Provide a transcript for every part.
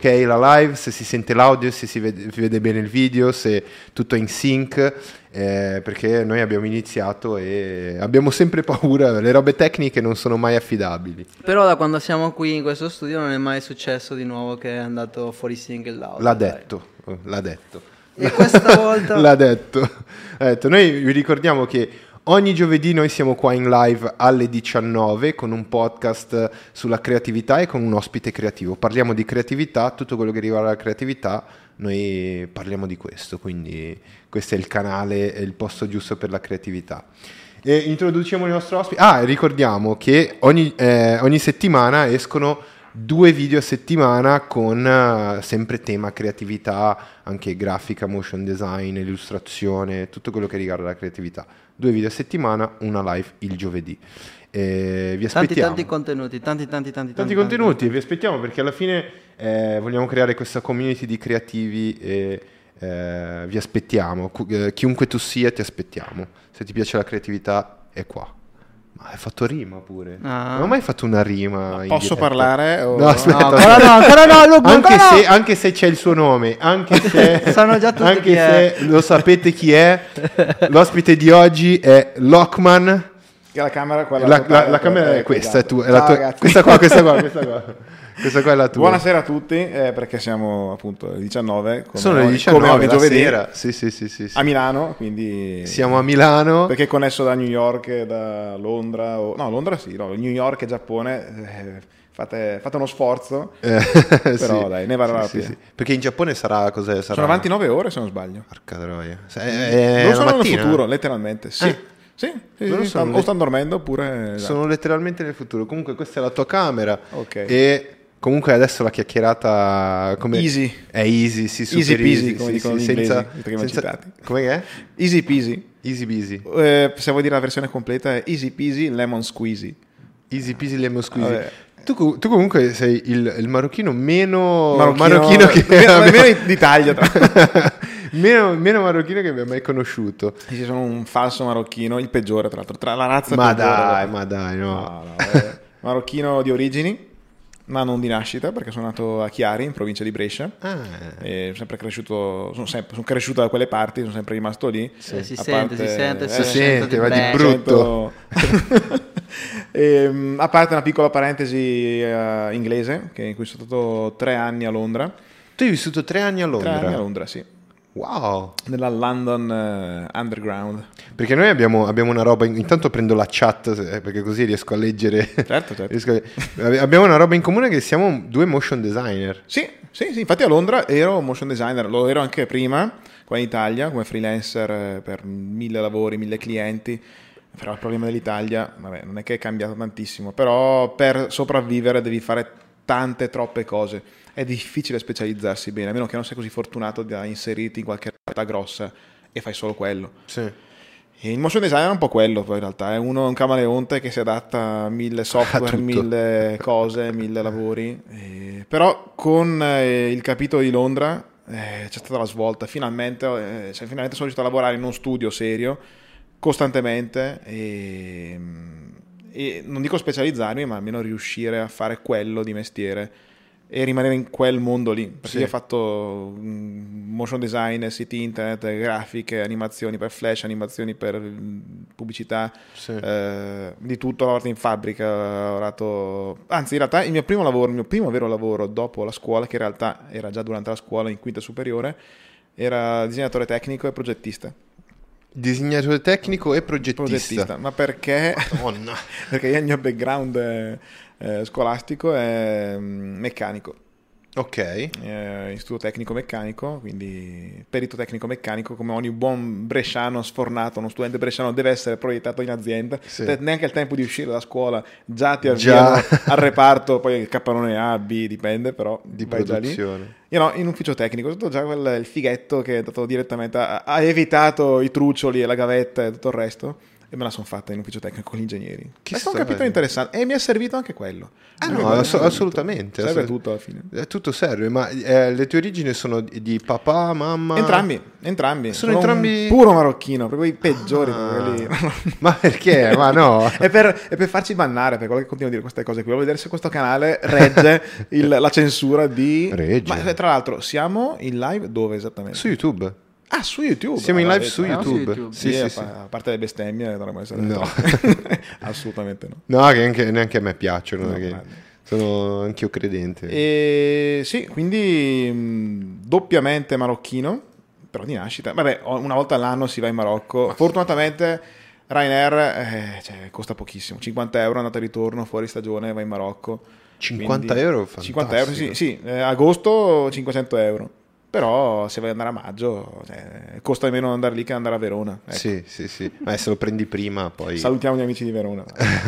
ok la live, se si sente l'audio, se si vede bene il video, se tutto è in sync, perché noi abbiamo iniziato e abbiamo sempre paura, le robe tecniche non sono mai affidabili. Però da quando siamo qui in questo studio non è mai successo di nuovo che è andato fuori sync l'audio. L'ha detto. E questa volta... L'ha detto. Noi vi ricordiamo che ogni giovedì noi siamo qua in live alle 19 con un podcast sulla creatività e con un ospite creativo. Parliamo di creatività, tutto quello che riguarda la creatività, noi parliamo di questo, quindi questo è il canale, è il posto giusto per la creatività. E introduciamo il nostro ospite. Ricordiamo che ogni settimana escono 2 video a settimana con sempre tema creatività, anche grafica, motion design, illustrazione, tutto quello che riguarda la creatività. 2 video a settimana, una live il giovedì. Vi aspettiamo. Tanti contenuti, tanti contenuti, e vi aspettiamo perché alla fine vogliamo creare questa community di creativi e vi aspettiamo. Chiunque tu sia, ti aspettiamo. Se ti piace la creatività, è qua. Ma hai fatto rima pure. Non ho mai fatto una rima. Posso parlare? No, aspetta. Ancora no, Luca, anche se c'è il suo nome, anche se sanno già tutti anche chi se è. Lo sapete chi è. L'ospite di oggi è Lockman. La camera, la camera è questa, è tua, è la tua, questa qua. Questa qua è la tua. Buonasera a tutti, perché siamo appunto alle 19. Sono le 19 come ogni giovedì, sera. Sì. a Milano, quindi siamo a Milano. Perché è connesso da New York e da Londra, Londra sì, New York e Giappone, fate uno sforzo, però sì, dai, ne vale la pena. Sì. Perché in Giappone sarà cos'è? Sono avanti 9 ore se non sbaglio. Porca troia. Non sono nel futuro, letteralmente, sì. Sì, sono o stanno dormendo oppure... Sono letteralmente nel futuro. Comunque questa è la tua camera. Ok. E comunque adesso la chiacchierata easy. È easy, sì, super easy peasy, easy, come dicono gli inglesi, prima citati. Come è? Easy peasy. Easy peasy. Se vuoi dire la versione completa è easy peasy lemon squeezy. Easy peasy lemon squeezy. Tu comunque sei il marocchino meno che meno d'Italia meno marocchino che abbia mai conosciuto. Sì, sono un falso marocchino, il peggiore tra l'altro, tra la razza ma peggiore. dai, no. Marocchino di origini, ma non di nascita, perché sono nato a Chiari, in provincia di Brescia. E sono sempre cresciuto, sono cresciuto da quelle parti, sono sempre rimasto lì. Sì. Si sente, va di brutto. A parte una piccola parentesi inglese, in cui sono stato 3 anni a Londra. Tu hai vissuto 3 anni a Londra? 3 anni a Londra, sì. Wow. Nella London Underground. Perché noi abbiamo una roba, intanto prendo la chat perché così riesco a leggere. Certo. Abbiamo una roba in comune, che siamo 2 motion designer. Sì, infatti a Londra ero motion designer, lo ero anche prima qua in Italia come freelancer per 1000 lavori, 1000 clienti. Però il problema dell'Italia, non è che è cambiato tantissimo, però per sopravvivere devi fare troppe cose. È difficile specializzarsi bene, a meno che non sei così fortunato da inserirti in qualche realtà grossa e fai solo quello. Sì. E il motion design è un po' quello, poi in realtà è un camaleonte che si adatta a 1000 software, 1000 cose, 1000 lavori. Però con il capitolo di Londra c'è stata la svolta. Finalmente sono riuscito a lavorare in uno studio serio costantemente e non dico specializzarmi, ma almeno riuscire a fare quello di mestiere e rimanere in quel mondo lì, perché io ho fatto motion design, siti internet, grafiche, animazioni per flash, animazioni per pubblicità, di tutto. Ho lavorato in fabbrica, anzi in realtà il mio primo vero lavoro dopo la scuola, che in realtà era già durante la scuola in quinta superiore, era disegnatore tecnico e progettista. Disegnatore tecnico e progettista. Ma perché? Madonna. Perché il mio background scolastico è meccanico. Ok. Istituto tecnico meccanico, quindi perito tecnico meccanico, come ogni buon bresciano sfornato, uno studente bresciano deve essere proiettato in azienda. Neanche il tempo di uscire da scuola già ti avviano al reparto, poi il capannone A, B, dipende, però di produzione. Io no, in ufficio tecnico, ho stato già il fighetto che è andato direttamente, ha evitato i truccioli e la gavetta e tutto il resto, e me la sono fatta in ufficio tecnico con gli ingegneri. Che È stato un storia. capitolo interessante e mi è servito anche quello. No, assolutamente. Serve tutto alla fine. Tutto serve, ma le tue origini sono di papà, mamma? Entrambi. Sono entrambi... un puro marocchino, proprio i peggiori. Quelli. Ma perché? Ma no. è per farci bannare, per quello che continuo a dire queste cose qui. Voglio vedere se questo canale regge la censura di... Regge. Ma tra l'altro siamo in live dove esattamente? Su YouTube. Ah, su YouTube. Siamo in live su su YouTube. YouTube. Sì, Sì, sì. a parte le bestemmie, dovremmo essere No. assolutamente no. No, che neanche a me piacciono. No, perché guarda. sono anch'io credente. E sì, quindi doppiamente marocchino, però di nascita. Vabbè, una volta all'anno si va in Marocco. Fortunatamente Ryanair costa pochissimo, 50 euro andata e ritorno, fuori stagione, vai in Marocco. 50 Quindi, euro? 50 euro, sì, agosto 500 euro. Però se vuoi andare a maggio costa meno andare lì che andare a Verona. Ecco. Sì. Ma se lo prendi prima poi... Salutiamo gli amici di Verona.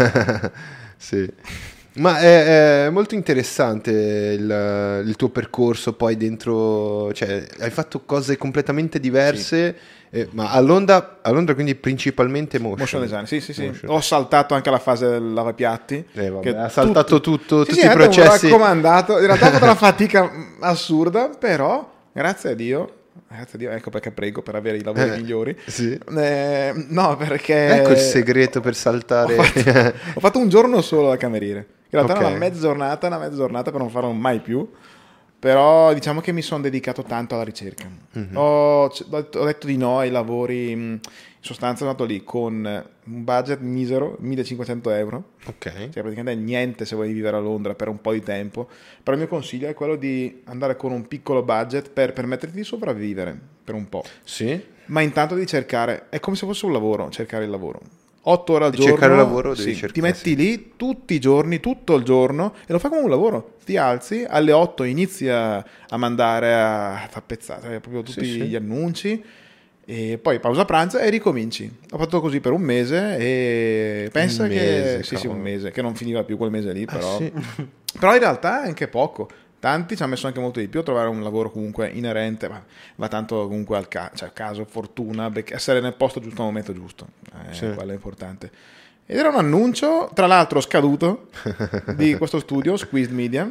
Sì. Ma è molto interessante il tuo percorso poi dentro, cioè hai fatto cose completamente diverse, ma a Londra quindi principalmente Motion design, sì. Motion. Ho saltato anche la fase del lavapiatti. Vabbè, ha saltato tutto, tutti i è un processi. raccomandato. In realtà è stata una fatica assurda, però grazie a Dio, ecco perché prego per avere i lavori migliori. Sì. No, perché... Ecco il segreto per saltare. Ho fatto un giorno solo da cameriere. In realtà Ok. era una mezza giornata per non farlo mai più. Però diciamo che mi sono dedicato tanto alla ricerca. Mhm. Ho detto di no ai lavori. In sostanza sono andato lì con un budget misero, 1500 euro. Ok. Cioè praticamente niente se vuoi vivere a Londra per un po' di tempo. Però il mio consiglio è quello di andare con un piccolo budget per permetterti di sopravvivere per un po'. Sì. Ma intanto di cercare, è come se fosse un lavoro, cercare il lavoro. 8 ore al Di giorno, cercare lavoro devi sì, cercare, ti metti lì tutti i giorni, tutto il giorno e lo fai come un lavoro. Ti alzi, alle 8 inizi a mandare a tappezzare proprio tutti Sì. gli annunci e poi pausa pranzo e ricominci. Ho fatto così per un mese e pensa Un mese, che... Sì, cavolo. un mese, che non finiva più quel mese lì, però... Sì. Però in realtà è anche poco. Tanti ci hanno messo anche molto di più a trovare un lavoro comunque inerente, ma va tanto comunque al caso, fortuna, essere nel posto giusto al momento giusto, Sì. quello è importante. Ed era un annuncio, tra l'altro scaduto, di questo studio, Squeezed Media,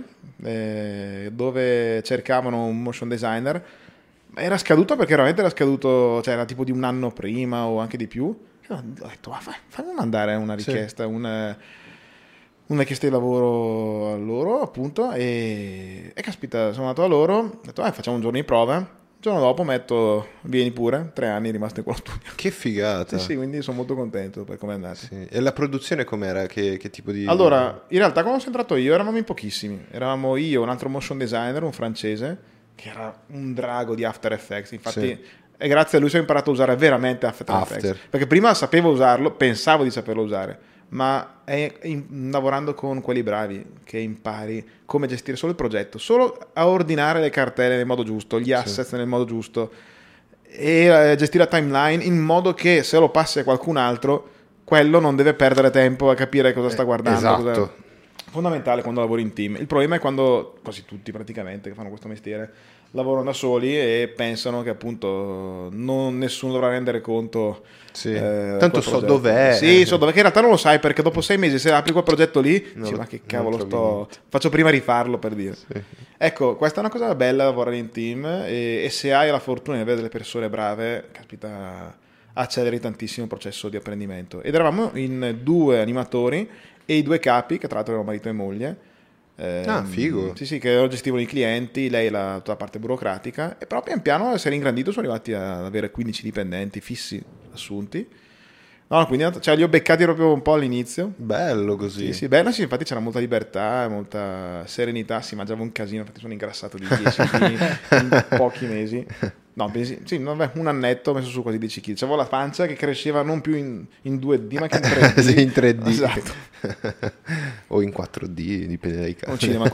dove cercavano un motion designer. Era scaduto perché veramente era scaduto, cioè era tipo di un anno prima o anche di più. Ho detto, fammi mandare una richiesta, una richiesta di lavoro a loro, appunto, e caspita, sono andato a loro, ho detto, facciamo un giorno di prova. Il giorno dopo vieni pure, 3 anni rimasto in quello studio. Che figata. Sì, quindi sono molto contento per come è andato. Sì. E la produzione com'era? Che tipo di... Allora, in realtà quando sono entrato io eravamo in pochissimi. Eravamo io, un altro motion designer, un francese, che era un drago di After Effects. Infatti, Sì. è grazie a lui che ho imparato a usare veramente After Effects. Perché prima sapevo usarlo, pensavo di saperlo usare, ma è lavorando con quelli bravi che impari come gestire solo il progetto, solo a ordinare le cartelle nel modo giusto, gli asset nel modo giusto e gestire la timeline in modo che se lo passi a qualcun altro, quello non deve perdere tempo a capire cosa sta guardando. Esatto. Fondamentale quando lavori in team. Il problema è quando quasi tutti praticamente che fanno questo mestiere lavorano da soli e pensano che appunto nessuno dovrà rendere conto. Sì. Tanto Tanto so dov'è. Sì, so dov'è, che in realtà non lo sai perché dopo 6 mesi se apri quel progetto lì dici, ma che cavolo faccio prima rifarlo per dire. Sì. Ecco, questa è una cosa bella lavorare in team e se hai la fortuna di avere delle persone brave, caspita, acceleri tantissimo il processo di apprendimento. Ed eravamo in 2 animatori e i 2 capi, che tra l'altro erano marito e moglie. Figo. Sì, che gestivano i clienti, lei tutta la parte burocratica, e però pian piano si era ingrandito, sono arrivati ad avere 15 dipendenti fissi assunti. No, quindi li ho beccati proprio un po' all'inizio. Bello così. Sì, bello, sì, infatti c'era molta libertà, molta serenità, si mangiava un casino, infatti sono ingrassato di 10 kg in pochi mesi. No, sì, vabbè, un annetto ho messo su quasi 10 kg. C'avevo la pancia che cresceva non più in 2D, ma che in 3D. Sì, in 3D. Esatto. O in 4D, dipende dai casi. Un cinema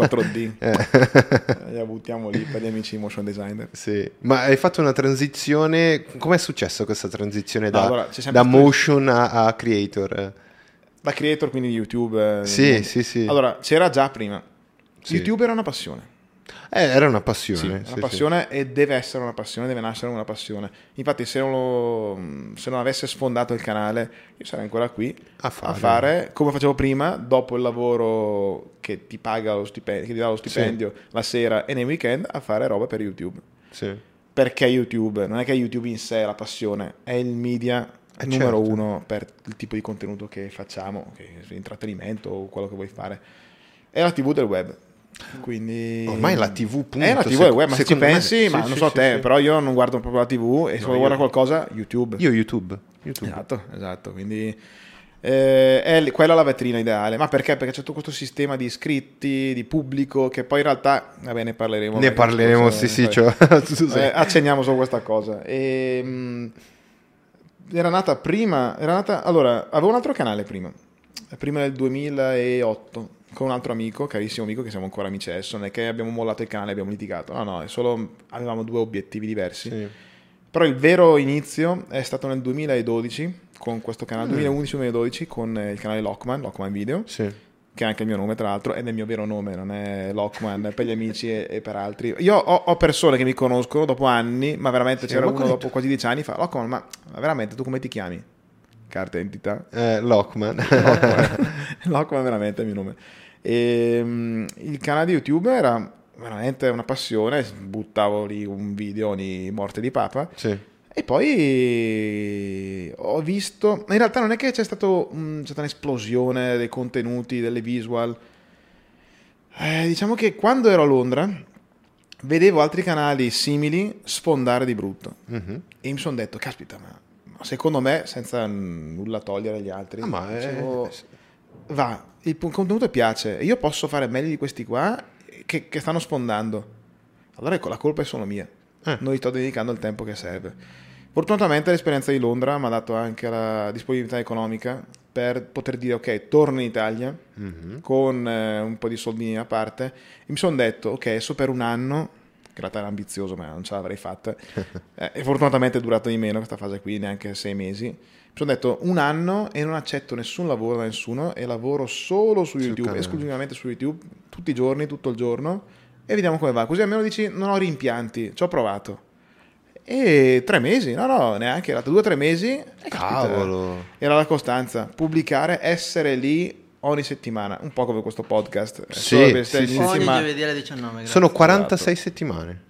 4D. La buttiamo lì per gli amici motion designer. Sì. Ma hai fatto una transizione, com'è successo questa transizione da sempre motion a creator? Da creator, quindi di YouTube. Sì. Allora, c'era già prima. Sì. YouTube era una passione. Era una passione. Sì, una passione e deve essere una passione, deve nascere una passione. Infatti se non avesse sfondato il canale, io sarei ancora qui a fare come facevo prima, dopo il lavoro che ti paga lo stipendio, che ti dà lo stipendio la sera e nei weekend, a fare roba per YouTube. Sì. Perché YouTube? Non è che YouTube in sé è la passione, è il media numero uno per il tipo di contenuto che facciamo, che intrattenimento o quello che vuoi fare. È la TV del web. Quindi ormai la TV, punto. È la TV del web, ma se ci pensi, ma non so te, però io non guardo proprio la TV e se vuoi guardare qualcosa, YouTube. Io YouTube. Esatto, quindi quella è la vetrina ideale. Ma perché? Perché c'è tutto questo sistema di iscritti, di pubblico, che poi in realtà, vabbè, ne parleremo. Accenniamo solo questa cosa. Allora, avevo un altro canale prima del 2008, con un altro amico, carissimo amico, che siamo ancora amici adesso. Non è che abbiamo mollato il canale, abbiamo litigato, no, è solo avevamo due obiettivi diversi. Sì. Però il vero inizio è stato nel 2012 con questo canale, 2011-2012 con il canale Lockman Video, che è anche il mio nome tra l'altro, ed è il mio vero nome, non è Lockman per gli amici e per altri. Io ho persone che mi conoscono dopo anni, ma veramente c'era uno dopo quasi 10 anni, fa Lockman, ma veramente tu come ti chiami? Carta d'identità? Lockman. Lockman veramente è il mio nome. E, il canale di YouTube era veramente una passione, buttavo lì un video ogni morte di papa. Sì. E poi ho visto, in realtà non è che c'è stata un'esplosione dei contenuti, delle visual. Diciamo che quando ero a Londra vedevo altri canali simili sfondare di brutto. E mi sono detto, caspita, ma secondo me, senza nulla togliere agli altri, il contenuto piace, io posso fare meglio di questi qua che stanno sfondando. Allora ecco, la colpa è solo mia. Non gli sto dedicando il tempo che serve. Fortunatamente l'esperienza di Londra mi ha dato anche la disponibilità economica per poter dire ok, torno in Italia con un po' di soldini a parte, e mi sono detto ok, adesso per un anno, che in realtà era ambizioso ma non ce l'avrei fatta, e fortunatamente è durato di meno questa fase qui, neanche 6 mesi. Mi sono detto un anno e non accetto nessun lavoro da nessuno e lavoro solo su YouTube, esclusivamente su YouTube, tutti i giorni, tutto il giorno, e vediamo come va. Così almeno dici non ho rimpianti, ci ho provato. E 3 mesi, neanche, era 2 o 3 mesi. Cavolo. Era la costanza, pubblicare, essere lì ogni settimana, un po' come questo podcast. Ogni giovedì alle 19. Grazie. Sono 46 settimane.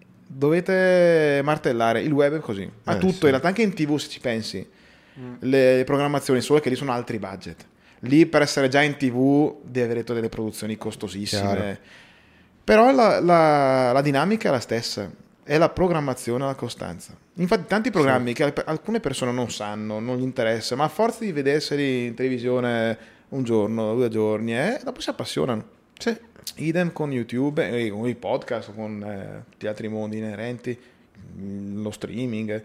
Dovete martellare, il web è così. Ma tutto, in realtà anche in TV se ci pensi. Le programmazioni, solo che lì sono altri budget. Lì per essere già in TV devi avere delle produzioni costosissime. Chiaro. Però la dinamica è la stessa. È la programmazione e la costanza. Infatti tanti programmi che alcune persone non sanno, non gli interessa, ma a forza di vederseli in televisione un giorno, 2 giorni, dopo si appassionano. Idem con YouTube, con i podcast, con tutti gli altri mondi inerenti, lo streaming.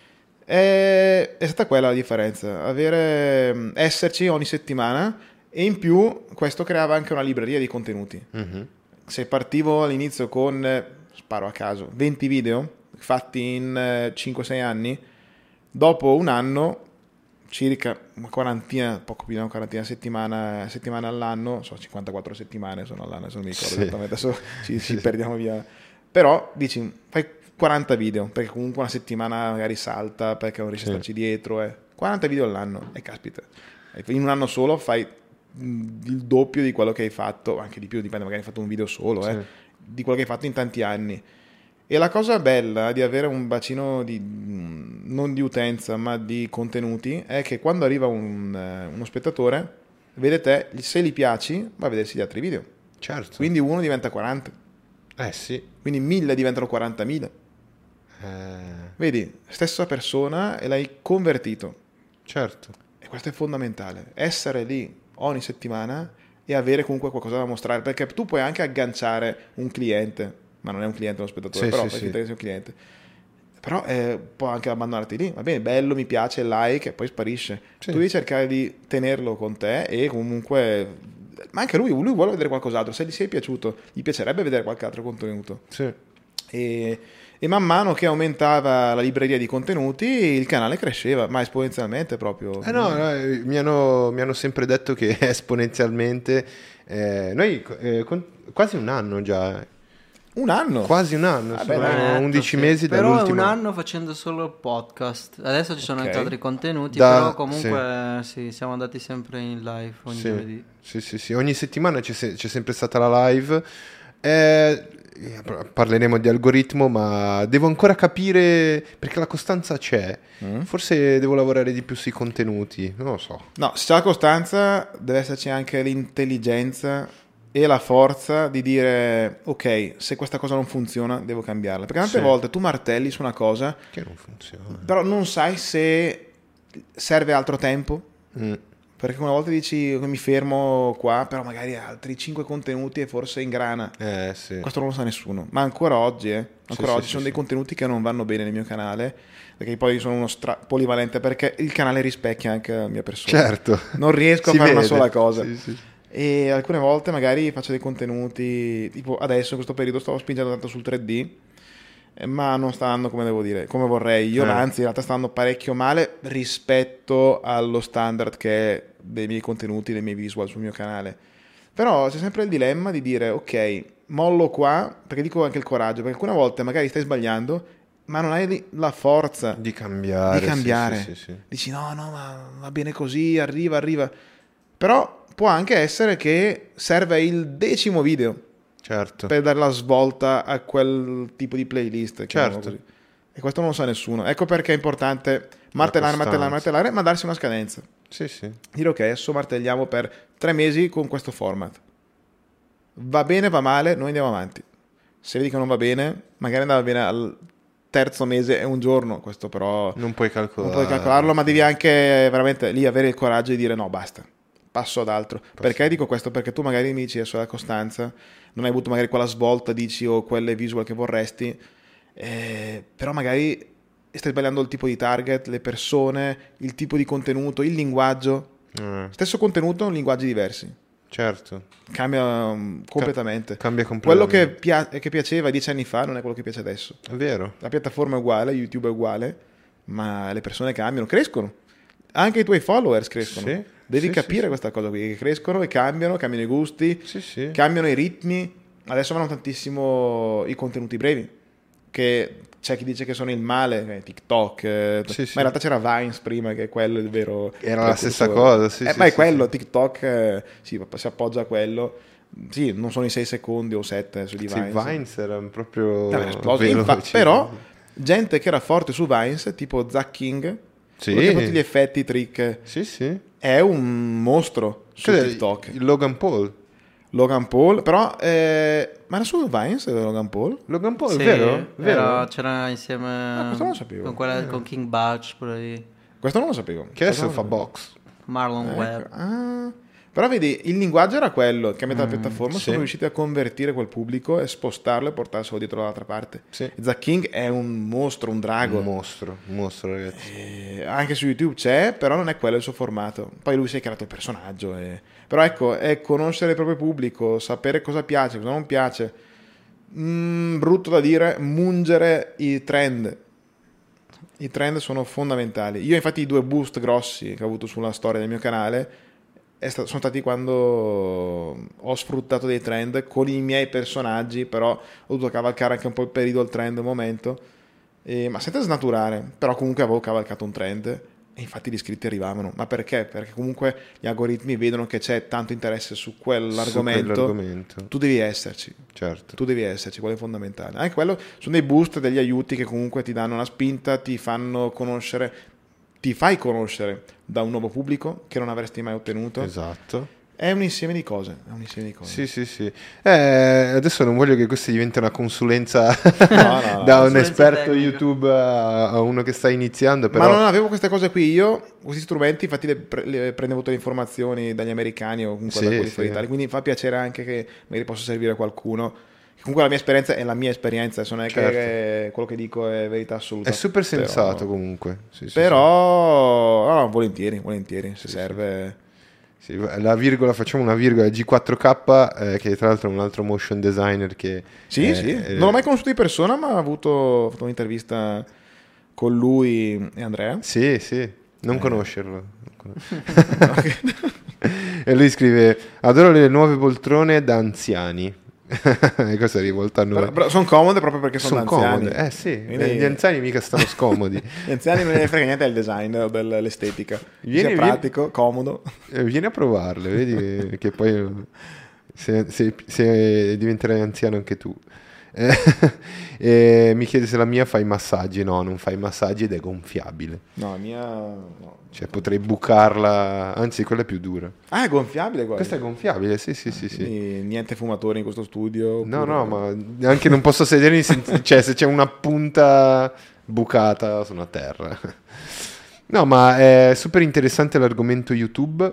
È stata quella la differenza, esserci ogni settimana, e in più questo creava anche una libreria di contenuti. Se partivo all'inizio con, sparo a caso, 20 video fatti in 5-6 anni, dopo un anno circa una quarantina, poco più di una quarantina settimane all'anno, 54 settimane sono all'anno, se non mi ricordo esattamente, adesso ci perdiamo via, però dici fai 40 video, perché comunque una settimana magari salta perché non riesci a starci dietro, 40 video all'anno, e caspita, in un anno solo fai il doppio di quello che hai fatto, anche di più, dipende, magari hai fatto un video solo, di quello che hai fatto in tanti anni. E la cosa bella di avere un bacino non di utenza ma di contenuti è che quando arriva uno spettatore vede te, se gli piaci va a vedersi gli altri video, quindi uno diventa 40, quindi 1000 diventano 40.000, vedi, stessa persona e l'hai convertito, e questo è fondamentale, essere lì ogni settimana e avere comunque qualcosa da mostrare, perché tu puoi anche agganciare un cliente, ma non è un cliente, uno spettatore, però fai finta che sia un cliente, però può anche abbandonarti lì, va bene, bello, mi piace, like, e poi sparisce. Tu devi cercare di tenerlo con te, e comunque, ma anche lui vuole vedere qualcos'altro, se gli sei piaciuto gli piacerebbe vedere qualche altro contenuto, e man mano che aumentava la libreria di contenuti il canale cresceva, ma esponenzialmente proprio. Mi hanno sempre detto che esponenzialmente, noi quasi un anno già. Un anno? Quasi un anno, Vabbè, sono Netto, 11 sì. mesi però dall'ultimo. è un anno facendo solo podcast. Adesso ci sono Ok. anche altri contenuti, Da- però comunque sì, siamo andati sempre in live ogni giovedì. Sì. Ogni settimana c'è sempre stata la live. Eh, Parleremo di algoritmo, ma devo ancora capire perché la costanza c'è. Forse devo lavorare di più sui contenuti, non lo so. No, se c'è la costanza, deve esserci anche l'intelligenza e la forza di dire ok, se questa cosa non funziona devo cambiarla, perché tante Sì. volte tu martelli su una cosa Che non funziona. però non sai se serve altro tempo, Mm. perché una volta dici mi fermo qua, però magari altri 5 contenuti e forse ingrana. Sì. Questo non lo sa nessuno, ma ancora oggi ancora Sì, oggi sì, sono sì. dei contenuti che non vanno bene nel mio canale, perché poi sono uno polivalente, perché il canale rispecchia anche la mia persona. Certo. Non riesco a Si fare una vede. sola cosa. Sì. E alcune volte magari faccio dei contenuti, tipo adesso in questo periodo stavo spingendo tanto sul 3D, ma non sta andando come devo dire, come vorrei. Io anzi in realtà sta andando parecchio male rispetto allo standard che è dei miei contenuti, dei miei visual sul mio canale. Però c'è sempre il dilemma di dire ok, mollo qua, perché dico anche il coraggio, perché alcune volte magari stai sbagliando, ma non hai la forza Di cambiare. di cambiare. Sì. Dici no, ma va bene così, arriva. Però può anche essere che serve il 10° video Certo. per dare la svolta a quel tipo di playlist. chiamiamolo Certo. così. E questo non lo sa nessuno. Ecco perché è importante martellare, ma darsi una scadenza. Sì. Dire ok, adesso martelliamo per 3 mesi con questo format. Va bene, va male, noi andiamo avanti. Se vedi che non va bene, magari andava bene al 3° mese e un giorno, questo però Non puoi non calcolare. puoi calcolarlo, ma devi anche veramente lì avere il coraggio di dire no, basta, passo ad altro. Perché dico questo? Perché tu magari mi dici adesso la costanza, non hai avuto magari quella svolta, dici, o quelle visual che vorresti, però magari stai sbagliando il tipo di target, le persone, il tipo di contenuto, il linguaggio. Stesso contenuto, linguaggi diversi. Certo. Cambia completamente. Cambia Quello completamente. che piaceva 10 anni fa non è quello che piace adesso. È vero. La piattaforma è uguale, YouTube è uguale, ma le persone cambiano, crescono. Anche i tuoi followers crescono. Sì, Devi sì, capire sì. questa cosa qui, che crescono e cambiano i gusti, Sì. cambiano i ritmi. Adesso vanno tantissimo i contenuti brevi, che c'è chi dice che sono il male, TikTok, Sì. ma in realtà c'era Vines prima, che è quello il vero... Era la stessa precursore. cosa, sì. Ma è sì, quello, sì. TikTok si appoggia a quello. Sì, non sono i 6 secondi o 7 su di Sì, Vines. Vines erano proprio Era esploso. veloci. Però gente che era forte su Vines, tipo Zack King, Sì. quello che fa tutti gli effetti, i trick, Sì. è un mostro su Cos'è? TikTok. Il Logan Paul. Logan Paul, però ma era su Vines Logan Paul? Logan Paul, Sì, vero? c'era insieme questo non lo sapevo. con King Batch, pure lì. Questo non lo sapevo. Che adesso Questo fa non lo sapevo. box. Marlon Ecco. Webb. Ah. Però vedi, il linguaggio era quello, cambiata la piattaforma, sì. sono riusciti a convertire quel pubblico e spostarlo e portarselo dietro dall'altra parte. Sì. Zack King è un mostro, un drago. Un mostro, ragazzi. Anche su YouTube c'è, però non è quello il suo formato. Poi lui si è creato il personaggio. Però ecco, è conoscere il proprio pubblico, sapere cosa piace, cosa non piace. Brutto da dire, mungere i trend. I trend sono fondamentali. Io infatti i 2 boost grossi che ho avuto sulla storia del mio canale sono stati quando ho sfruttato dei trend con i miei personaggi, però ho dovuto cavalcare anche un po' il periodo, il trend, il momento, ma senza snaturare. Però comunque avevo cavalcato un trend e infatti gli iscritti arrivavano. Ma perché? Perché comunque gli algoritmi vedono che c'è tanto interesse su quell'argomento. Tu devi esserci. Certo. Tu devi esserci, quello è fondamentale. Anche quello sono dei boost, degli aiuti che comunque ti danno una spinta, ti fanno conoscere, ti fai conoscere da un nuovo pubblico che non avresti mai ottenuto. Esatto. È un insieme di cose. Sì. Adesso non voglio che questa diventi una consulenza No, da un consulenza esperto tecnica. YouTube a uno che sta iniziando, però... Ma non avevo queste cose qui io, questi strumenti, infatti le prendevo tutte le informazioni dagli americani o comunque da quelli fuori Italia, quindi fa piacere anche che magari possa servire a qualcuno. Comunque la mia esperienza è la mia esperienza, non è che quello che dico è verità assoluta. È super sensato comunque. Sì, però no, volentieri, se serve... Sì, la virgola, facciamo una virgola G4K, che tra l'altro è un altro motion designer che... Sì. Non l'ho mai conosciuto di persona, ma ho fatto un'intervista con lui e Andrea. Sì, non conoscerlo. E lui scrive: adoro le nuove poltrone da anziani. Cosa rivolta a noi? Però sono comode proprio perché sono anziani. Comode, sì. Quindi... Gli anziani mica stanno scomodi. Gli anziani non ne frega niente del design o dell'estetica. Sia pratico, comodo. Vieni a provarle, vedi che poi se diventerai anziano anche tu. E mi chiede se la mia fa i massaggi. No, non fa i massaggi ed è gonfiabile. No, la mia no. Cioè potrei bucarla, anzi quella è più dura. Ah, è gonfiabile quella. Questa è gonfiabile, sì. Niente fumatori in questo studio. No, ma anche non posso sedermi cioè se c'è una punta bucata sono a terra. No, ma è super interessante l'argomento YouTube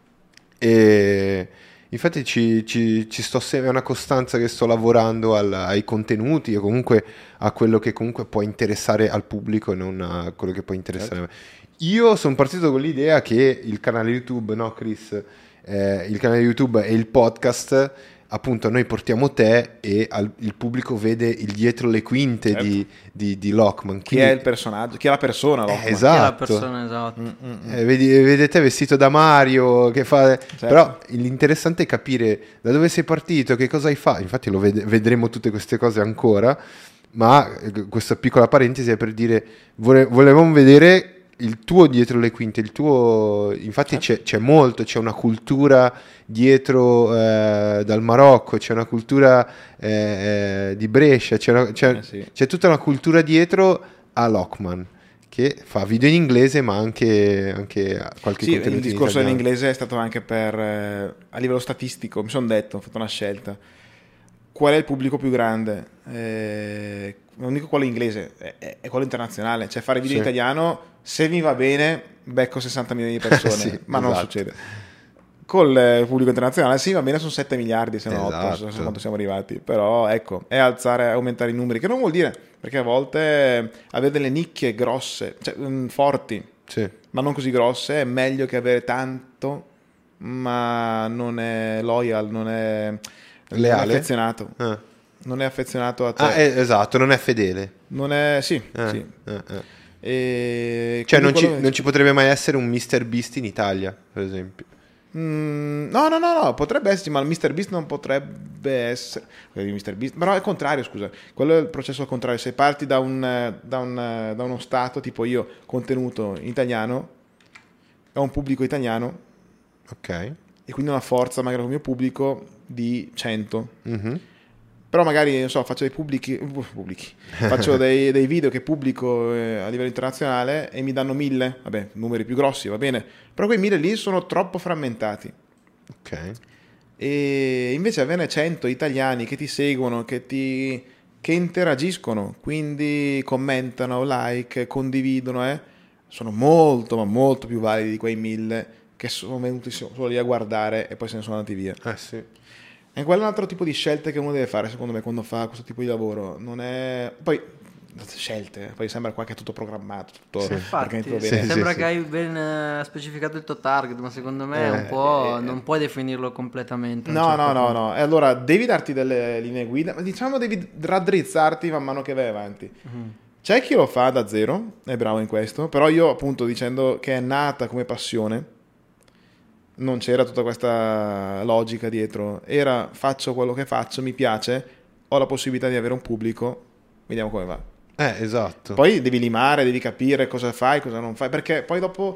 e infatti ci sto è una costanza che sto lavorando ai contenuti e comunque a quello che comunque può interessare al pubblico e non a quello che può interessare a me. Io sono partito con l'idea che il canale YouTube, no Chris? Il canale YouTube e il podcast, appunto noi portiamo te e il pubblico vede il dietro le quinte, certo, di Lockman. Chi è il personaggio? Chi è la persona Lockman? Esatto. Chi è la persona, esatto. Vedete vestito da Mario che fa... Certo. Però l'interessante è capire da dove sei partito, che cosa hai fatto. Infatti vedremo tutte queste cose ancora, ma questa piccola parentesi è per dire volevamo vedere il tuo dietro le quinte, il tuo, infatti c'è molto, c'è una cultura dietro dal Marocco, c'è una cultura di Brescia, c'è tutta una cultura dietro a Lockman che fa video in inglese ma anche qualche contenuto in il discorso italiano. dell'inglese è stato anche per a livello statistico, mi sono detto, ho fatto una scelta. Qual è il pubblico più grande? Non dico quello inglese, è quello internazionale, cioè fare video in italiano, se mi va bene becco 60 milioni di persone, ma non succede. Col pubblico internazionale sì, va bene, sono 7 miliardi, se non 8, non so quanto siamo arrivati, però ecco, è aumentare i numeri, che non vuol dire, perché a volte avere delle nicchie grosse, cioè forti, ma non così grosse, è meglio che avere tanto, ma non è loyal, non è leale, affezionato. Non è affezionato a te. Esatto, non è fedele. Non è... Sì. E cioè non ci potrebbe mai essere un MrBeast in Italia, per esempio. No, potrebbe esserci, ma il MrBeast non potrebbe essere... MrBeast, però è il contrario, scusa. Quello è il processo al contrario. Se parti da uno stato, tipo io, contenuto in italiano, è un pubblico italiano. Ok. E quindi una forza magari con il mio pubblico di 100. Però magari, non so, faccio faccio dei video che pubblico a livello internazionale e mi danno 1000, vabbè, numeri più grossi, va bene, però quei 1000 lì sono troppo frammentati. Ok. E invece averne 100 italiani che ti seguono, che interagiscono, quindi commentano, like, condividono, sono molto, ma molto più validi di quei 1000 che sono venuti solo lì a guardare e poi se ne sono andati via. Sì. E quello è un altro tipo di scelte che uno deve fare, secondo me, quando fa questo tipo di lavoro. Non è... Poi, scelte, poi sembra qua che è tutto programmato, tutto infatti, sembra che hai ben specificato il tuo target, ma secondo me un po' non puoi definirlo completamente. No. E allora devi darti delle linee guida, ma diciamo devi raddrizzarti man mano che vai avanti. C'è chi lo fa da zero, è bravo in questo, però io appunto dicendo che è nata come passione, non c'era tutta questa logica dietro, era faccio quello che faccio, mi piace, ho la possibilità di avere un pubblico, vediamo come va. Esatto. Poi devi limare, devi capire cosa fai, cosa non fai, perché poi dopo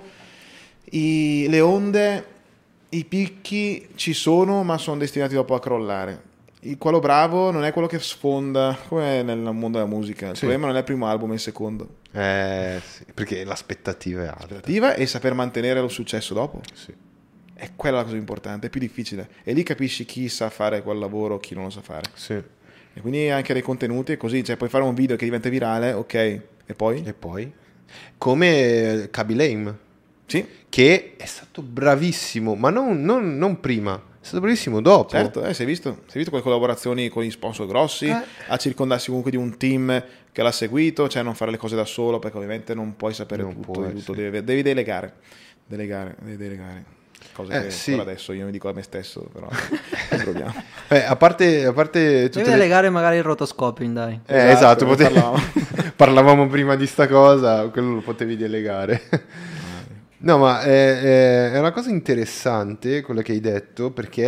le onde, i picchi ci sono, ma sono destinati dopo a crollare. Quello bravo non è quello che sfonda, come nel mondo della musica. Il problema non è il primo album, è il secondo. Sì, perché l'aspettativa è alta. L'aspettativa e saper mantenere lo successo dopo. Sì. È quella la cosa importante, è più difficile. E lì capisci chi sa fare quel lavoro, chi non lo sa fare. Sì. E quindi anche dei contenuti è così, cioè puoi fare un video che diventa virale, ok, e poi? E poi? Come Khaby Lame. Sì. Che è stato bravissimo, ma non prima, è stato bravissimo dopo. Certo, si è visto quelle collaborazioni con gli sponsor grossi, a circondarsi comunque di un team che l'ha seguito, cioè non fare le cose da solo, perché ovviamente non puoi sapere tutto. Devi delegare. Cose che ancora adesso io mi dico a me stesso, però proviamo. A parte devi delegare magari il rotoscoping, dai. Esatto, parlavamo prima di sta cosa, quello lo potevi delegare. No, ma è una cosa interessante quello che hai detto, perché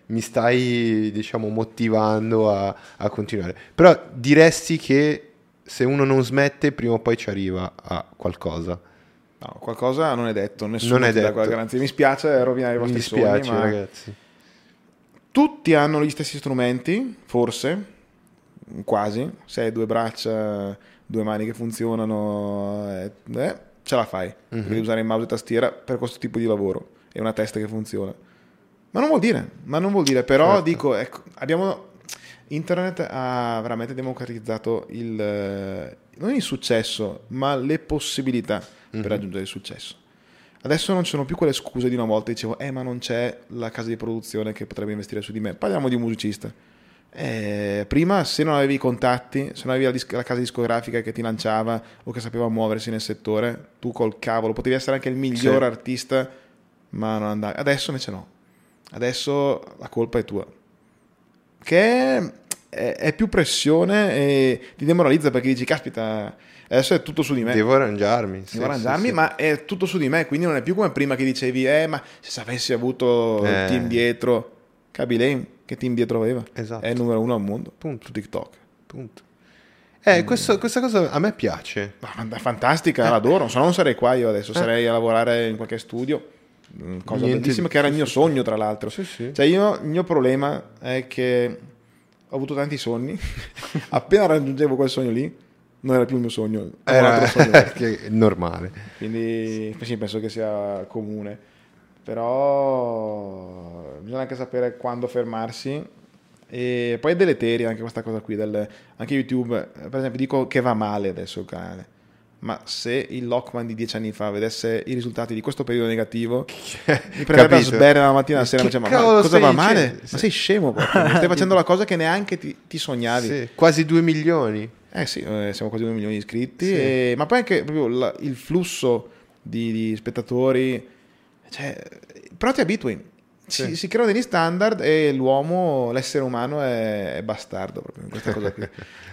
mi stai, diciamo, motivando a continuare. Però diresti che se uno non smette, prima o poi ci arriva a qualcosa. No, qualcosa non è detto, nessuno Non è ti dà detto. quella garanzia. Mi spiace rovinare i Mi vostri dispiace, sogni, ma ragazzi. tutti hanno gli stessi strumenti, forse, quasi. Se hai 2 braccia, 2 mani che funzionano, ce la fai. Devi usare il mouse e tastiera per questo tipo di lavoro e una testa che funziona. Ma non vuol dire, però Certo. dico, ecco, internet ha veramente democratizzato non il successo, ma le possibilità per raggiungere il successo. Adesso non ci sono più quelle scuse di una volta, dicevo, ma non c'è la casa di produzione che potrebbe investire su di me. Parliamo di un musicista. Prima, se non avevi i contatti, se non avevi la casa discografica che ti lanciava o che sapeva muoversi nel settore, tu col cavolo potevi essere anche il miglior artista, ma non andavi. Adesso invece no. Adesso la colpa è tua. Che è più pressione e ti demoralizza perché dici, caspita, adesso è tutto su di me. Devo arrangiarmi. Sì. Ma è tutto su di me, quindi non è più come prima che dicevi, ma se avessi avuto il team dietro, Khaby Lame, che team dietro aveva? Esatto. È il numero 1 al mondo, Punto. su TikTok. Punto. Questa cosa a me piace. Ma è fantastica, l'adoro, se no non sarei qua io adesso, sarei a lavorare in qualche studio. Cosa bellissima, che era il mio sogno tra l'altro. Sì. Cioè il mio problema è che ho avuto tanti sogni. Appena raggiungevo quel sogno lì non era più il mio sogno, era un altro sogno. Che è normale. Quindi sì, penso che sia comune, però bisogna anche sapere quando fermarsi. E poi è deleteria anche questa cosa qui anche YouTube, per esempio, dico che va male adesso il canale. Ma se il Lockman di 10 anni fa vedesse i risultati di questo periodo negativo, mi prendeva a sberre la mattina alla sera e mi diceva, ma cosa va male? Ma sei scemo proprio. Stai facendo la cosa che neanche ti sognavi. Sì, quasi 2 milioni. Sì, siamo quasi 2 milioni di iscritti, ma poi anche proprio il flusso di spettatori, cioè, però ti abitui. Si creano degli standard e l'essere umano è bastardo proprio in questa cosa qui.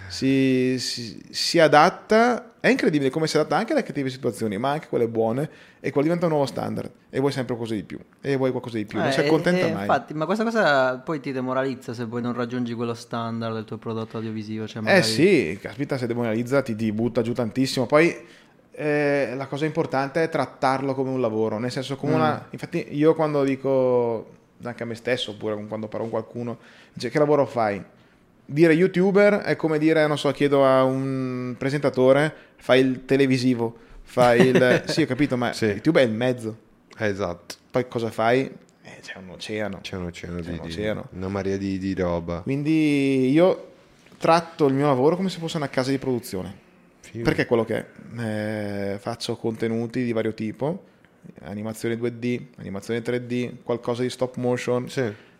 Si adatta, è incredibile come si adatta anche alle cattive situazioni, ma anche quelle buone, e quello diventa un nuovo standard e vuoi sempre qualcosa di più e vuoi qualcosa di più, non si accontenta mai. Infatti, ma questa cosa poi ti demoralizza se poi non raggiungi quello standard del tuo prodotto audiovisivo, cioè magari... sì, caspita, se demoralizza ti butta giù tantissimo. Poi la cosa importante è trattarlo come un lavoro, nel senso come infatti io quando dico anche a me stesso, oppure quando parlo con qualcuno, dice, che lavoro fai? Dire YouTuber è come dire, non so, chiedo a un presentatore, fai il televisivo, fai il... Sì, ho capito, ma YouTube è il mezzo. Esatto. Poi cosa fai? C'è un oceano. Una marea di roba. Quindi io tratto il mio lavoro come se fosse una casa di produzione. Perché è quello che è. Faccio contenuti di vario tipo, animazione 2D, animazione 3D, qualcosa di stop motion,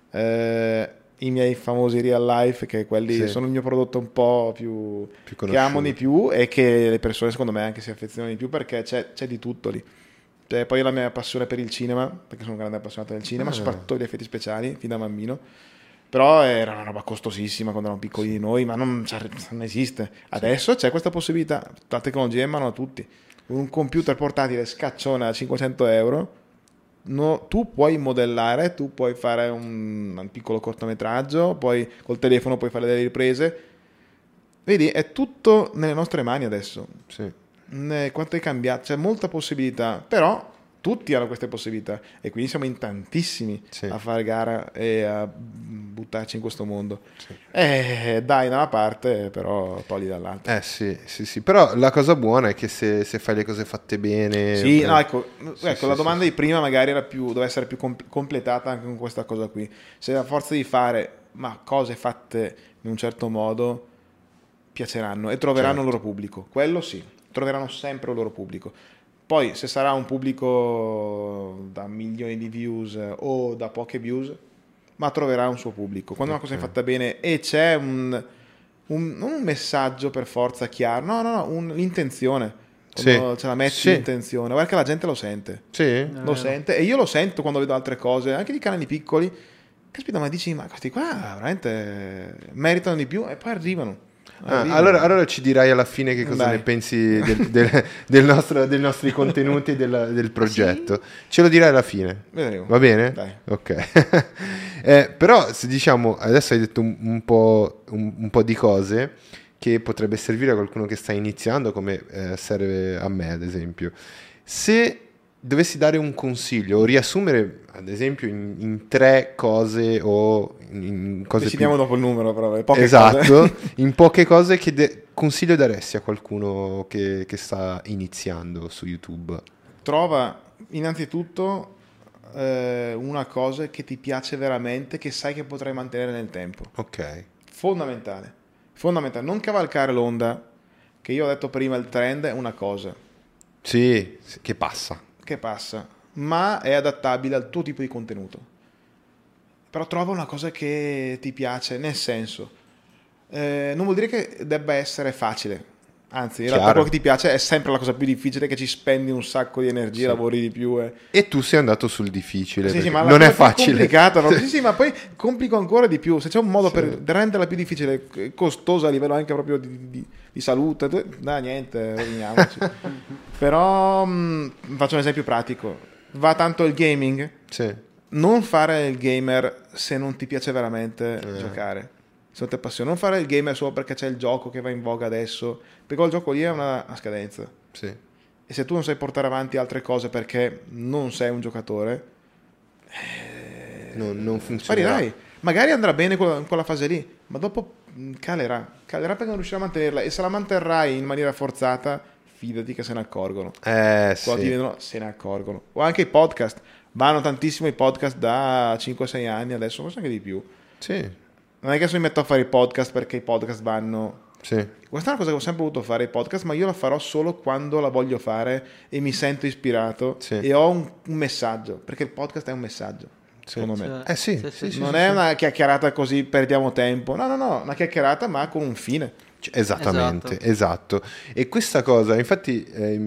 i miei famosi real life, che quelli sono il mio prodotto un po' più che amo di più e che le persone secondo me anche si affezionano di più, perché c'è di tutto lì. Cioè, poi la mia passione per il cinema, perché sono un grande appassionato del cinema, soprattutto gli effetti speciali, fin da bambino. Però era una roba costosissima quando erano piccoli di noi, ma non esiste. Adesso c'è questa possibilità, la tecnologia è in mano a tutti. Un computer portatile scacciona a 500 euro, tu puoi modellare, tu puoi fare un piccolo cortometraggio, poi col telefono puoi fare delle riprese. Vedi, è tutto nelle nostre mani adesso. Quanto è cambiato, c'è molta possibilità, però tutti hanno queste possibilità e quindi siamo in tantissimi a fare gara e a buttarci in questo mondo. Dai da una parte, però togli dall'altra. Sì, però la cosa buona è che se fai le cose fatte bene... La domanda di prima magari doveva essere più completata anche con questa cosa qui. Se a forza di fare cose fatte in un certo modo piaceranno e troveranno il loro pubblico, quello sì, troveranno sempre il loro pubblico. Poi se sarà un pubblico da milioni di views o da poche views, ma troverà un suo pubblico. Quando una cosa è fatta bene e c'è non un messaggio per forza chiaro, no, l'intenzione. Quando ce la metti l'intenzione, guarda che la gente lo sente. Lo sente, e io lo sento quando vedo altre cose, anche di canali piccoli. Caspita, ma dici, ma questi qua veramente meritano di più, e poi arrivano. Allora ci dirai alla fine che cosa ne pensi dei nostri contenuti del progetto. Sì? Ce lo dirai alla fine. Vedremo. Va bene? Dai. Ok. Però se diciamo, adesso hai detto un po' di cose che potrebbe servire a qualcuno che sta iniziando, come serve a me ad esempio. Se dovessi dare un consiglio o riassumere ad esempio in 3 cose o in cose decidiamo dopo il numero, però poche esatto cose. In poche cose che consiglio daresti a qualcuno che sta iniziando su YouTube? Trova innanzitutto una cosa che ti piace veramente, che sai che potrai mantenere nel tempo. Ok. Fondamentale, non cavalcare l'onda, che io ho detto prima, il trend è una cosa sì, che passa, ma è adattabile al tuo tipo di contenuto. Però trova una cosa che ti piace, nel senso, non vuol dire che debba essere facile, anzi in realtà quello che ti piace è sempre la cosa più difficile, che ci spendi un sacco di energia, sì. Lavori di più e tu sei andato sul difficile, sì, ma non è facile, complicata, sì, ma poi complico ancora di più. Se c'è un modo per renderla più difficile, costosa a livello anche proprio di salute, niente, roviniamoci. Però faccio un esempio pratico, va tanto il gaming, sì. Non fare il gamer se non ti piace veramente giocare, se non ti appassiona. Non fare il gamer solo perché c'è il gioco che va in voga adesso, perché quel gioco lì è una scadenza, sì. E se tu non sai portare avanti altre cose perché non sei un giocatore, non funzionerà. Sparirai. Magari andrà bene quella fase lì, ma dopo calerà perché non riuscirai a mantenerla, e se la manterrai in maniera forzata, fidati che se ne accorgono. Sì. Ti vedono, se ne accorgono. O anche i podcast, vanno tantissimo i podcast da 5-6 anni, adesso forse anche di più. Sì. Non è che adesso mi metto a fare i podcast perché i podcast vanno... Sì. Questa è una cosa che ho sempre voluto fare, i podcast, ma io la farò solo quando la voglio fare e mi sento ispirato, sì. E ho un messaggio, perché il podcast è un messaggio, sì. Secondo me. Sì. Non è una chiacchierata così perdiamo tempo, no, una chiacchierata ma con un fine. Esattamente, esatto. E questa cosa, infatti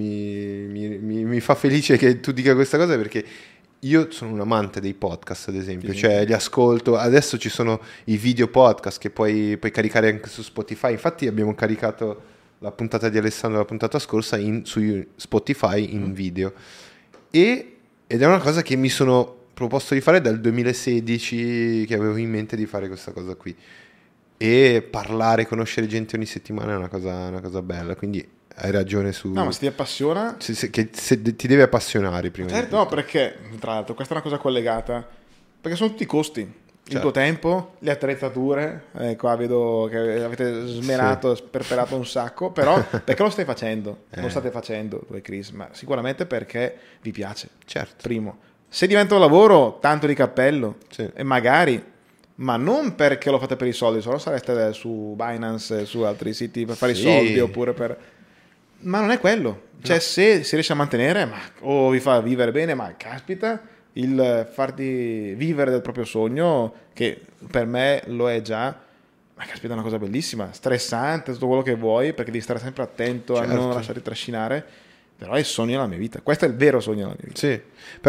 mi fa felice che tu dica questa cosa, perché io sono un amante dei podcast, ad esempio, cioè li ascolto. Adesso ci sono i video podcast che puoi caricare anche su Spotify. Infatti abbiamo caricato la puntata di Alessandro la puntata scorsa su Spotify in video, ed è una cosa che mi sono proposto di fare dal 2016, che avevo in mente di fare questa cosa qui, e parlare, conoscere gente ogni settimana è una cosa bella, quindi hai ragione su... No, ma se ti appassiona... Se ti deve appassionare prima. Certo, no, perché, tra l'altro, questa è una cosa collegata, perché sono tutti i costi. Certo. Il tuo tempo, le attrezzature, qua vedo che avete smerato, sperperato un sacco, però perché lo stai facendo? Lo state facendo, tu e Chris, ma sicuramente perché vi piace. Certo. Primo. Se diventa un lavoro, tanto di cappello, sì. E magari... ma non perché lo fate per i soldi, solo sareste su Binance, su altri siti per fare i soldi, oppure per... Ma non è quello, cioè no. Se si riesce a mantenere, o vi fa vivere bene, ma caspita, il farti vivere del proprio sogno, che per me lo è già, ma caspita è una cosa bellissima, stressante, tutto quello che vuoi, perché devi stare sempre attento, certo, a non lasciarti trascinare, però è il sogno della mia vita, questo è il vero sogno della mia vita. Sì,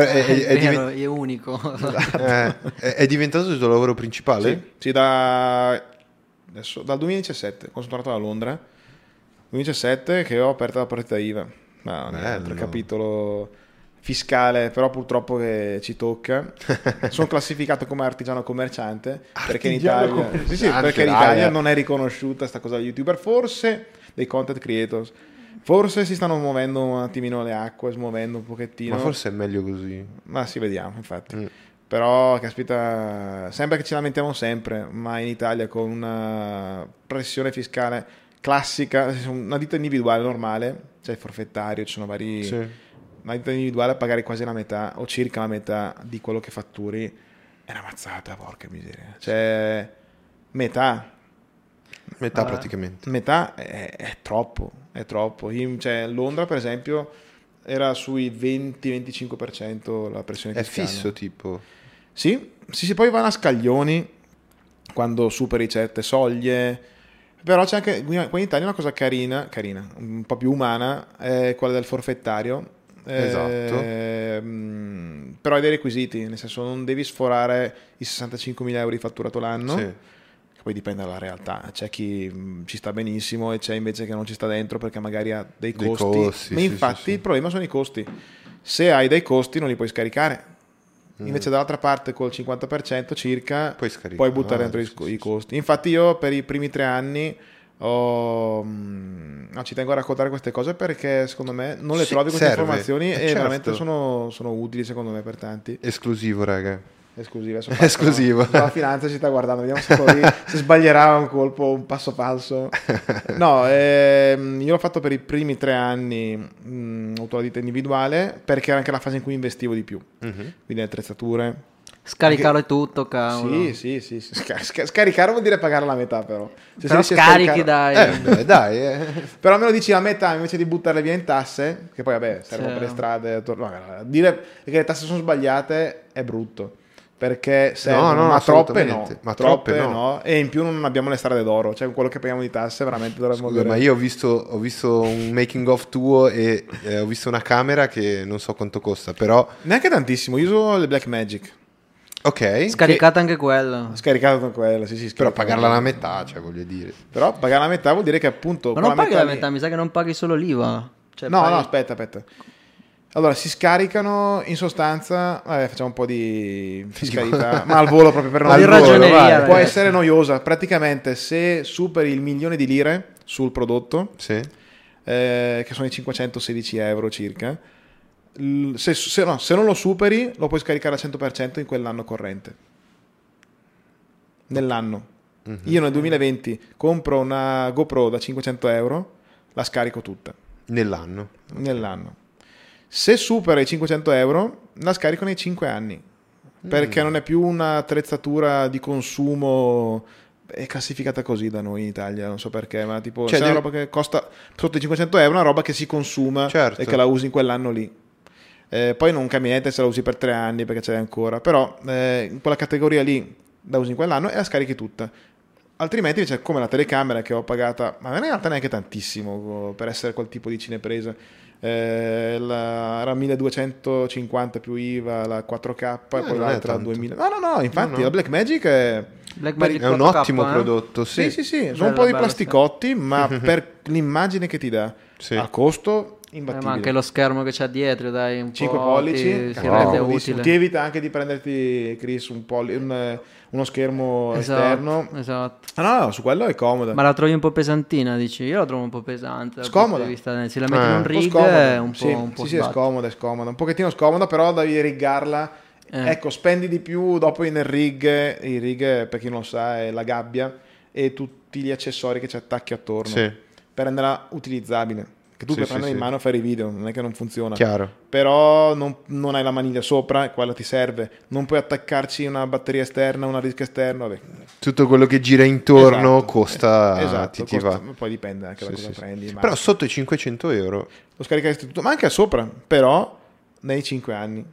è unico. È diventato il tuo lavoro principale? Sì, dal 2017, quando sono tornato da Londra, 2017, che ho aperto la partita IVA, altro capitolo fiscale, però purtroppo che ci tocca. Sono classificato come artigiano commerciante, perché in Italia, perché in Italia non è riconosciuta sta cosa degli YouTuber, forse dei content creators. Forse si stanno muovendo un attimino le acque, smuovendo un pochettino. Ma forse è meglio così. Ma sì, vediamo, infatti. Però, caspita, sembra che ci lamentiamo sempre, ma in Italia con una pressione fiscale classica, una ditta individuale normale, cioè il forfettario, ci sono vari... Sì. Una ditta individuale a pagare quasi la metà, o circa la metà di quello che fatturi, è una mazzata, porca miseria. Cioè, metà praticamente. Metà è troppo, è troppo. Cioè, Londra, per esempio, era sui 20-25% la pressione fiscale. È fisso, tipo? Sì, poi vanno a scaglioni quando superi certe soglie. Però c'è anche qui in Italia una cosa carina, un po' più umana, è quella del forfettario. Esatto. Però hai dei requisiti, nel senso non devi sforare i 65.000 euro di fatturato l'anno. Sì. Poi dipende dalla realtà, c'è chi ci sta benissimo e c'è invece che non ci sta dentro perché magari ha dei costi. Ma infatti il problema sono i costi. Se hai dei costi non li puoi scaricare. Invece dall'altra parte col 50% circa puoi buttare dentro i costi. Infatti io per i primi 3 anni ci tengo a raccontare queste cose perché secondo me non le trovi queste informazioni e veramente sono utili secondo me per tanti. Esclusivo, raga. Esclusivo. La finanza ci sta guardando, vediamo se sbaglierà un colpo, un passo falso. No, io l'ho fatto per i primi 3 anni, ho avuto la ditta individuale perché era anche la fase in cui investivo di più, quindi attrezzature. Scaricare tutto, cavolo. Sì. Scaricare vuol dire pagare la metà, però. Però scarichi, dai. Dai. Però me lo dici la metà invece di buttarle via in tasse, che poi vabbè, servono per le strade. Dire che le tasse sono sbagliate è brutto. Perché servono, ma troppe no. E in più non abbiamo le strade d'oro, cioè quello che paghiamo di tasse veramente dovremmo avere. Ma io ho visto un making of tuo e ho visto una camera che non so quanto costa, però neanche tantissimo. Io uso le Blackmagic. Ok. Scaricata anche quella. Scaricata anche quella, sì. Però pagarla la metà, cioè voglio dire. Però pagare la metà vuol dire che appunto... Ma non paghi la metà, mi sa che non paghi solo l'IVA. Cioè, no, aspetta. Allora, si scaricano in sostanza, facciamo un po' di fiscalità, ma al volo proprio per non di ragioneria. Può essere noiosa. Praticamente se superi il 1.000.000 di lire sul prodotto, che sono i 516 euro circa, se non lo superi lo puoi scaricare al 100% in quell'anno corrente. Nell'anno. Io nel 2020 compro una GoPro da 500 euro, la scarico tutta. Nell'anno. Se supera i 500 euro, la scarico nei 5 anni, perché non è più un'attrezzatura di consumo, è classificata così da noi in Italia, non so perché, ma tipo c'è una roba che costa sotto i 500 euro, una roba che si consuma e che la usi in quell'anno lì. Poi non cambia niente se la usi per 3 anni perché ce l'hai ancora, però in quella categoria lì la usi in quell'anno e la scarichi tutta. Altrimenti invece come la telecamera che ho pagata, ma in realtà neanche tantissimo per essere quel tipo di cinepresa, era 1250 più IVA la 4K e poi l'altra 2000. No, infatti la Blackmagic è un ottimo prodotto, sì, sono un po' di plasticotti, ma per l'immagine che ti dà a costo imbattibile. Ma anche lo schermo che c'ha dietro, dai, un 5 po' pollici, ti rende utile. Ti evita anche di prenderti, Chris, uno schermo esterno. Esatto. No, su quello è comoda. Ma la trovi un po' pesantina, dici? Io la trovo un po' pesante. Scomoda. Se la metti in un rig è un po' Sì, è scomoda. Un pochettino scomoda, però devi riggarla. Ecco, spendi di più dopo nel rig. Il rig, per chi non lo sa, è la gabbia e tutti gli accessori che ci attacchi attorno per renderla utilizzabile. Che tu puoi prendere in mano e fare i video, non è che non funziona. Chiaro. Però non hai la maniglia sopra, quella ti serve. Non puoi attaccarci una batteria esterna, una disca esterno. Vabbè. Tutto quello che gira intorno costa, ti va. Poi dipende anche da cosa prendi. Però sotto i 500 euro lo scaricheresti tutto, ma anche sopra, però nei 5 anni.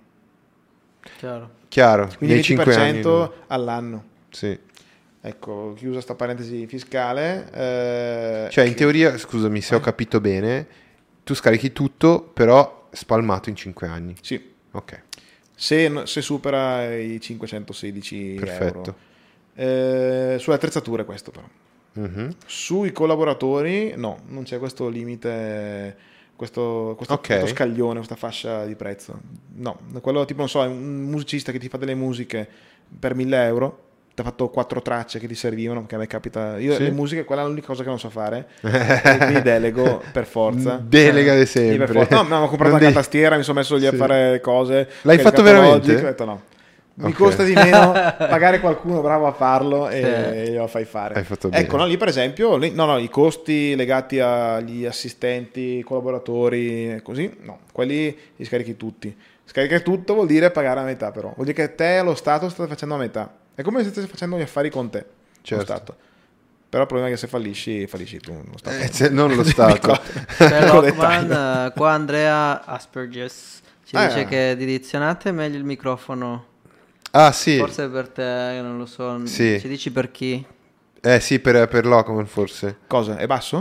Chiaro. Quindi nei 20% 5 anni, all'anno. Sì. Ecco, chiusa sta parentesi fiscale. Cioè, in teoria, scusami se ho capito bene, tu scarichi tutto, però spalmato in 5 anni. Sì. Ok. Se supera i 516 Perfetto. euro. Sulle attrezzature questo però. Sui collaboratori no, non c'è questo limite, questo scaglione, questa fascia di prezzo. No, quello tipo, non so, un musicista che ti fa delle musiche per 1.000 euro, ti ha fatto 4 tracce che ti servivano, perché a me capita, io le musiche, quella è l'unica cosa che non so fare, e quindi delego per forza. Delega di sempre. No, ho comprato anche la tastiera, mi sono messo lì a fare cose. L'hai fatto veramente? Ho detto no. Mi costa di meno pagare qualcuno bravo a farlo e glielo fai fare. Hai fatto bene. Ecco, no, lì per esempio, i costi legati agli assistenti, collaboratori, così, no, quelli li scarichi tutti. Scaricare tutto vuol dire pagare a metà, però. Vuol dire che te, lo Stato, state facendo a metà. È come se stessi facendo gli affari con te, lo Stato. Però il problema è che se fallisci tu, lo Stato. Non lo Stato. Lockman, qua Andrea Asperges ci dice che direzionate meglio il microfono. Ah, sì. Forse per te, non lo so. Sì. Ci dici per chi? Sì, per Lockman forse. Cosa? È basso?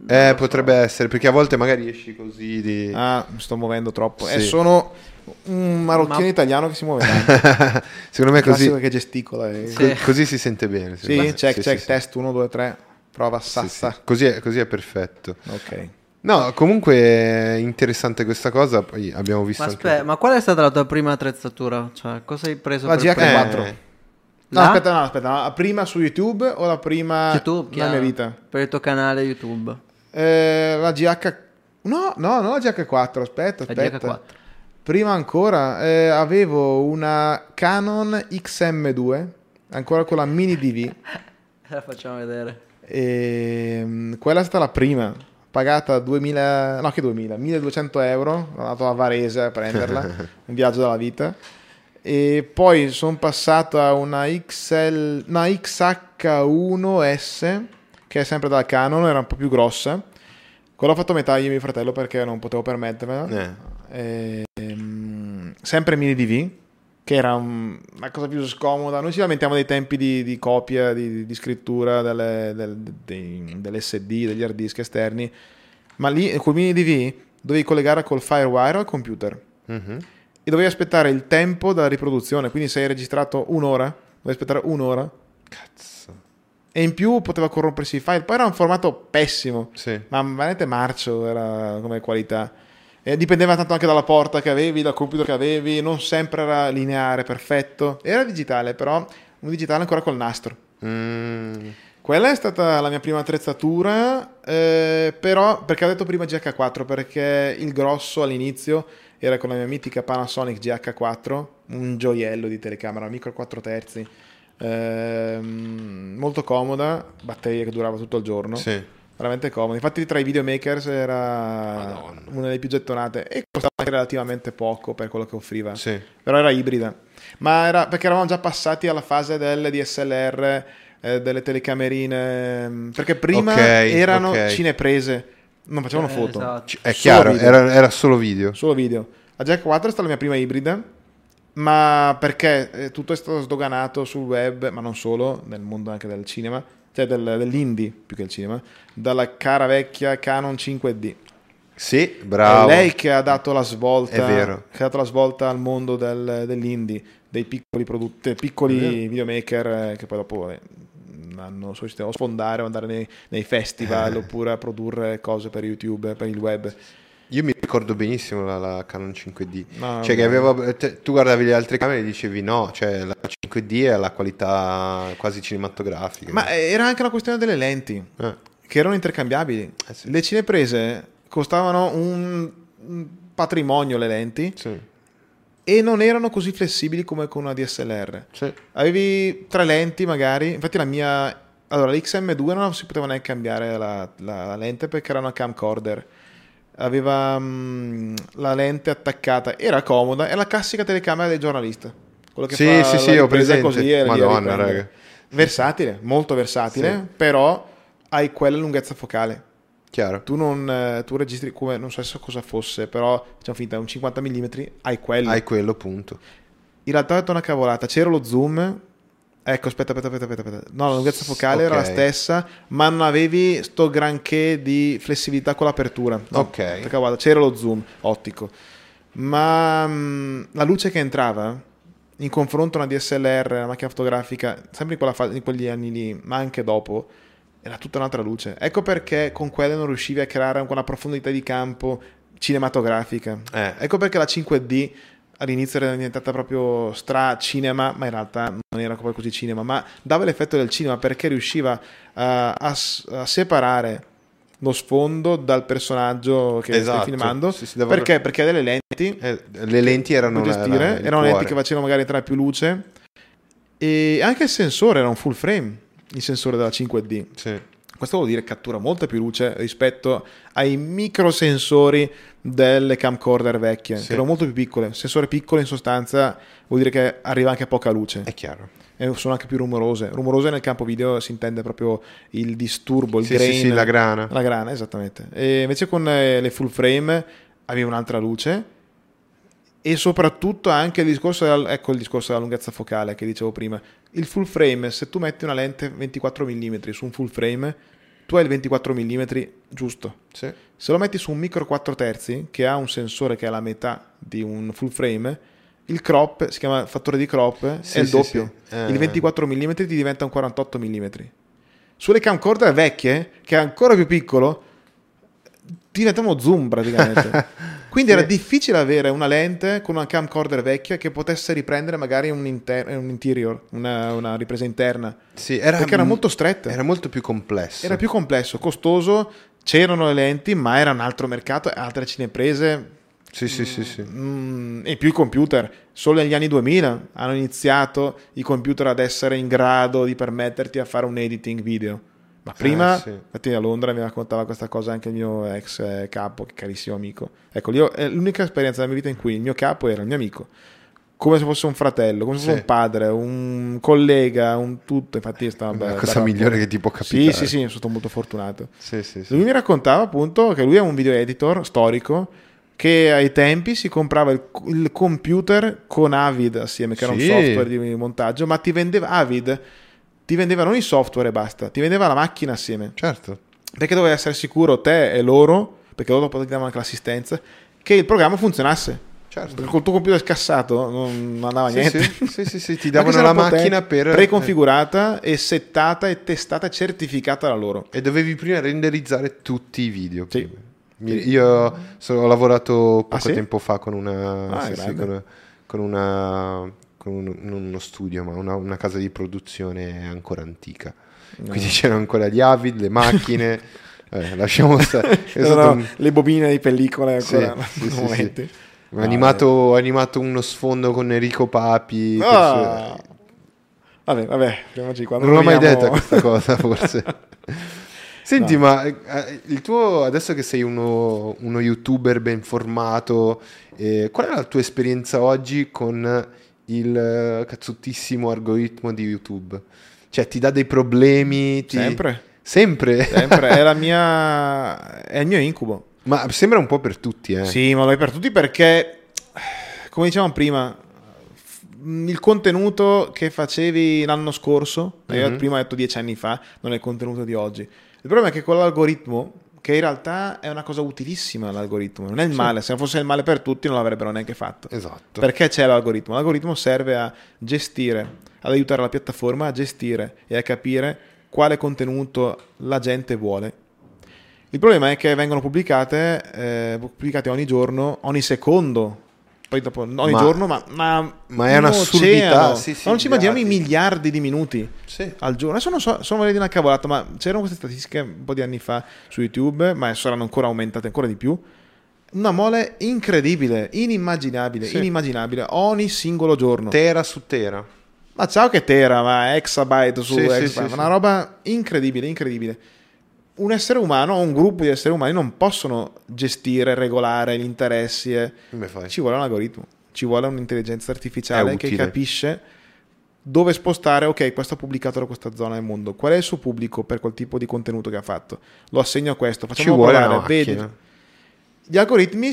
Potrebbe essere, perché a volte magari esci così di... mi sto muovendo troppo. Sì. Sono un marocchino italiano che si muove tanto. Secondo me così... che gesticola. Così si sente bene. Sì, check, test, 1, 2, 3, prova, sassa. Sì. Così è perfetto. Ok. No, comunque è interessante questa cosa, poi abbiamo visto ma qual è stata la tua prima attrezzatura? Cioè, cosa hai preso la per GH4. No, aspetta, la prima su YouTube o la prima YouTube, nella mia vita? Per il tuo canale YouTube. La GH... No, la GH4, aspetta. La GH4. Prima ancora avevo una Canon XM2, ancora con la mini DV. La facciamo vedere. Quella è stata la prima, pagata 1200 euro, sono andato a Varese a prenderla, un viaggio della vita. E poi sono passato a una XH1S, che è sempre dalla Canon, era un po' più grossa. Quella ho fatto metà io e mio fratello perché non potevo permettermela. Sempre mini DV, che era una cosa più scomoda. Noi ci lamentiamo dei tempi di copia, di scrittura dell'SD, degli hard disk esterni, ma lì col mini DV dovevi collegare col FireWire al computer. E dovevi aspettare il tempo della riproduzione, quindi se hai registrato un'ora, dovevi aspettare un'ora. Cazzo. E in più poteva corrompersi il file. Poi era un formato pessimo, ma veramente marcio era come qualità. E dipendeva tanto anche dalla porta che avevi, dal computer che avevi, non sempre era lineare, perfetto. Era digitale, però un digitale ancora col nastro. Quella è stata la mia prima attrezzatura, però perché ho detto prima GH4, perché il grosso all'inizio era con la mia mitica Panasonic GH4, un gioiello di telecamera, micro 4 terzi, molto comoda, batteria che durava tutto il giorno, veramente comoda. Infatti tra i videomakers era una delle più gettonate e costava anche relativamente poco per quello che offriva, però era ibrida, ma era perché eravamo già passati alla fase del DSLR, delle telecamerine, perché prima erano cineprese, non facevano foto, esatto. È chiaro, era solo video. La Jack 4 è stata la mia prima ibrida, ma perché tutto è stato sdoganato sul web, ma non solo, nel mondo anche del cinema, cioè dell'indie più che il cinema, dalla cara vecchia Canon 5D. Sì, bravo. È lei che ha dato la svolta, è vero, che ha dato la svolta al mondo dell'indie, dei piccoli videomaker che poi dopo hanno solito sfondare o andare nei festival oppure a produrre cose per YouTube, per il web. Io mi ricordo benissimo la Canon 5D, cioè che tu guardavi le altre camere e dicevi no, cioè la 5D è la qualità quasi cinematografica. Ma era anche una questione delle lenti che erano intercambiabili. Le cineprese costavano un patrimonio, le lenti, e non erano così flessibili come con una DSLR. Avevi 3 lenti magari, infatti l'Xm2 non si poteva neanche cambiare la lente perché era una camcorder, aveva la lente attaccata, era comoda, è la classica telecamera del giornalista, quello che fa ho presente. Così e Madonna, raga. Versatile, molto versatile, però hai quella lunghezza focale. Chiaro. Tu registri come, non so cosa fosse, però facciamo finta, un 50 mm, hai quello. Hai quello, punto. In realtà ho detto una cavolata, c'era lo zoom, ecco, aspetta. No, la lunghezza focale era la stessa, ma non avevi sto granché di flessibilità con l'apertura. No, c'era lo zoom ottico, ma la luce che entrava in confronto a una DSLR, una macchina fotografica, sempre in quegli anni lì, ma anche dopo, era tutta un'altra luce. Ecco perché con quelle non riuscivi a creare quella profondità di campo cinematografica. Ecco perché la 5D all'inizio era diventata proprio cinema, ma in realtà non era poi così cinema, ma dava l'effetto del cinema perché riusciva a separare lo sfondo dal personaggio che stai filmando. Perché? Perché delle lenti, le lenti erano erano lenti che facevano magari entrare più luce, e anche il sensore era un full frame, il sensore della 5D. Questo vuol dire che cattura molta più luce rispetto ai microsensori delle camcorder vecchie, che erano molto più piccole. Sensore piccolo in sostanza vuol dire che arriva anche poca luce. È chiaro. E sono anche più rumorose. Rumorose nel campo video si intende proprio il disturbo, il grain. La grana. La grana, esattamente. E invece con le full frame avevi un'altra luce, e soprattutto anche il discorso della lunghezza focale che dicevo prima. Il full frame, se tu metti una lente 24 mm su un full frame, tu hai il 24 mm giusto. Sì. Se lo metti su un micro 4 terzi che ha un sensore che è la metà di un full frame, il crop, si chiama fattore di crop, Sì, è il sì, doppio. sì. Il 24 mm ti diventa un 48 mm. Sulle camcorder vecchie, che è ancora più piccolo, diventa uno zoom praticamente. Quindi Sì. era difficile avere una lente con una camcorder vecchia che potesse riprendere magari un interior, una ripresa interna. Sì, perché era molto stretta. Era molto più complesso. Era più complesso, costoso, c'erano le lenti, ma era un altro mercato, altre cineprese. Sì. E più i computer. Solo negli anni 2000 hanno iniziato i computer ad essere in grado di permetterti a fare un editing video. Ma prima, sì. infatti a Londra mi raccontava questa cosa anche il mio ex capo, che carissimo amico. Ecco, io, è l'unica esperienza della mia vita in cui il mio capo era il mio amico, come se fosse un fratello, come se fosse un padre, un collega, un tutto. Infatti stava la cosa migliore che ti può capitare. Sì, sono stato molto fortunato. Sì. Lui mi raccontava appunto che lui è un video editor storico, che ai tempi si comprava il computer con Avid assieme, che era un software di montaggio, ma ti vendeva Avid, ti vendeva non il software e basta, ti vendeva la macchina assieme. Certo. Perché dovevi essere sicuro te e loro, perché loro poi ti davano anche l'assistenza, che il programma funzionasse. Certo. Perché col tuo computer scassato non andava niente. Sì, ti davano la macchina preconfigurata e settata e testata e certificata da loro. E dovevi prima renderizzare tutti i video. Sì. Io ho lavorato poco sì? tempo fa con uno studio, ma una casa di produzione ancora antica. Quindi c'erano ancora gli Avid, le macchine. Lasciamo stare. Le bobine di pellicole ancora. Sì. Ho animato uno sfondo con Enrico Papi. Vabbè, non l'ho mai detta questa cosa, forse. Senti, ma il tuo, adesso che sei uno YouTuber ben formato, qual è la tua esperienza oggi con il cazzottissimo algoritmo di YouTube? Cioè, ti dà dei problemi? Sempre? È il mio incubo. Ma sembra un po' per tutti, Sì, ma lo è per tutti perché, come dicevamo prima, il contenuto che facevi l'anno scorso, io prima ho detto 10 anni fa, non è il contenuto di oggi. Il problema è che con l'algoritmo, che in realtà è una cosa utilissima l'algoritmo, non è il male, se non fosse il male per tutti non l'avrebbero neanche fatto. Esatto. Perché c'è l'algoritmo? L'algoritmo serve a gestire, ad aiutare la piattaforma a gestire e a capire quale contenuto la gente vuole. Il problema è che vengono pubblicate ogni giorno, ogni secondo, poi dopo ogni giorno, ma è un'assurdità. Non ci immaginiamo i miliardi di minuti al giorno. Adesso non so, sono di una cavolata, ma c'erano queste statistiche un po' di anni fa su YouTube, ma saranno ancora aumentate ancora di più. Una mole incredibile, inimmaginabile, ogni singolo giorno. Tera su tera. Ma ciao che tera, ma exabyte su exabyte, una roba incredibile. Un essere umano o un gruppo di esseri umani non possono gestire, regolare gli interessi. Come fai? Ci vuole un algoritmo, ci vuole un'intelligenza artificiale che capisce dove spostare. Ok, questo ha pubblicato da questa zona del mondo, qual è il suo pubblico per quel tipo di contenuto che ha fatto, lo assegno a questo, facciamo provare, vedi. Gli algoritmi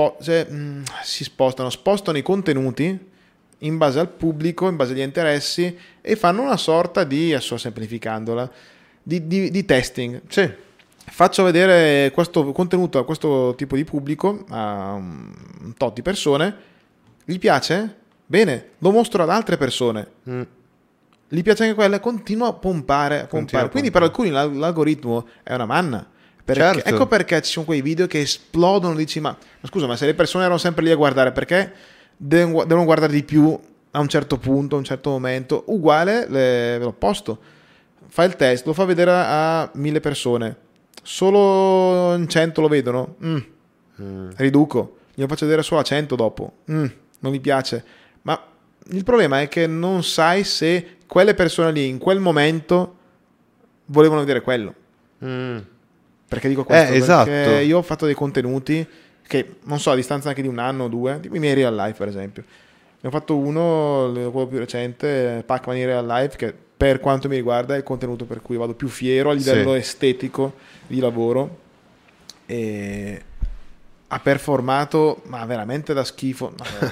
spostano i contenuti in base al pubblico, in base agli interessi, e fanno una sorta di, sto semplificandola, di testing. Sì. Faccio vedere questo contenuto a questo tipo di pubblico, a un tot di persone, gli piace? Bene, lo mostro ad altre persone. Gli piace anche quella, continua a pompare. Quindi per alcuni l'algoritmo è una manna. Certo. Ecco perché ci sono quei video che esplodono, dici ma scusa, ma se le persone erano sempre lì a guardare, perché devono guardare di più a un certo punto, a un certo momento? Uguale l'opposto. Fa il test, lo fa vedere a 1000 persone, solo in 100 lo vedono, riduco, glielo faccio vedere solo a 100 dopo, non gli piace. Ma il problema è che non sai se quelle persone lì in quel momento volevano vedere quello. Perché dico questo? Esatto. Perché io ho fatto dei contenuti che, non so, a distanza anche di un anno o due, tipo i miei real life per esempio. Ne ho fatto uno, quello più recente, Pac-Man in real life, che per quanto mi riguarda è il contenuto per cui vado più fiero a livello estetico di lavoro, e ha performato ma veramente da schifo.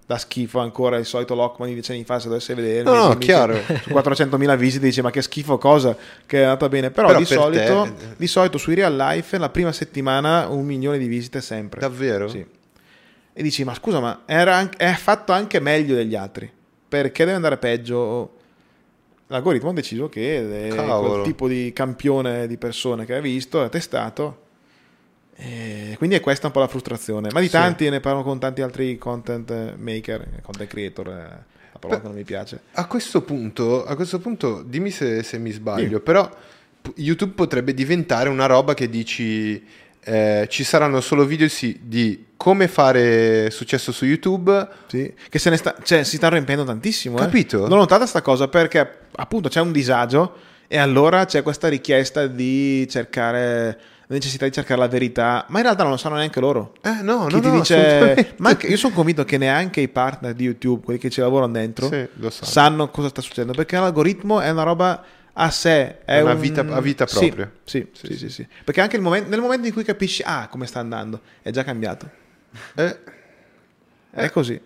dà schifo ancora il solito Lockman di 10 anni fa, se dovesse vedere. No, chiaro. Su 400.000 visite dice ma che schifo cosa, che è andata bene. Però di solito sui real life la prima settimana 1 milione di visite sempre. Davvero? Sì. E dici ma scusa, ma è fatto anche meglio degli altri, perché deve andare peggio? L'algoritmo ha deciso che quel tipo di campione di persone che ha visto, ha testato, e quindi è questa un po' la frustrazione. Ma di tanti, ne parlo con tanti altri content maker, content creator, la parola che non mi piace. A questo punto dimmi se mi sbaglio, però YouTube potrebbe diventare una roba che dici ci saranno solo video di come fare successo su YouTube. Sì, che si stanno riempiendo tantissimo. Capito? L'ho notata sta cosa perché appunto c'è un disagio e allora c'è questa richiesta di cercare, la necessità di cercare la verità, ma in realtà non lo sanno neanche loro. Chi ti dice, ma io sono convinto che neanche i partner di YouTube, quelli che ci lavorano dentro, sanno cosa sta succedendo, perché l'algoritmo è una roba a sé, è una vita propria. Sì. Perché anche nel momento in cui capisci come sta andando, è già cambiato. È così.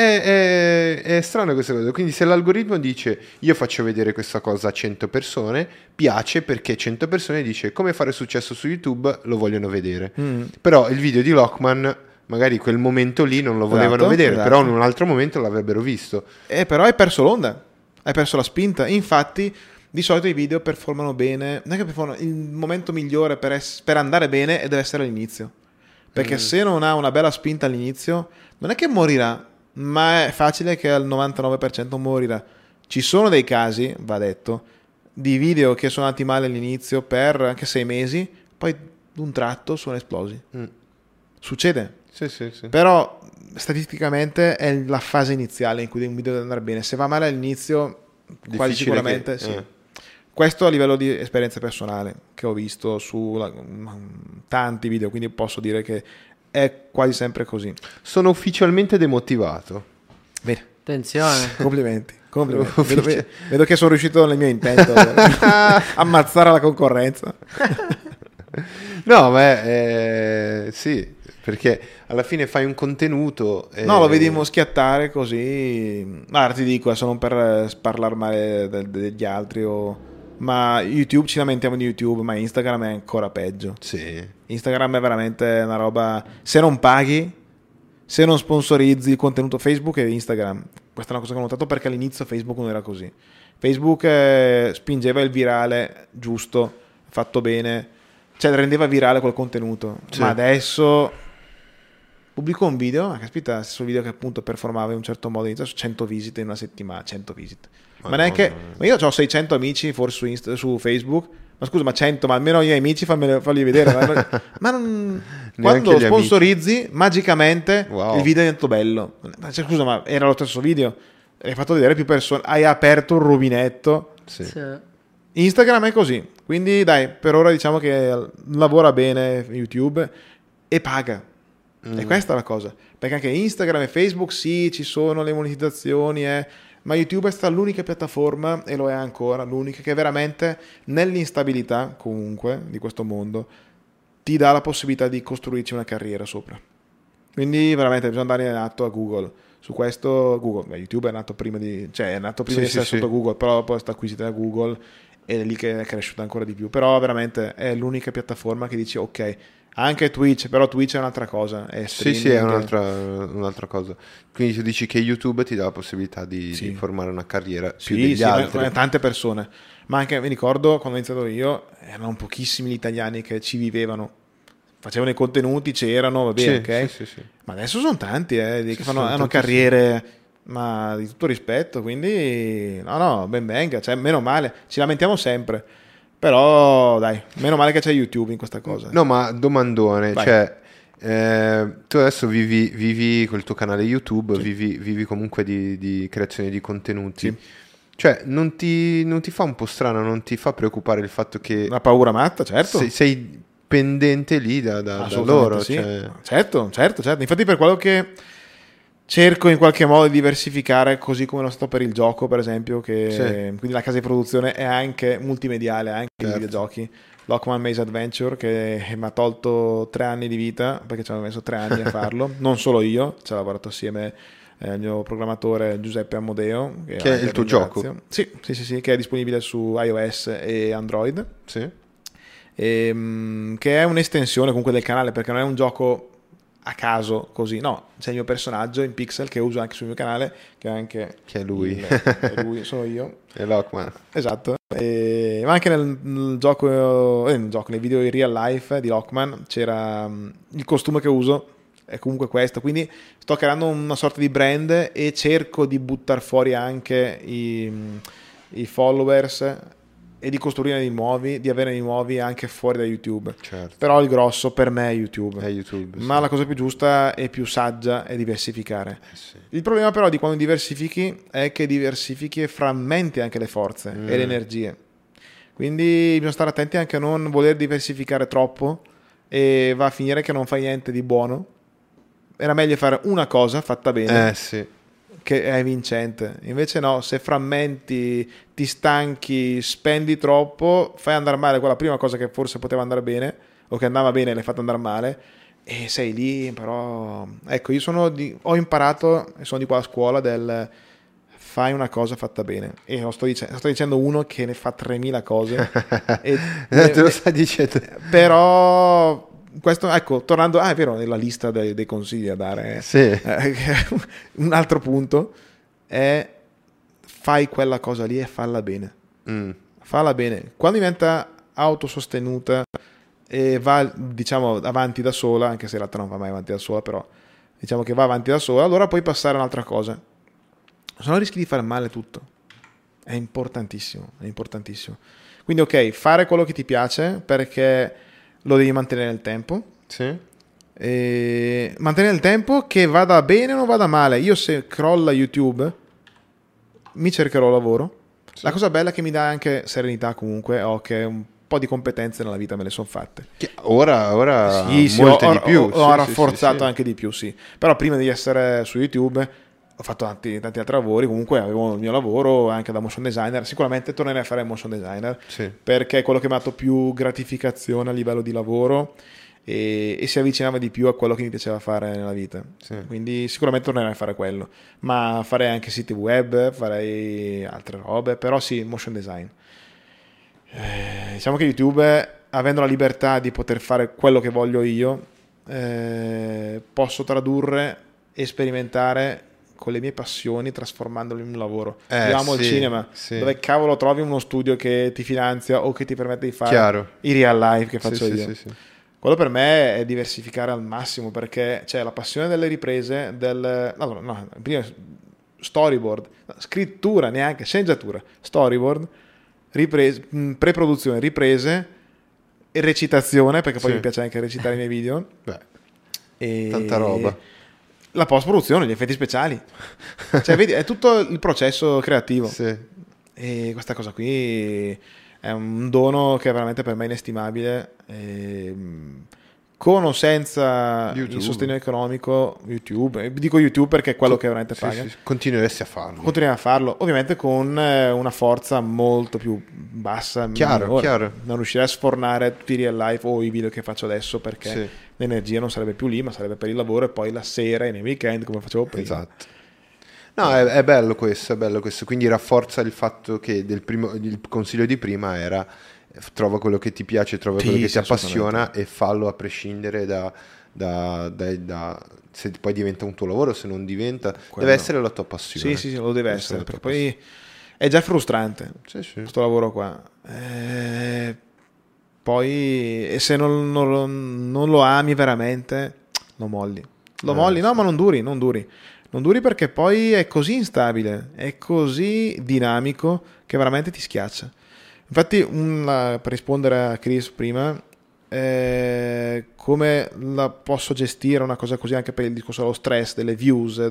È strano questa cosa. Quindi se l'algoritmo dice io faccio vedere questa cosa a 100 persone, piace perché 100 persone dice come fare successo su YouTube, lo vogliono vedere. Però il video di Lockman magari quel momento lì non lo volevano vedere, però in un altro momento l'avrebbero visto. Però hai perso l'onda, hai perso la spinta. Infatti di solito i video performano bene, non è che performano, il momento migliore per andare bene deve essere all'inizio, perché se non ha una bella spinta all'inizio non è che morirà, ma è facile che al 99% morirà. Ci sono dei casi, va detto, di video che sono andati male all'inizio per anche 6 mesi, poi d'un tratto sono esplosi. Succede. Sì. Però statisticamente è la fase iniziale in cui un video deve andare bene. Se va male all'inizio, quasi sicuramente sì. Questo a livello di esperienza personale che ho visto su tanti video, quindi posso dire che è quasi sempre così. Sono ufficialmente demotivato. Bene. Attenzione. Complimenti. Vedo che sono riuscito nel mio intento ammazzare la concorrenza. No, ma sì, perché alla fine fai un contenuto lo vediamo schiattare così. Ma ti dico, adesso non per parlare male degli altri ma YouTube, ci lamentiamo di YouTube, ma Instagram è ancora peggio. Sì. Instagram è veramente una roba, se non paghi, se non sponsorizzi il contenuto Facebook e Instagram. Questa è una cosa che ho notato, perché all'inizio Facebook non era così. Facebook spingeva il virale giusto, fatto bene, cioè rendeva virale quel contenuto. Sì. Ma adesso pubblico un video, ma caspita, stesso video che appunto performava in un certo modo, inizia su 100 visite in una settimana, 100 visite. Ma neanche, ma io ho 600 amici forse su Facebook, ma scusa, ma 100, ma almeno i miei amici farli vedere. ma non, quando sponsorizzi magicamente il video è diventato bello. Cioè, scusa, ma era lo stesso video, hai fatto vedere più persone, hai aperto un rubinetto. Sì. Instagram è così, quindi dai, per ora diciamo che lavora bene YouTube e paga. E questa è la cosa, perché anche Instagram e Facebook sì, ci sono le monetizzazioni, ma YouTube è stata l'unica piattaforma, e lo è ancora, l'unica che veramente nell'instabilità comunque di questo mondo ti dà la possibilità di costruirci una carriera sopra. Quindi veramente bisogna dare in atto a Google su questo. YouTube è nato prima di essere sotto Google, però poi è stata acquisita da Google ed è lì che è cresciuta ancora di più. Però veramente è l'unica piattaforma che dici ok. Anche Twitch, però Twitch è un'altra cosa. Sì, è un'altra cosa. Quindi tu dici che YouTube ti dà la possibilità di formare una carriera più degli altri. Tante persone. Ma anche mi ricordo quando ho iniziato io, erano pochissimi gli italiani che ci vivevano. Facevano i contenuti, c'erano, va bene, ok? Sì. Ma adesso sono tanti che hanno carriere, ma di tutto rispetto. Quindi, no, ben venga. Cioè, meno male. Ci lamentiamo sempre. Però dai, meno male che c'è YouTube in questa cosa. No, ma domandone, vai. Cioè tu adesso vivi col tuo canale YouTube, sì. vivi comunque di creazione di contenuti. Sì. Cioè non ti fa un po' strano, non ti fa preoccupare il fatto che... Una paura matta, certo. Sei pendente lì da loro. Sì. Cioè... Certo. Infatti per quello che... cerco in qualche modo di diversificare, così come lo sto per il gioco, per esempio, quindi la casa di produzione è anche multimediale, anche i videogiochi. Lockman Maze Adventure, che mi ha tolto 3 anni di vita, perché ci avevo messo 3 anni a farlo, non solo io, ci ho lavorato assieme il mio programmatore Giuseppe Amodeo, che è il tuo gioco. Sì, che è disponibile su iOS e Android. Sì. Che è un'estensione comunque del canale, perché non è un gioco a caso così, no, c'è il mio personaggio in pixel che uso anche sul mio canale, che è lui, sono io, è Lockman, esatto. Ma anche nel gioco, nei video in real life di Lockman c'era il costume che uso è comunque questo, quindi sto creando una sorta di brand e cerco di buttare fuori anche i followers e di costruire di nuovi, di avere di nuovi anche fuori da YouTube. Certo. Però il grosso per me è YouTube. Ma sì. la cosa più giusta e più saggia è diversificare. Sì. Il problema però di quando diversifichi è che diversifichi e frammenti anche le forze e le energie. Quindi bisogna stare attenti anche a non voler diversificare troppo e va a finire che non fai niente di buono. Era meglio fare una cosa fatta bene. Sì. Che è vincente. Invece no, se frammenti, ti stanchi, spendi troppo, fai andare male quella prima cosa che forse poteva andare bene o che andava bene e l'hai fatta andare male e sei lì. Però ecco, io ho imparato e sono di quella scuola del fai una cosa fatta bene, e sto dicendo uno che ne fa 3000 cose e te lo stai dicendo, però questo, ecco, tornando, è vero, nella lista dei consigli da dare, sì. Un altro punto è fai quella cosa lì e falla bene. Falla bene. Quando diventa autosostenuta e va, diciamo, avanti da sola, anche se in realtà non va mai avanti da sola, però diciamo che va avanti da sola, allora puoi passare a un'altra cosa. Se no rischi di fare male tutto. È importantissimo, è importantissimo. Quindi ok, fare quello che ti piace, perché lo devi mantenere nel tempo. Sì. E mantenere il tempo, che vada bene o non vada male. Io se crolla YouTube mi cercherò lavoro. Sì. La cosa bella è che mi dà anche serenità comunque, ho che un po' di competenze nella vita me le sono fatte. Che ora sì, molte di più. Ho rafforzato anche di più, sì. Però prima di essere su YouTube ho fatto tanti altri lavori, comunque avevo il mio lavoro anche da motion designer, sicuramente tornerei a fare motion designer, sì, perché è quello che mi ha dato più gratificazione a livello di lavoro e si avvicinava di più a quello che mi piaceva fare nella vita, sì. Quindi sicuramente tornerei a fare quello, ma farei anche siti web, farei altre robe, però sì, motion design. Diciamo che YouTube, avendo la libertà di poter fare quello che voglio io, posso tradurre e sperimentare con le mie passioni, trasformandolo in un lavoro. Io amo il cinema, sì. Dove cavolo trovi uno studio che ti finanzia o che ti permette di fare i real life che faccio io. Sì. Quello per me è diversificare al massimo, perché c'è la passione delle riprese, prima storyboard, scrittura, neanche sceneggiatura, storyboard, riprese, pre-produzione, riprese e recitazione, perché poi mi piace anche recitare i miei video. Tanta roba. La post-produzione, gli effetti speciali, cioè vedi, è tutto il processo creativo, sì. E questa cosa qui è un dono che è veramente per me inestimabile, con o senza YouTube. Il sostegno economico YouTube, dico YouTube perché è quello che veramente paga. Sì. Continueresti a farlo. Continuiamo a farlo, ovviamente con una forza molto più bassa. Chiaro. Non riuscirei a sfornare tutti i real life o i video che faccio adesso, perché l'energia non sarebbe più lì, ma sarebbe per il lavoro e poi la sera e nei weekend come facevo prima. Esatto. No, è bello questo, quindi rafforza il fatto che il consiglio di prima era trova quello che ti piace, trova quello che ti appassiona e fallo a prescindere da se poi diventa un tuo lavoro, se non diventa, deve essere la tua passione. Sì, lo deve essere, perché poi è già frustrante questo lavoro qua. Poi se non lo ami veramente, lo molli. No, ma non duri perché poi è così instabile, è così dinamico che veramente ti schiaccia. Infatti, per rispondere a Chris prima, come la posso gestire una cosa così anche per il discorso dello stress, delle views,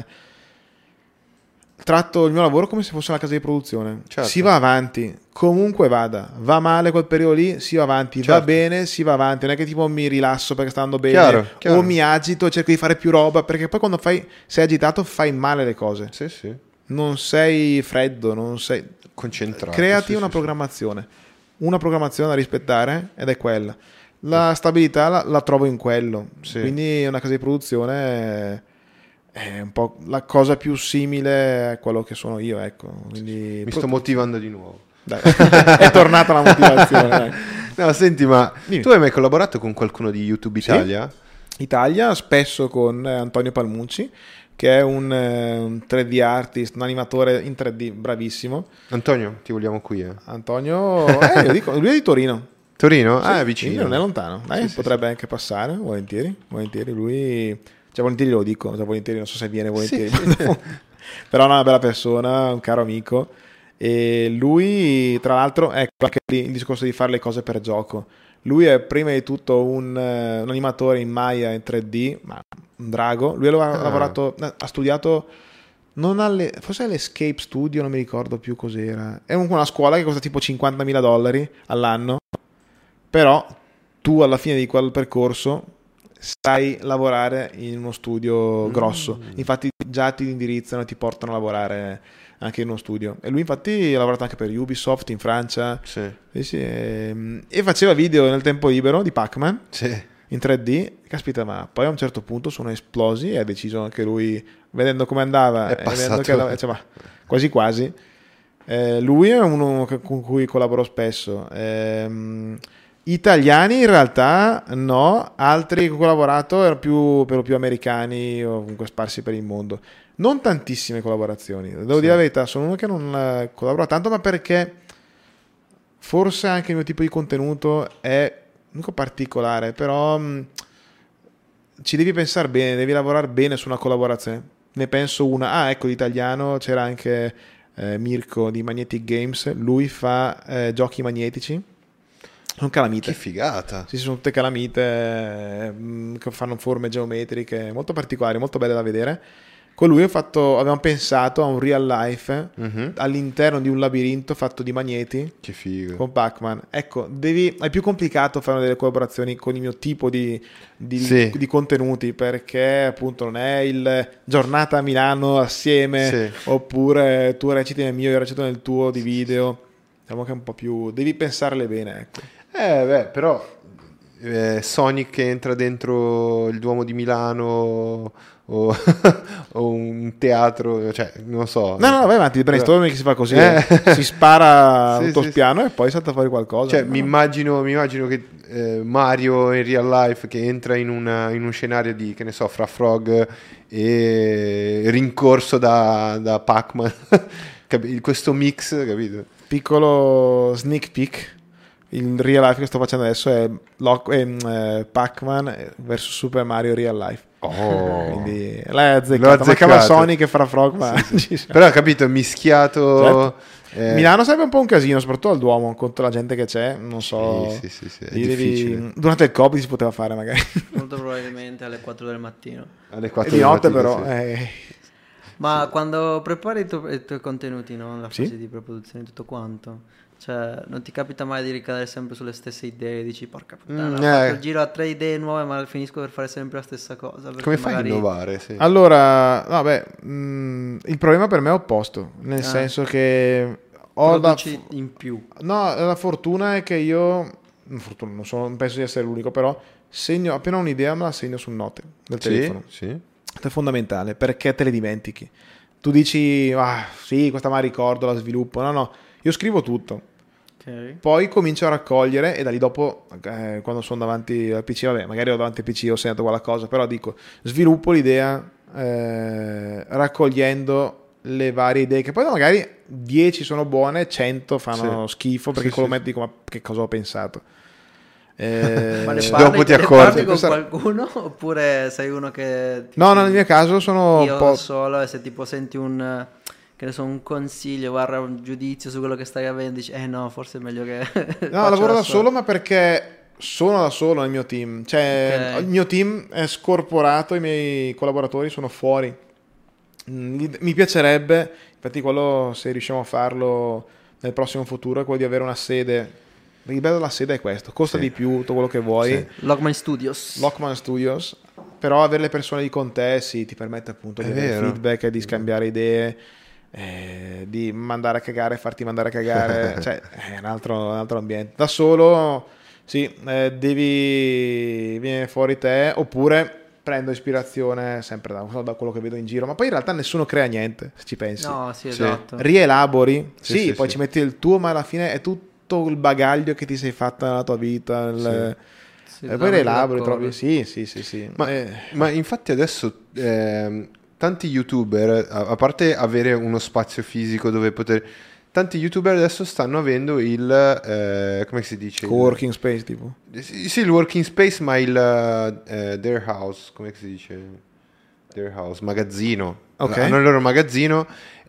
tratto il mio lavoro come se fosse una casa di produzione. Certo. Si va avanti, comunque vada, va male quel periodo lì, si va avanti, va bene, si va avanti, non è che tipo mi rilasso perché sta andando bene, chiaro. O mi agito e cerco di fare più roba, perché poi quando sei agitato fai male le cose. Sì. Non sei freddo, non sei concentrato. Creati una programmazione da rispettare, ed è quella. La stabilità la trovo in quello. Quindi una casa di produzione è un po' la cosa più simile a quello che sono io, ecco. Quindi, Mi sto motivando di nuovo. Dai, è tornata la motivazione. Dai. No, senti, ma Dimmi. tu hai mai collaborato con qualcuno di YouTube Italia? Italia, spesso con Antonio Palmucci, che è un 3D artist, un animatore in 3D bravissimo. Antonio, ti vogliamo qui. Antonio, io dico, lui è di Torino. Torino? Sì, È vicino. non è lontano. Dai, Sì, potrebbe anche passare, volentieri. Lui, cioè volentieri lo dico, cioè, volentieri, non so se viene volentieri. Però è una bella persona, un caro amico. E lui, tra l'altro, ecco anche lì il discorso di fare le cose per gioco. Lui è prima di tutto un animatore in Maya in 3D, ma un drago. Lui ha lavorato, ha studiato non forse all'Escape Studio, non mi ricordo più cos'era. È una scuola che costa tipo $50.000 all'anno, però tu alla fine di quel percorso sai lavorare in uno studio grosso. Infatti già ti indirizzano e ti portano a lavorare anche in uno studio. E lui infatti ha lavorato anche per Ubisoft in Francia. Sì. E faceva video nel tempo libero di Pac-Man in 3D. Caspita, ma poi a un certo punto sono esplosi e ha deciso anche lui, vedendo come andava, È passato. cioè, ma quasi quasi. Lui è uno con cui collaboro spesso. Italiani in realtà no, altri che ho collaborato erano per lo più americani o comunque sparsi per il mondo. Non tantissime collaborazioni, devo dire la verità, sono uno che non collabora tanto, ma perché forse anche il mio tipo di contenuto è un po' particolare, però ci devi pensare bene, devi lavorare bene su una collaborazione. Ne penso una, ecco, l'italiano c'era anche Mirko di Magnetic Games, lui fa giochi magnetici. Sono calamite. Che figata. Sì, sono tutte calamite che fanno forme geometriche molto particolari, molto belle da vedere. Con lui abbiamo pensato a un real life all'interno di un labirinto fatto di magneti. Che figo. Con Pac-Man. Ecco, è più complicato fare delle collaborazioni con il mio tipo di contenuti, perché appunto non è il giornata a Milano assieme, oppure tu reciti nel mio, io recito nel tuo di video. Diciamo che è un po' più... devi pensarle bene, ecco. Però Sonic che entra dentro il Duomo di Milano o un teatro, cioè non so. No, vai avanti, il brainstorming che si fa così, si spara tutto spiano e poi salta fuori qualcosa. Cioè, mi immagino che Mario in real life che entra in un scenario di, che ne so, fra Frog e rincorso da Pac-Man. Questo mix, capito? Piccolo sneak peek. Il real life che sto facendo adesso è Pac-Man versus Super Mario real life. Quindi l'hai azzeccato. Mancava Sonic e fra Frog, ma però ho capito, mischiato. Certo. Milano sarebbe un po' un casino, soprattutto al Duomo, con tutta la gente che c'è, non so. Sì, è difficile. Durante il Covid si poteva fare magari. Molto probabilmente alle 4 del mattino. Alle 4 di notte mattino, però. Ma quando prepari i tuoi contenuti, no? La fase di preproduzione e tutto quanto, cioè non ti capita mai di ricadere sempre sulle stesse idee? Dici porca puttana, ho fatto il giro a 3 idee nuove ma finisco per fare sempre la stessa cosa. Come fai a innovare? Sì. Allora, il problema per me è opposto, nel senso che ho in più. No, la fortuna è che io non penso di essere l'unico, però appena ho un'idea me la segno sul note del telefono. Sì. È fondamentale, perché te le dimentichi. Tu dici, sì, questa ma ricordo, la sviluppo. No, io scrivo tutto. Okay. Poi comincio a raccogliere e da lì dopo, quando sono davanti al PC, magari ho davanti al PC, ho segnato qualcosa, però dico, sviluppo l'idea raccogliendo le varie idee, che poi magari 10 sono buone, 100 fanno schifo, perché quello metti dico, ma che cosa ho pensato? Ma dopo ti accorgi con qualcuno oppure sei uno che no, nel mio caso sono io un po' solo, e se tipo senti un consiglio, un giudizio su quello che stai avendo, dici no, forse è meglio che no, lavoro da solo, ma perché sono da solo nel mio team, cioè il mio team è scorporato, i miei collaboratori sono fuori. Mi piacerebbe, infatti quello, se riusciamo a farlo nel prossimo futuro, è quello di avere una sede. Il bello della sede è questo, costa di più tutto quello che vuoi. Lockman Studios, però avere le persone lì con te ti permette appunto di avere feedback e di scambiare idee, di mandare a cagare, farti mandare a cagare, cioè è un altro ambiente. Da solo viene fuori te, oppure prendo ispirazione sempre da quello che vedo in giro, ma poi in realtà nessuno crea niente, se ci pensi. No, sì, esatto. Rielabori, Sì, poi ci metti il tuo, ma alla fine è tutto il bagaglio che ti sei fatta nella tua vita, e poi rielabori, trovi. Sì. Ma infatti adesso tanti YouTuber, a parte avere uno spazio fisico dove poter... Tanti YouTuber adesso stanno avendo il... come si dice? Co-working space, tipo. Sì, il working space, ma il their house, come si dice? Their house, magazzino. Ok. Hanno il loro magazzino.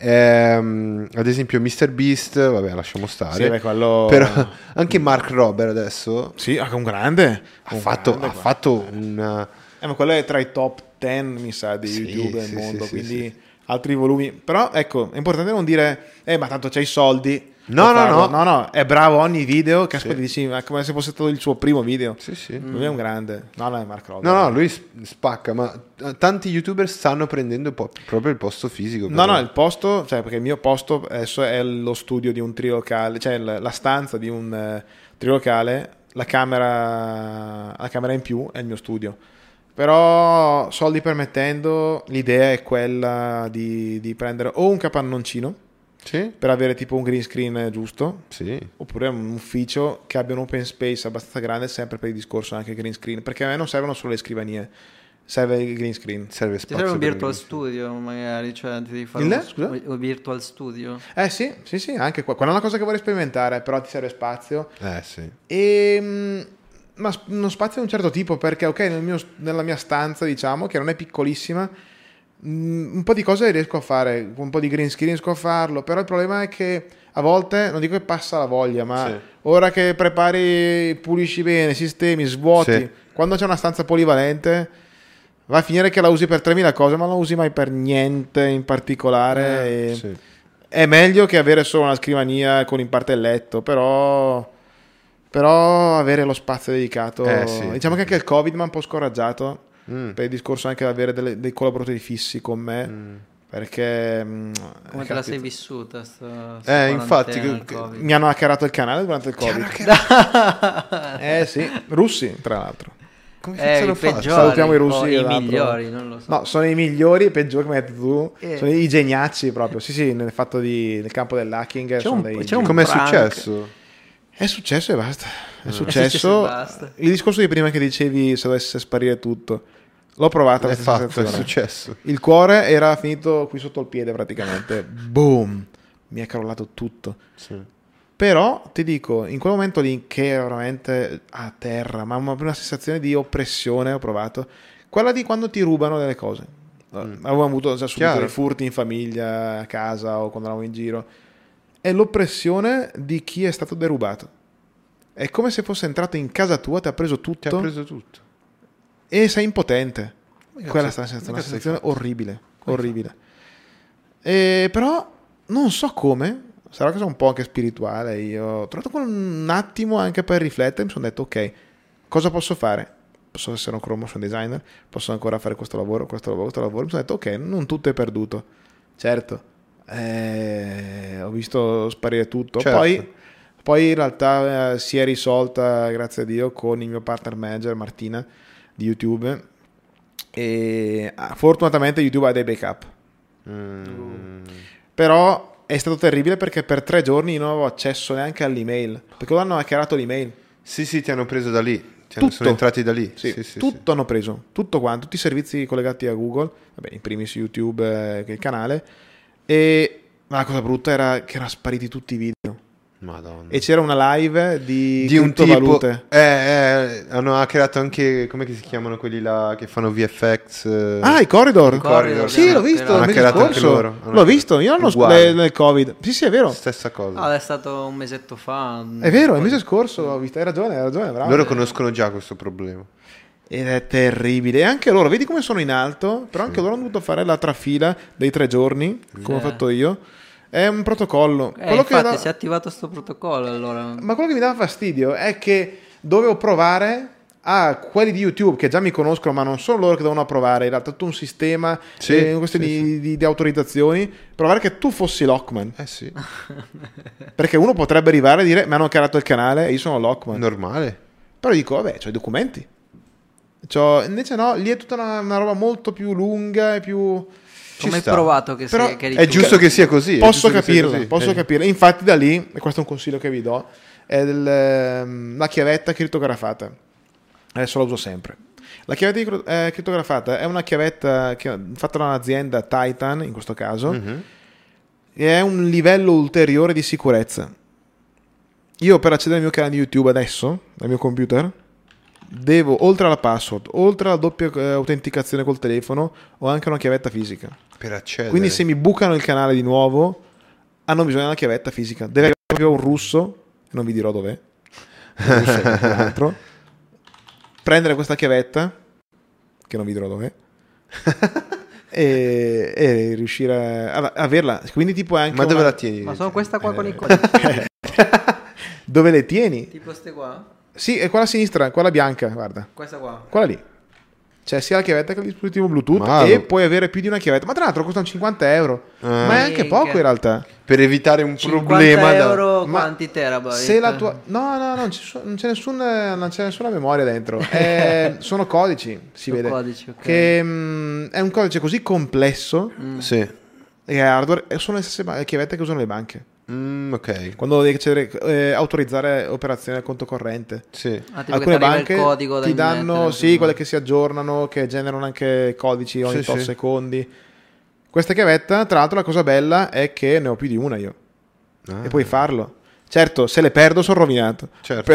Ad esempio MrBeast, vabbè, lasciamo stare. Sì, beh, quello... Però anche Mark Rober adesso Sì, è un grande. ha fatto un... Ma quello è tra i top 10, mi sa, di YouTube nel mondo, sì, quindi sì. altri volumi. Però, ecco, è importante non dire, ma tanto c'hai i soldi. No, è bravo ogni video, che ascolti, dici, ma come se fosse stato il suo primo video. Sì. Lui è un grande. No, è Mark Rober. No, lui spacca, ma tanti YouTuber stanno prendendo proprio il posto fisico. No, il posto, cioè, perché il mio posto adesso è lo studio di un trilocale, cioè la stanza di un trilocale, la camera in più è il mio studio. Però, soldi permettendo, l'idea è quella di prendere o un capannoncino, Sì? per avere tipo un green screen giusto, Sì. oppure un ufficio che abbia un open space abbastanza grande, sempre per il discorso anche green screen, perché a me non servono solo le scrivanie, serve il green screen. Serve Ti spazio serve un per virtual il- studio magari, cioè ti devi fare Scusa? un virtual studio. Sì, anche qua. Quella è una cosa che vorrei sperimentare, però ti serve spazio. Sì. Ma uno spazio di un certo tipo, perché ok, nella mia stanza, diciamo, che non è piccolissima, un po' di cose riesco a fare, un po' di green screen riesco a farlo, però il problema è che a volte, non dico che passa la voglia, ma Sì. ora che prepari, pulisci bene, sistemi, svuoti, Sì. quando c'è una stanza polivalente va a finire che la usi per 3000 cose, ma non la usi mai per niente in particolare. Sì. È meglio che avere solo una scrivania con in parte il letto, però avere lo spazio dedicato, Sì. diciamo che anche il Covid mi ha un po' scoraggiato per il discorso anche di avere dei collaboratori fissi con me, perché Come te la sei vissuta sta infatti, quarantena, il Covid? mi hanno hackerato il canale durante il Covid. Sì, russi tra l'altro. Come cazzo I lo fa? peggiori, Salutiamo i russi, o i tra l'altro. migliori, non lo so. No, sono i migliori, i peggiori come hai detto tu, sono i geniacci proprio. Sì, nel campo dell'hacking sono dei c'è un Com'è prank. successo? È successo e basta. È successo successo. e basta. Il discorso di prima che dicevi se dovesse sparire tutto, l'ho provata È questa fatto, è sensazione. successo. Il cuore era finito qui sotto il piede praticamente. Boom! Mi è crollato tutto. Sì. Però ti dico, in quel momento lì che ero veramente a terra, ma una sensazione di oppressione ho provato, quella di quando ti rubano delle cose. Avevo avuto già subito Chiaro. dei furti in famiglia, a casa o quando eravamo in giro. È l'oppressione di chi è stato derubato. È come se fosse entrato in casa tua, ti ha preso tutto, Ti ha preso tutto. e sei impotente. Come Quella è cazzo- stata come una cazzo hai sensazione fatto? orribile. Però non so come, sarà cosa un po' anche spirituale, io ho trovato un attimo anche per riflettere, mi sono detto ok, cosa posso fare? Posso essere un motion designer, posso ancora fare questo lavoro, mi sono detto ok, non tutto è perduto. Certo, ho visto sparire tutto, Certo. poi in realtà si è risolta, grazie a Dio, con il mio partner manager Martina di YouTube, e fortunatamente YouTube ha dei backup. Però è stato terribile perché per 3 giorni non avevo accesso neanche all'email, perché loro hanno hackerato l'email. Sì, ti hanno preso da lì. Tutto. Sono entrati da lì. Sì, Sì. tutto hanno preso, tutto quanto, tutti i servizi collegati a Google, vabbè, in primis YouTube, che è il canale, e la cosa brutta era che erano spariti tutti i video. Madonna. E c'era una live di un tipo criptovalute. hanno creato anche, come si chiamano quelli là che fanno VFX, I Corridor. Corridor, Sì, che l'ho visto hanno il mese hackerato anche scorso. loro. L'ho visto, io l'anno Uguale. nel Covid. Sì, è vero. stessa cosa. No, è stato un mesetto fa. È vero, il mese scorso l'ho visto. Hai ragione, bravo. Loro conoscono già questo problema. Ed è terribile. E anche loro, vedi come sono in alto, però anche loro hanno dovuto fare la trafila dei 3 giorni, come ho fatto io. È un protocollo. Infatti si è attivato sto protocollo allora. Ma quello che mi dava fastidio è che dovevo provare a quelli di YouTube che già mi conoscono, ma non sono loro che devono provare, in realtà tutto un sistema di autorizzazioni, provare che tu fossi Lockman. Sì. Perché uno potrebbe arrivare e dire mi hanno hackerato il canale e io sono Lockman. Normale. Però dico, vabbè, c'ho i documenti. Invece no, lì è tutta una roba molto più lunga e più... Come hai provato che però che è giusto che sia così. Posso capirla. Infatti da lì, e questo è un consiglio che vi do, è la chiavetta crittografata. Adesso la uso sempre. La chiavetta crittografata è una chiavetta fatta da un'azienda Titan, in questo caso, e è un livello ulteriore di sicurezza. Io per accedere al mio canale di YouTube adesso, dal mio computer, devo, oltre alla password, oltre alla doppia autenticazione col telefono, ho anche una chiavetta fisica. Per accedere. Quindi se mi bucano il canale di nuovo, hanno bisogno di una chiavetta fisica. Deve avere proprio un russo, non vi dirò dov'è, altro, prendere questa chiavetta, che non vi dirò dov'è, e riuscire a averla. Quindi tipo è anche ma dove la tieni? Ma sono questa qua con i codici. Dove le tieni? Tipo ste qua? Sì, è quella a sinistra, quella bianca, guarda. Questa qua? Quella lì. C'è sia la chiavetta che il dispositivo Bluetooth e puoi avere più di una chiavetta. Ma tra l'altro costano 50 euro. Ma è anche poco in realtà. Per evitare un problema. 50 euro quanti terabyte? Se la tua... No, non c'è nessuna memoria dentro. Sono codici, si vede. Codici, okay. Che è un codice così complesso. Sì. E hardware sono le stesse chiavette che usano le banche. Ok. Quando devi autorizzare operazioni al conto corrente, sì. Alcune banche il codico ti danno quelle che si aggiornano, che generano anche codici ogni tot secondi. Questa chiavetta, tra l'altro, la cosa bella è che ne ho più di una io e puoi farlo. Certo, se le perdo sono rovinato. Certo.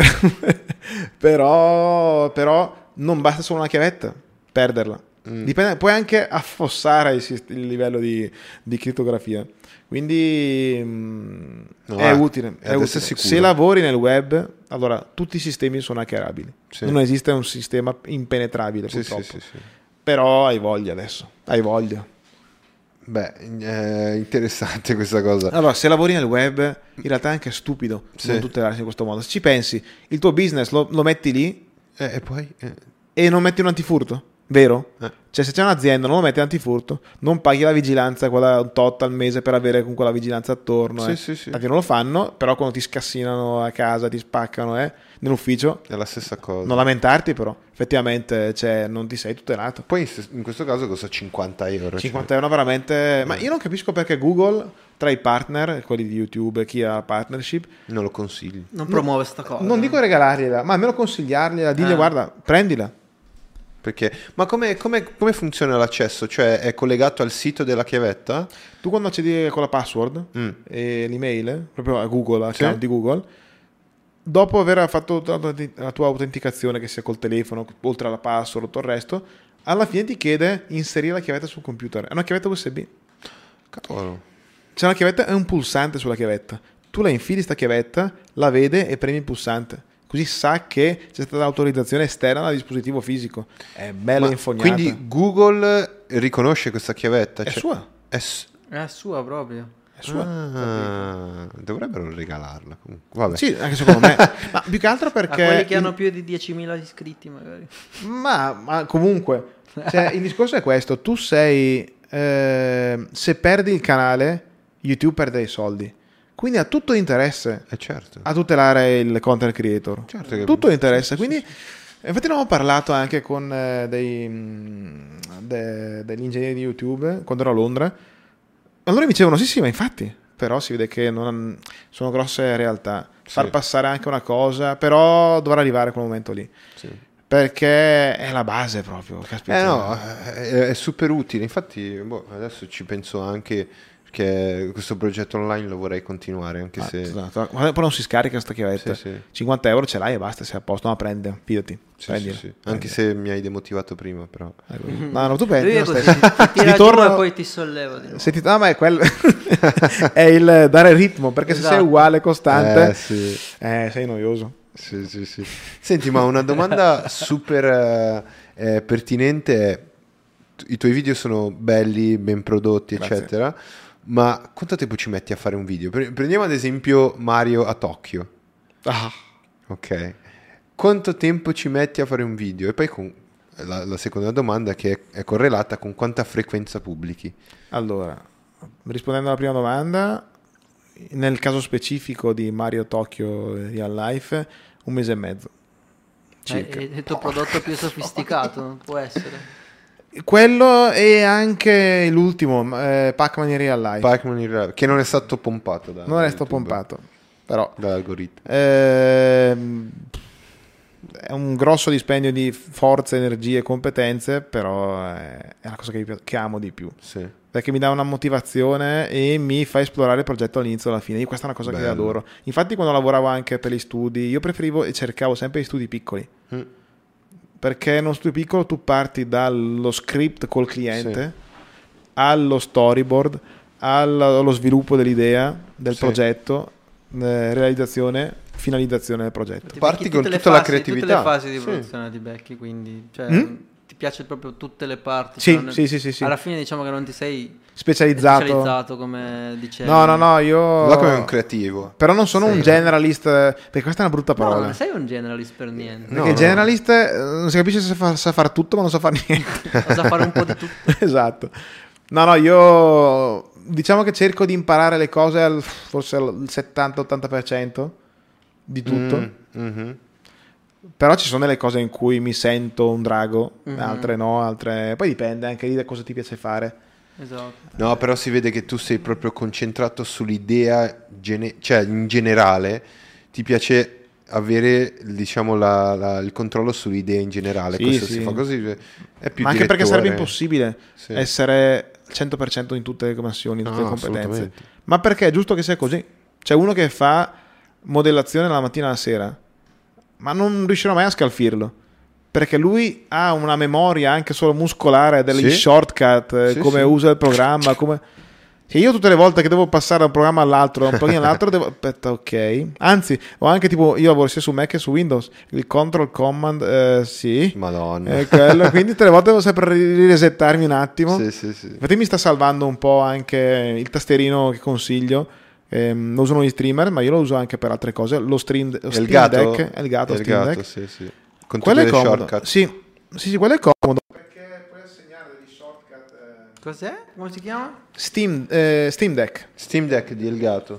però non basta solo una chiavetta perderla. Dipende, puoi anche affossare il livello di crittografia. Quindi è utile. Se lavori nel web, allora tutti i sistemi sono hackerabili. Sì. Non esiste un sistema impenetrabile, purtroppo. Sì. Però hai voglia adesso. Hai voglia. Beh, è interessante questa cosa. Allora, se lavori nel web, in realtà è anche stupido non tutelarsi in questo modo. Se ci pensi, il tuo business lo metti lì e poi e non metti un antifurto. Vero? Cioè se c'è un'azienda non lo metti antifurto, non paghi la vigilanza, quella un tot al mese per avere con quella vigilanza attorno. Sì. Perché non lo fanno, però quando ti scassinano a casa, ti spaccano nell'ufficio, è la stessa cosa. Non lamentarti, però effettivamente non ti sei tutelato. Poi in questo caso costa 50 euro. 50 euro veramente. Ma io non capisco perché Google, tra i partner, quelli di YouTube, chi ha la partnership, non lo consigli. Non promuove sta cosa. Non dico regalargliela, ma almeno consigliargliela, digli guarda, prendila. Perché? Ma come funziona l'accesso? Cioè è collegato al sito della chiavetta? Tu quando accedi con la password e l'email, proprio a Google, account di Google, dopo aver fatto la tua autenticazione, che sia col telefono, oltre alla password, tutto il resto, alla fine ti chiede inserire la chiavetta sul computer. È una chiavetta USB. Cavolo. C'è una chiavetta e un pulsante sulla chiavetta. Tu la infili sta chiavetta, la vede e premi il pulsante. Così sa che c'è stata l'autorizzazione esterna al dispositivo fisico. È bella infognata. Quindi Google riconosce questa chiavetta? È sua. È sua proprio. È sua. Dovrebbero regalarla comunque. Vabbè. Sì, anche secondo me. Ma più che altro perché... A quelli che hanno più di 10.000 iscritti magari. Ma comunque, cioè, il discorso è questo. Tu sei... se perdi il canale, YouTube perde i soldi. Quindi ha tutto l'interesse a tutelare il content creator. Certo, tutto l'interesse. Quindi, infatti, ne abbiamo parlato anche con degli ingegneri di YouTube quando ero a Londra. Allora mi dicevano: sì, ma infatti, però si vede che sono grosse realtà. Far passare anche una cosa, però dovrà arrivare quel momento lì. Sì. Perché è la base proprio. È super utile. Infatti, adesso ci penso anche. Che questo progetto online lo vorrei continuare, anche se esatto. Poi non si scarica questa chiavetta. 50 euro ce l'hai e basta, sei a posto, ma prende, fidati. Sì. Anche se mi hai demotivato prima, però no, tu pensi ti ritorno e poi ti sollevo di nuovo. Ma è quello è il dare ritmo, perché se sei uguale, costante, sei noioso. Sì. Senti, ma una domanda super pertinente è: i tuoi video sono belli, ben prodotti, grazie, eccetera, ma quanto tempo ci metti a fare un video? Prendiamo ad esempio Mario a Tokyo. Ok. Quanto tempo ci metti a fare un video? E poi la seconda domanda, che è correlata, con quanta frequenza pubblichi? Allora, rispondendo alla prima domanda, nel caso specifico di Mario Tokyo Real Life, 1 mese e mezzo. circa. È il tuo prodotto più sofisticato? Può essere. Quello e anche l'ultimo, Pac-Man in Real Life. Pac-Man in Real, che non è stato pompato non è stato pompato, però dall'algoritmo. È un grosso dispendio di forze, energie e competenze, però è una cosa che amo di più. Sì. Perché mi dà una motivazione e mi fa esplorare il progetto dall'inizio alla fine. Io questa è una cosa che adoro. Infatti quando lavoravo anche per gli studi, io preferivo e cercavo sempre gli studi piccoli. Perché in uno studio piccolo tu parti dallo script col cliente, allo storyboard, allo sviluppo dell'idea, del progetto, realizzazione, finalizzazione del progetto. Parti con tutta la creatività. Tutte le fasi di produzione ti becchi, quindi ti piace proprio tutte le parti. Sì. Alla fine diciamo che non ti sei specializzato come dicevi. No, io come un creativo. Però non sono un generalist, perché questa è una brutta parola. No, non sei un generalist per niente. Perché il generalist non si capisce se sa fare tutto, ma non sa fare niente. Sa fare un po' di tutto. Esatto. No, io diciamo che cerco di imparare le cose forse al 70-80% di tutto. Però ci sono delle cose in cui mi sento un drago, altre no, altre poi dipende anche lì da cosa ti piace fare. Esatto. No, però si vede che tu sei proprio concentrato sull'idea, cioè in generale ti piace avere, diciamo, il controllo sull'idea in generale. Questo si fa così, è più ma anche direttore. perché sarebbe impossibile essere 100% in tutte le commissioni, in tutte le competenze. Ma perché è giusto che sia così. C'è uno che fa modellazione dalla mattina alla sera, ma non riuscirò mai a scalfirlo, perché lui ha una memoria anche solo muscolare degli shortcut, come usa il programma, come... Cioè io tutte le volte che devo passare da un programma all'altro, da un plugin all'altro, devo... Aspetta, ok. Anzi, ho anche tipo, io lavoro sia su Mac che su Windows, il control command, Madonna. Quello, quindi tutte le volte devo sempre riresettarmi un attimo. Sì. Infatti mi sta salvando un po' anche il tastierino che consiglio. Lo usano gli streamer, ma io lo uso anche per altre cose. Lo Steam Deck, è il gatto Steam Deck. Sì. Con quello tutte è le comodo. shortcut. Sì, quello è comodo. Perché puoi assegnare degli shortcut. Cos'è? Come si chiama? Steam Deck. Steam Deck di Elgato.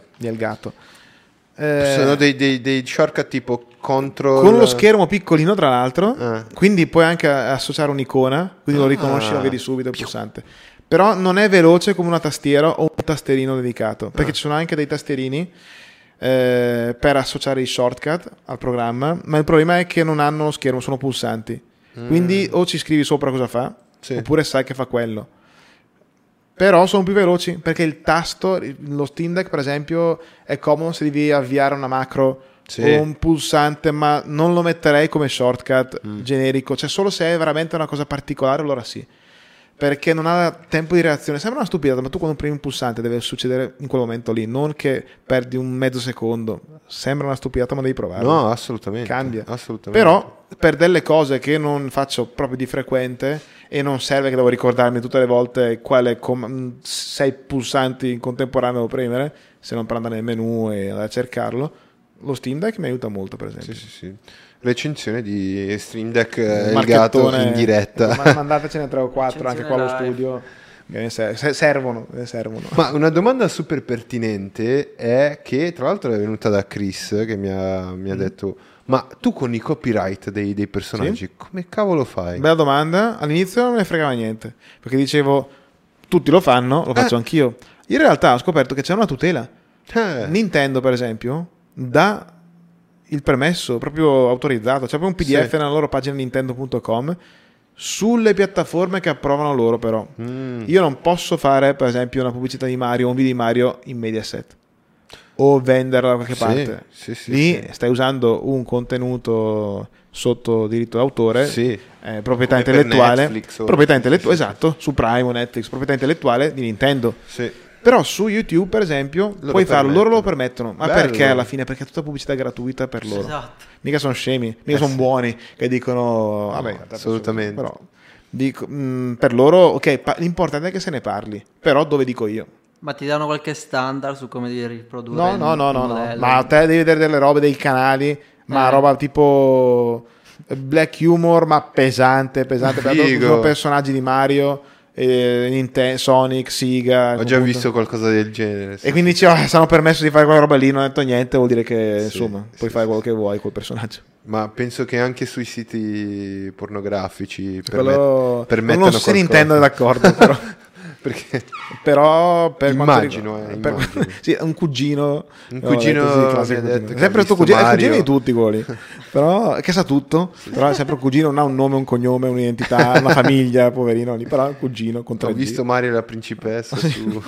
Sono dei shortcut tipo control con lo schermo piccolino, tra l'altro. Quindi puoi anche associare un'icona, quindi lo riconosci, lo vedi subito il pulsante. Però non è veloce come una tastiera o un tastierino dedicato, perché ci sono anche dei tastierini per associare i shortcut al programma, ma il problema è che non hanno lo schermo, sono pulsanti. Quindi o ci scrivi sopra cosa fa, oppure sai che fa quello. Però sono più veloci, perché il tasto, lo Steam Deck per esempio, è comodo se devi avviare una macro o un pulsante, ma non lo metterei come shortcut generico, cioè solo se è veramente una cosa particolare, allora sì. Perché non ha tempo di reazione. Sembra una stupidata, ma tu quando premi un pulsante deve succedere in quel momento lì, non che perdi un mezzo secondo. Sembra una stupidata, ma devi provare. No, assolutamente. Cambia. Assolutamente. Però per delle cose che non faccio proprio di frequente e non serve che devo ricordarmi tutte le volte quale 6 pulsanti in contemporanea devo premere, se non per andare nel menu e andare a cercarlo, lo Steam Deck mi aiuta molto, per esempio. Sì. Recensione di Stream Deck Elgato in diretta. Mandatecene 3 o 4 anche qua allo studio. Servono. Ma una domanda super pertinente è che tra l'altro è venuta da Chris, che mi ha detto: ma tu con i copyright dei personaggi come cavolo fai? Bella domanda. All'inizio non me ne fregava niente, perché dicevo tutti lo fanno, lo faccio anch'io. In realtà ho scoperto che c'è una tutela. Nintendo per esempio dà il permesso proprio autorizzato, c'è proprio un PDF nella loro pagina nintendo.com sulle piattaforme che approvano loro. Però io non posso fare per esempio una pubblicità di Mario o un video di Mario in Mediaset o venderla da qualche parte. Lì stai usando un contenuto sotto diritto d'autore, proprietà intellettuale, esatto, su Prime o Netflix, proprietà intellettuale di Nintendo. Però su YouTube per esempio puoi farlo, loro lo permettono. Ma bello. Perché alla fine? Perché è tutta pubblicità gratuita per loro. Esatto. Mica sono scemi, mica sono buoni che dicono vabbè, assolutamente. Però dico, per loro ok, l'importante è che se ne parli. Però dove dico io? Ma ti danno qualche standard su come devi riprodurre? No. Ma te devi vedere delle robe dei canali, ma roba tipo black humor, ma pesante. Sono personaggi di Mario. Sonic, Sega. Ho già visto qualcosa del genere. E quindi ci hanno permesso di fare quella roba lì, non ho detto niente, vuol dire che insomma puoi fare quello che vuoi col personaggio. Ma penso che anche sui siti pornografici permettono non so se Nintendo è d'accordo, però. Perché però per immagino. Sì, un cugino detto, sempre il tuo cugino, è il cugino di tutti quelli però che sa tutto, però è sempre un cugino, non ha un nome, un cognome, un'identità, una famiglia, poverino lì, però è un cugino con 3G. Ho visto Mario e la principessa su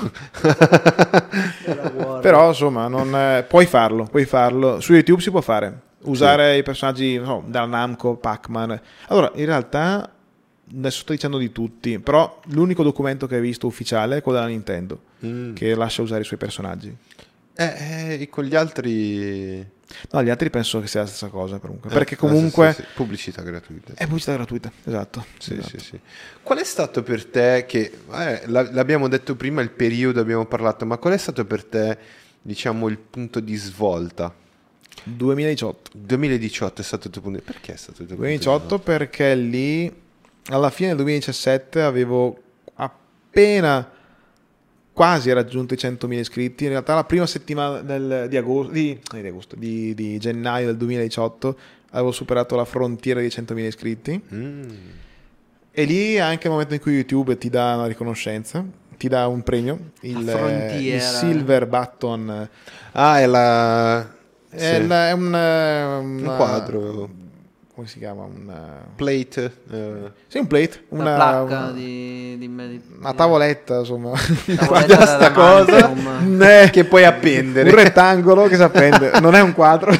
però insomma puoi farlo su YouTube, si può fare usare i personaggi dalla Namco, Pac-Man. Allora in realtà adesso sto dicendo di tutti, però l'unico documento che hai visto ufficiale è quello della Nintendo, che lascia usare i suoi personaggi. Con gli altri... No, gli altri penso che sia la stessa cosa comunque, perché comunque... Sì. Pubblicità gratuita. È pubblicità gratuita, esatto. Sì. Qual è stato per te, che l'abbiamo detto prima, il periodo abbiamo parlato, ma qual è stato per te, diciamo, il punto di svolta? 2018 è stato il tuo punto. Perché è stato il tuo 2018 punto di perché lì alla fine del 2017 avevo appena quasi raggiunto i 100.000 iscritti. In realtà la prima settimana di gennaio del 2018 avevo superato la frontiera dei 100.000 iscritti. E lì è anche il momento in cui YouTube ti dà una riconoscenza, ti dà un premio, il Silver Button. È un quadro. Come si chiama? Un plate. Sì, un plate. Una placca una tavoletta, insomma. Guarda sta cosa che puoi appendere. Un rettangolo che si appende. Non è un quadro.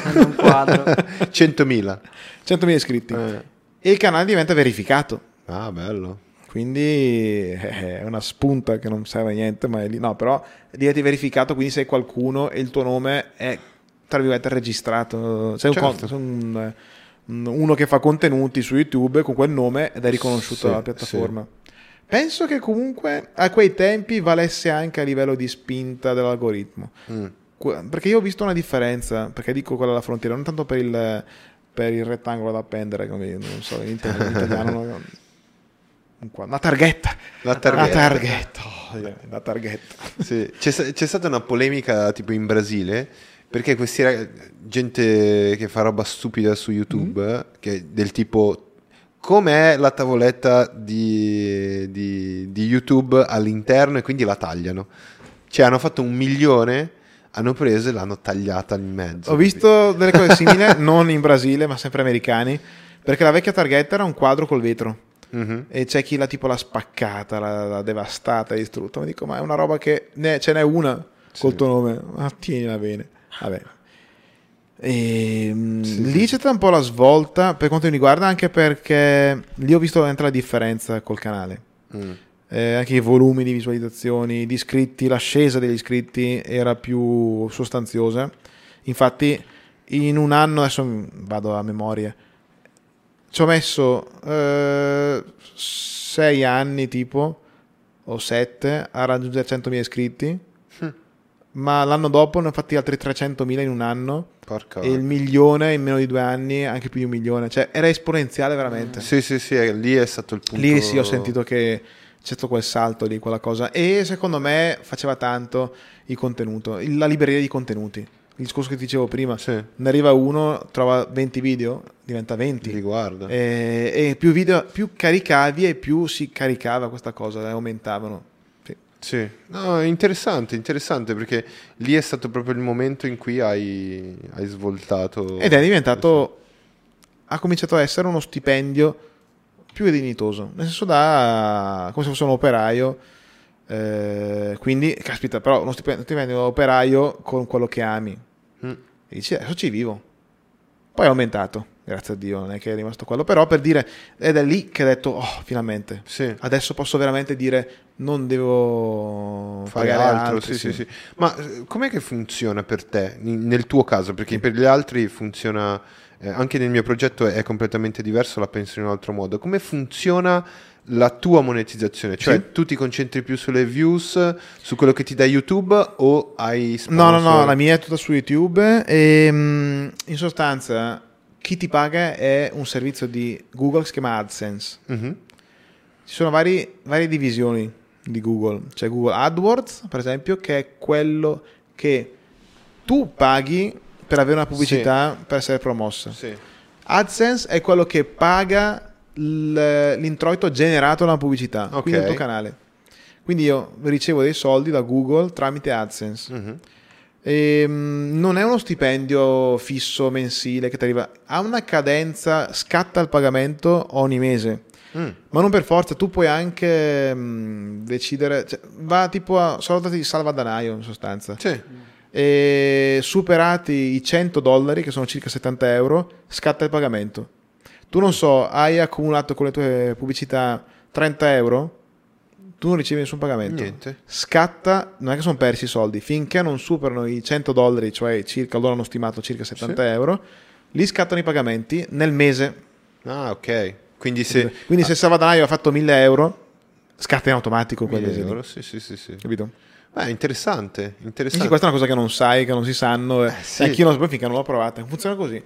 100.000 iscritti. E il canale diventa verificato. Ah, bello. Quindi è una spunta che non serve a niente, ma è lì. No, però diventi verificato, quindi sei qualcuno e il tuo nome è, tra virgolette, registrato. Sei uno che fa contenuti su YouTube con quel nome ed è riconosciuto dalla piattaforma. Penso che comunque a quei tempi valesse anche a livello di spinta dell'algoritmo, perché io ho visto una differenza, perché dico quella alla frontiera, non tanto per il rettangolo da appendere, come non so in italiano, una targhetta. La targhetta. Sì. C'è stata una polemica tipo in Brasile, perché questi gente che fa roba stupida su YouTube, che del tipo, com'è la tavoletta di YouTube all'interno, e quindi la tagliano. Cioè hanno fatto 1 milione, hanno preso e l'hanno tagliata in mezzo. Ho visto delle cose simili, non in Brasile ma sempre americani, perché la vecchia targhetta era un quadro col vetro. E c'è chi l'ha spaccata, l'ha devastata, distrutta. Mi dico, ma è una roba che ce n'è una col tuo nome, ma tienila bene. Vabbè. Lì c'è stata un po' la svolta per quanto mi riguarda, anche perché lì ho visto veramente la differenza col canale. Anche i volumi di visualizzazioni, di iscritti, l'ascesa degli iscritti era più sostanziosa. Infatti in un anno, adesso vado a memoria, ci ho messo 6 anni tipo o 7 a raggiungere 100.000 iscritti. Ma l'anno dopo ne ho fatti altri 300.000 in un anno. Porca e il 1.000.000 in meno di 2 anni, anche più di 1.000.000, cioè era esponenziale veramente. Sì, lì è stato il punto. Lì sì, ho sentito che c'è stato quel salto lì, quella cosa, e secondo me faceva tanto il contenuto, la libreria di contenuti. Il discorso che ti dicevo prima, ne arriva uno, trova 20 video, diventa 20. Li guarda. E più video, più caricavi e più si caricava questa cosa, aumentavano. Sì, no, interessante, perché lì è stato proprio il momento in cui hai svoltato. Ed è diventato, ha cominciato a essere uno stipendio più dignitoso, nel senso come se fosse un operaio, quindi, caspita, però uno stipendio operaio con quello che ami. E dici, adesso ci vivo. Poi è aumentato, grazie a Dio, non è che è rimasto quello, però per dire, ed è lì che ho detto, finalmente, adesso posso veramente dire, non devo fare altro. Sì. Ma com'è che funziona per te, nel tuo caso? Perché per gli altri funziona, anche nel mio progetto è completamente diverso, la penso in un altro modo. Come funziona la tua monetizzazione? Cioè tu ti concentri più sulle views, su quello che ti dà YouTube, o hai sponsor? No, la mia è tutta su YouTube e in sostanza chi ti paga è un servizio di Google che si chiama AdSense. ci sono varie divisioni di Google. C'è Google AdWords, per esempio, che è quello che tu paghi per avere una pubblicità per essere promossa. Sì. AdSense è quello che paga l'introito generato dalla pubblicità, quindi il tuo canale. Quindi io ricevo dei soldi da Google tramite AdSense. Mm-hmm. E, non è uno stipendio fisso mensile che ti arriva, ha una cadenza, scatta il pagamento ogni mese. Ma non per forza, tu puoi anche decidere, cioè, va tipo a sorta di salvadanaio in sostanza. Sì. E superati i $100, che sono circa 70 euro, scatta il pagamento. Tu non so, hai accumulato con le tue pubblicità 30 euro, tu non ricevi nessun pagamento. Niente. Scatta, non è che sono persi i soldi, finché non superano i $100, cioè circa, loro hanno stimato circa 70 euro, lì scattano i pagamenti nel mese. Ah, ok. Quindi se Salvadanaio ha fatto 1.000 euro, scatta in automatico quel mese euro, lì. sì. Capito? Interessante. Sì, questa è una cosa che non sai, che non si sanno, sì. Anch'io non so finché non l'ho provata. Funziona così.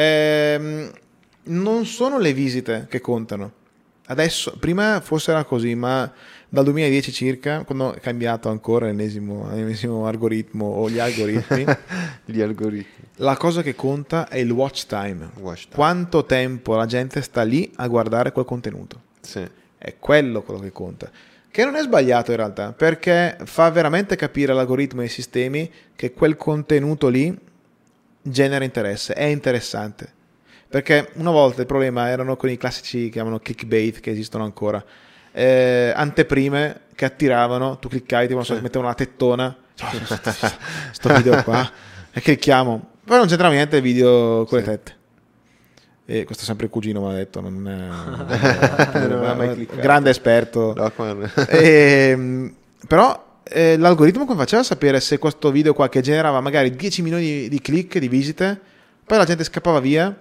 Non sono le visite che contano. Adesso, prima forse era così, ma dal 2010 circa, quando è cambiato ancora l'ennesimo algoritmo o gli algoritmi, la cosa che conta è il watch time. Quanto tempo la gente sta lì a guardare quel contenuto. Sì. È quello che conta. Che non è sbagliato in realtà, perché fa veramente capire all'algoritmo e ai sistemi che quel contenuto lì genera interesse, è interessante. Perché una volta il problema erano con i classici che chiamano clickbait, che esistono ancora, anteprime che attiravano, tu cliccavi, ti mettevano la tettona, sto video qua, e clicchiamo, poi non c'entrava niente il video con le tette. E questo è sempre il cugino, mi ha detto, non è mai cliccato. Grande esperto. Però l'algoritmo come faceva a sapere se questo video qua, che generava magari 10 milioni di click, di visite, poi la gente scappava via,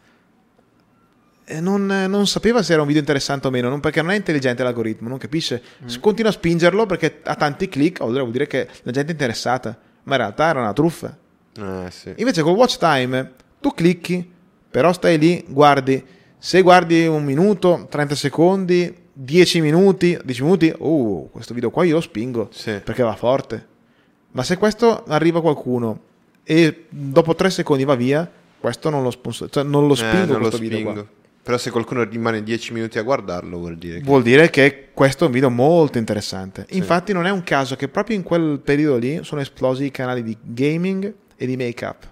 e non sapeva se era un video interessante o meno, perché non è intelligente l'algoritmo, non capisce, continua a spingerlo perché ha tanti click, allora vuol dire che la gente è interessata, ma in realtà era una truffa. Sì. Invece col watch time tu clicchi, però stai lì, guardi, se guardi 1 minuto, 30 secondi, 10 minuti, questo video qua io lo spingo, perché va forte. Ma se questo arriva qualcuno e dopo 3 secondi va via, questo non lo spingo questo video qua. Però se qualcuno rimane 10 minuti a guardarlo vuol dire che questo è un video molto interessante. Infatti non è un caso che proprio in quel periodo lì sono esplosi i canali di gaming e di make-up.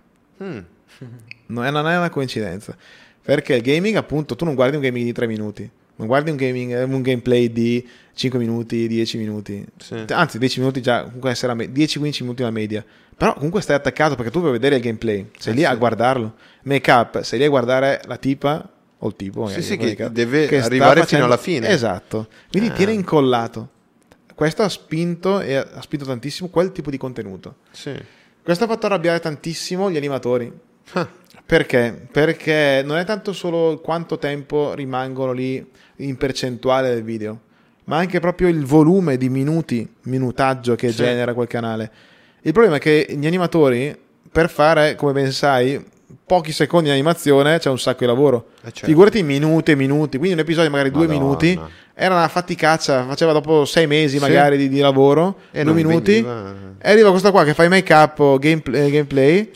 Non è una coincidenza, perché il gaming, appunto, tu non guardi un gaming di 3 minuti, non guardi un gameplay di 5 minuti, 10 minuti, anzi 10 minuti già, comunque 10-15 minuti la media, però comunque stai attaccato perché tu vuoi vedere il gameplay, sei lì a guardarlo. Make-up, sei lì a guardare la tipa o il tipo che deve arrivare fino alla fine, esatto, quindi tiene incollato. Questo ha spinto tantissimo quel tipo di contenuto. Questo ha fatto arrabbiare tantissimo gli animatori. Perché? Perché non è tanto solo quanto tempo rimangono lì in percentuale del video, ma anche proprio il volume di minutaggio che genera quel canale. Il problema è che gli animatori, per fare, come ben sai, pochi secondi di animazione, c'è un sacco di lavoro. Figurati minuti e minuti, quindi un episodio magari 2 minuti era una faticaccia, faceva dopo 6 mesi magari di lavoro, 2 minuti, e arriva questo qua che fa i make-up o gameplay,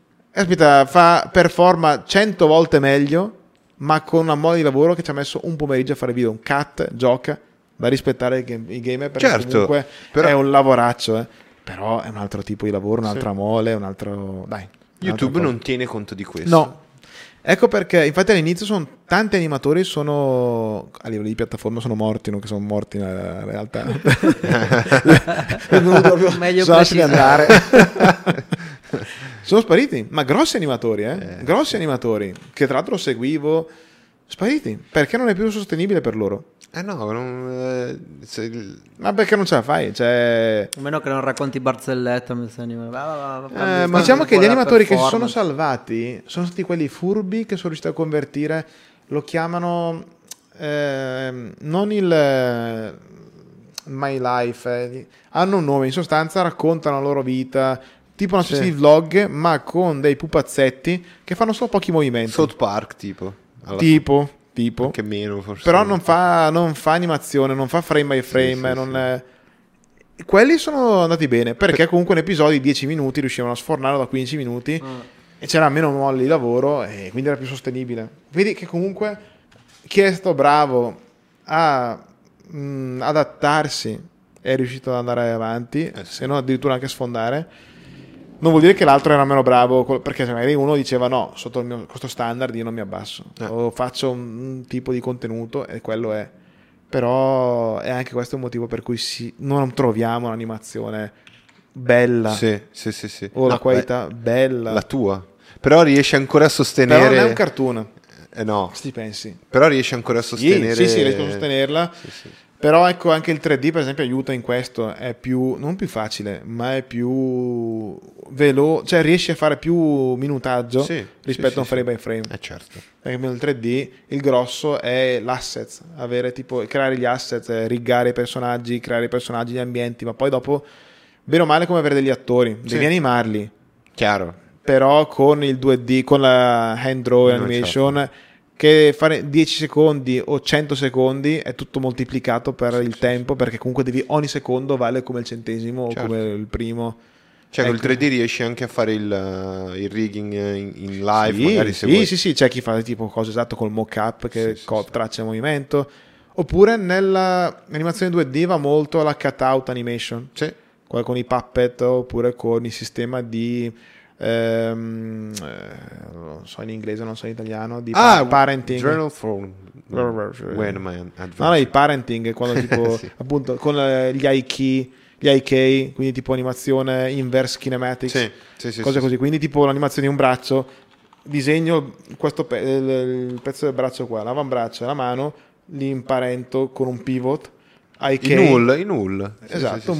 aspetta, performa 100 volte meglio, ma con una mole di lavoro che ci ha messo un pomeriggio a fare video, un cut, gioca, da rispettare i gamer, perché comunque è un lavoraccio, però è un altro tipo di lavoro, un'altra mole, un altro... Dai. YouTube non tiene conto di questo. No. Ecco perché, infatti all'inizio tanti animatori a livello di piattaforma sono morti, non che sono morti in realtà. Meglio precisare. Sono spariti, ma grossi animatori, grossi animatori, che tra l'altro seguivo, spariti, perché non è più sostenibile per loro. Ma perché non ce la fai? A meno che non racconti barzellette. Diciamo che gli animatori che si sono salvati sono stati quelli furbi che sono riusciti a convertire, lo chiamano non il My Life, hanno un nome, in sostanza raccontano la loro vita, tipo una specie di vlog, ma con dei pupazzetti che fanno solo pochi movimenti. South Park tipo tipo. Anche meno forse. Però non fa animazione, non fa frame by frame. Quelli sono andati bene, perché comunque in episodi di 10 minuti riuscivano a sfornarlo da 15 minuti e c'era meno molli di lavoro e quindi era più sostenibile. Vedi che comunque chi è stato bravo a adattarsi è riuscito ad andare avanti, se non addirittura anche sfondare. Non vuol dire che l'altro era meno bravo, perché magari uno diceva no, sotto questo standard io non mi abbasso, o faccio un tipo di contenuto e quello è. Però è anche questo un motivo per cui non troviamo un'animazione bella. Sì. O la qualità bella. La tua. Però riesci ancora a sostenere... Però non è un cartoon. No. Se ci pensi. Però riesci ancora a sostenere... Sì, riesco a sostenerla. Sì. Però ecco, anche il 3D per esempio aiuta in questo, è più, non più facile, ma è più veloce, cioè riesci a fare più minutaggio rispetto a un frame by frame. Certo. Perché nel 3D il grosso è l'asset, creare gli asset, riggare i personaggi, creare i personaggi, gli ambienti, ma poi dopo, bene o male, come avere degli attori, devi animarli. Chiaro. Però con il 2D, con la hand draw animation... Certo. Che fare 10 secondi o 100 secondi è tutto moltiplicato per il tempo, perché comunque ogni secondo vale come il centesimo o come il primo. Cioè col 3D riesci anche a fare il rigging in live, magari se vuoi. Sì, c'è chi fa tipo cose esatto col mock-up che traccia il movimento, oppure nell'animazione 2D va molto la cut-out animation, con i puppet oppure con il sistema di... non so in inglese, non so in italiano, di parenting. Journal from when man no, il parenting quando tipo appunto con gli IK, quindi tipo animazione inverse kinematics, cose così, quindi tipo l'animazione di un braccio, disegno il pezzo del braccio qua, l'avambraccio e la mano, li imparento con un pivot IK in null. Esatto,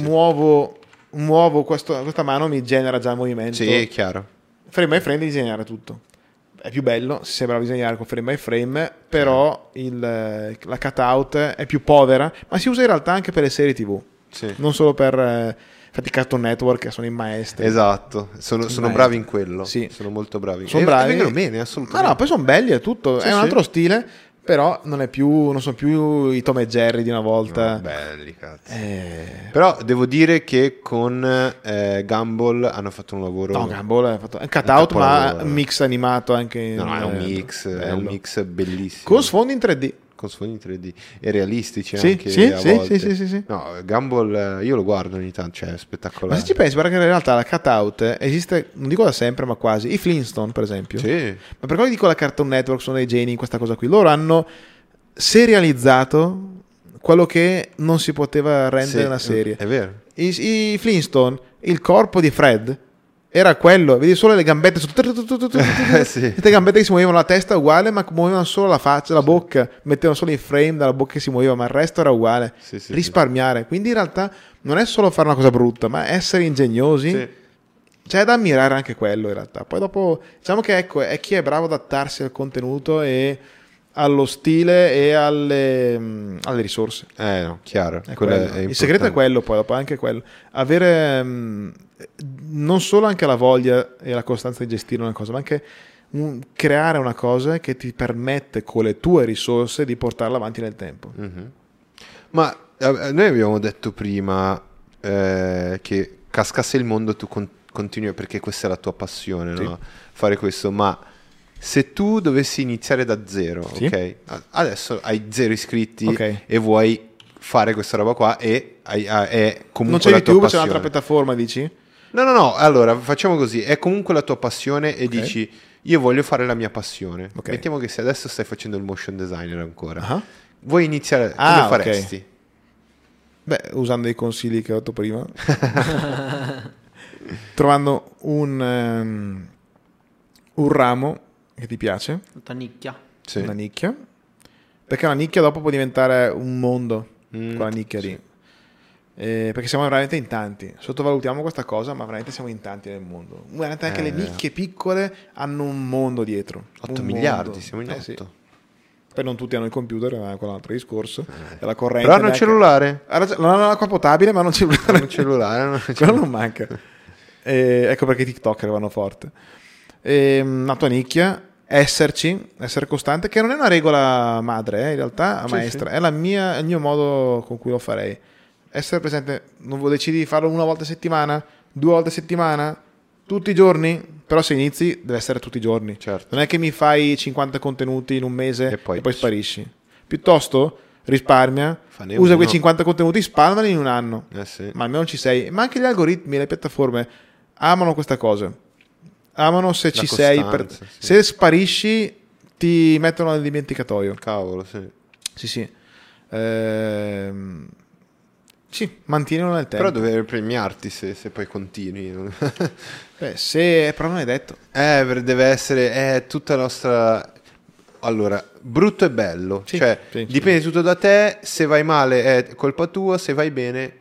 muovo questa mano, mi genera già il movimento. Sì, è chiaro. Frame by frame di disegnare tutto. È più bello se sei bravo a disegnare con frame by frame, però la cutout è più povera, ma si usa in realtà anche per le serie TV. Non solo per infatti Cartoon Network, che sono i maestri. Esatto, sono bravi in quello. Sì. Sono molto bravi. Sono bravi. Vengono bene, assolutamente. No, poi sono belli, è tutto. È un altro stile. Però non sono più i Tom e Jerry di una volta. No, belli, cazzo. Però devo dire che con Gumball hanno fatto un lavoro. No, Gumball ha fatto un cutout, ma un mix animato anche. No, è un mix bellissimo. Con sfondi in 3D. Con sfondi in 3D e realistici anche a volte. Sì. No, Gumball io lo guardo ogni tanto, cioè è spettacolare. Ma se ci pensi, guarda che in realtà la cutout esiste, non dico da sempre, ma quasi. I Flintstone, per esempio. Sì. Ma per quello che dico la Cartoon Network sono dei geni in questa cosa qui. Loro hanno serializzato quello che non si poteva rendere una serie. È vero. I Flintstone, il corpo di Fred era quello, vedi solo le gambette queste gambette che si muovevano, la testa uguale, ma muovevano solo la faccia, la bocca, mettevano solo in frame dalla bocca che si muoveva, ma il resto era uguale. Risparmiare. Quindi in realtà non è solo fare una cosa brutta, ma essere ingegnosi. C'è da ammirare anche quello in realtà. Poi dopo diciamo che ecco, è chi è bravo ad adattarsi al contenuto e allo stile e alle risorse. No, chiaro. Il segreto è quello, poi dopo anche quello. Avere non solo anche la voglia e la costanza di gestire una cosa, ma anche creare una cosa che ti permette con le tue risorse di portarla avanti nel tempo. Mm-hmm. Ma noi abbiamo detto prima che cascasse il mondo tu continui perché questa è la tua passione, no? Fare questo, ma se tu dovessi iniziare da zero, ok? Adesso hai 0 iscritti e vuoi fare questa roba qua e è comunque non c'è la YouTube, tua passione. c'è un'altra piattaforma, dici? No, allora facciamo così, è comunque la tua passione e dici io voglio fare la mia passione. Mettiamo che se adesso stai facendo il motion designer ancora, vuoi iniziare, come faresti? Beh, usando i consigli che ho detto prima, trovando un ramo che ti piace, una nicchia, una nicchia, perché una nicchia dopo può diventare un mondo con la nicchia lì. Perché siamo veramente in tanti, sottovalutiamo questa cosa, ma veramente siamo in tanti nel mondo. Veramente anche le nicchie piccole hanno un mondo dietro. 8 miliardi, siamo in 8. Poi non tutti hanno il computer, ma quello è un altro discorso. La corrente, però hanno il cellulare. Non hanno l'acqua potabile, ma non il cellulare. Quello non manca. Ecco perché i TikToker vanno forte. La tua nicchia essere costante, che non è una regola madre, in realtà, maestra, è il mio modo con cui lo farei. Essere presente, non decidi di farlo una volta a settimana, 2 volte a settimana, tutti i giorni, però se inizi deve essere tutti i giorni. Certo. Non è che mi fai 50 contenuti in un mese e poi sparisci. Piuttosto risparmia, usa quei 50 contenuti, spalmali in un anno, sì. ma almeno ci sei. Ma anche gli algoritmi, le piattaforme amano questa cosa, amano se ci sei, se sparisci ti mettono nel dimenticatoio. Cavolo, sì. Sì, mantienilo nel tempo. Però dovrei premiarti se poi continui. Però non è detto. Deve essere tutta la nostra... Allora, brutto e bello. Dipende tutto da te. Se vai male è colpa tua, se vai bene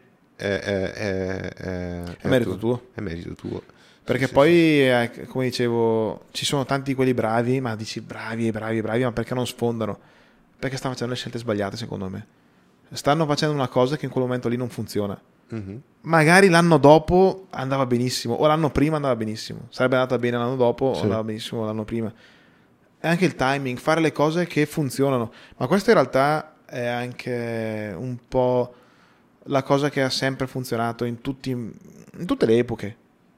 è merito tuo. È merito tuo. Perché poi, come dicevo, ci sono tanti quelli bravi, ma dici bravi, ma perché non sfondano? Perché stanno facendo le scelte sbagliate, secondo me. Stanno facendo una cosa che in quel momento lì non funziona. Mm-hmm. Magari l'anno dopo andava benissimo, o l'anno prima andava benissimo. Sarebbe andata bene l'anno dopo, o andava benissimo l'anno prima. È anche il timing, fare le cose che funzionano. Ma questo in realtà è anche un po' la cosa che ha sempre funzionato in tutte le epoche.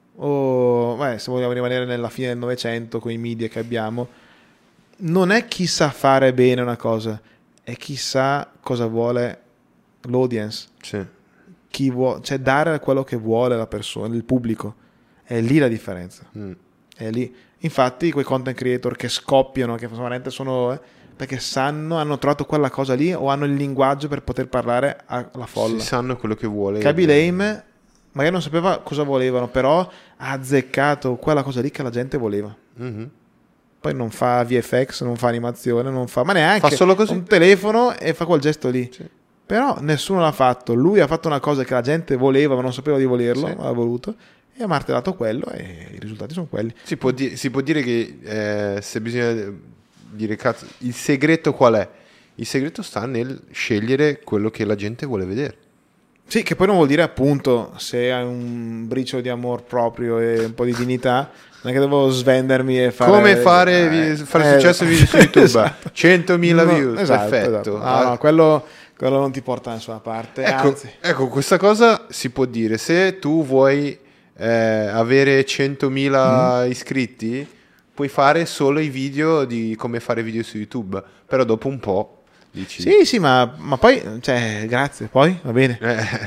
Se vogliamo rimanere nella fine del Novecento con i media che abbiamo, non è chi sa fare bene una cosa, è chi sa cosa vuole l'audience, chi vuole, cioè dare quello che vuole la persona, il pubblico. È lì la differenza. È lì. Infatti quei content creator che scoppiano, che veramente sono perché hanno trovato quella cosa lì, o hanno il linguaggio per poter parlare alla folla. Sanno quello che vuole. Kaby Lame magari non sapeva cosa volevano, però ha azzeccato quella cosa lì che la gente voleva. Mm-hmm. Poi non fa VFX, non fa animazione, ma neanche fa solo così. Un telefono e fa quel gesto lì. Però nessuno l'ha fatto. Lui ha fatto una cosa che la gente voleva, ma non sapeva di volerlo, ma l'ha voluto, e ha martellato quello, e i risultati sono quelli. Si può dire che se bisogna dire cazzo, il segreto qual è? Il segreto sta nel scegliere quello che la gente vuole vedere. Sì, che poi non vuol dire, appunto, se hai un briciolo di amor proprio e un po' di dignità, non è che devo svendermi e fare... Come fare successo video su YouTube? Esatto. 100.000 views, perfetto. No, quello non ti porta da nessuna parte. Ecco, questa cosa si può dire. Se tu vuoi avere 100.000 iscritti, puoi fare solo i video di come fare video su YouTube, però dopo un po' dici... Sì, ma poi, grazie, poi va bene.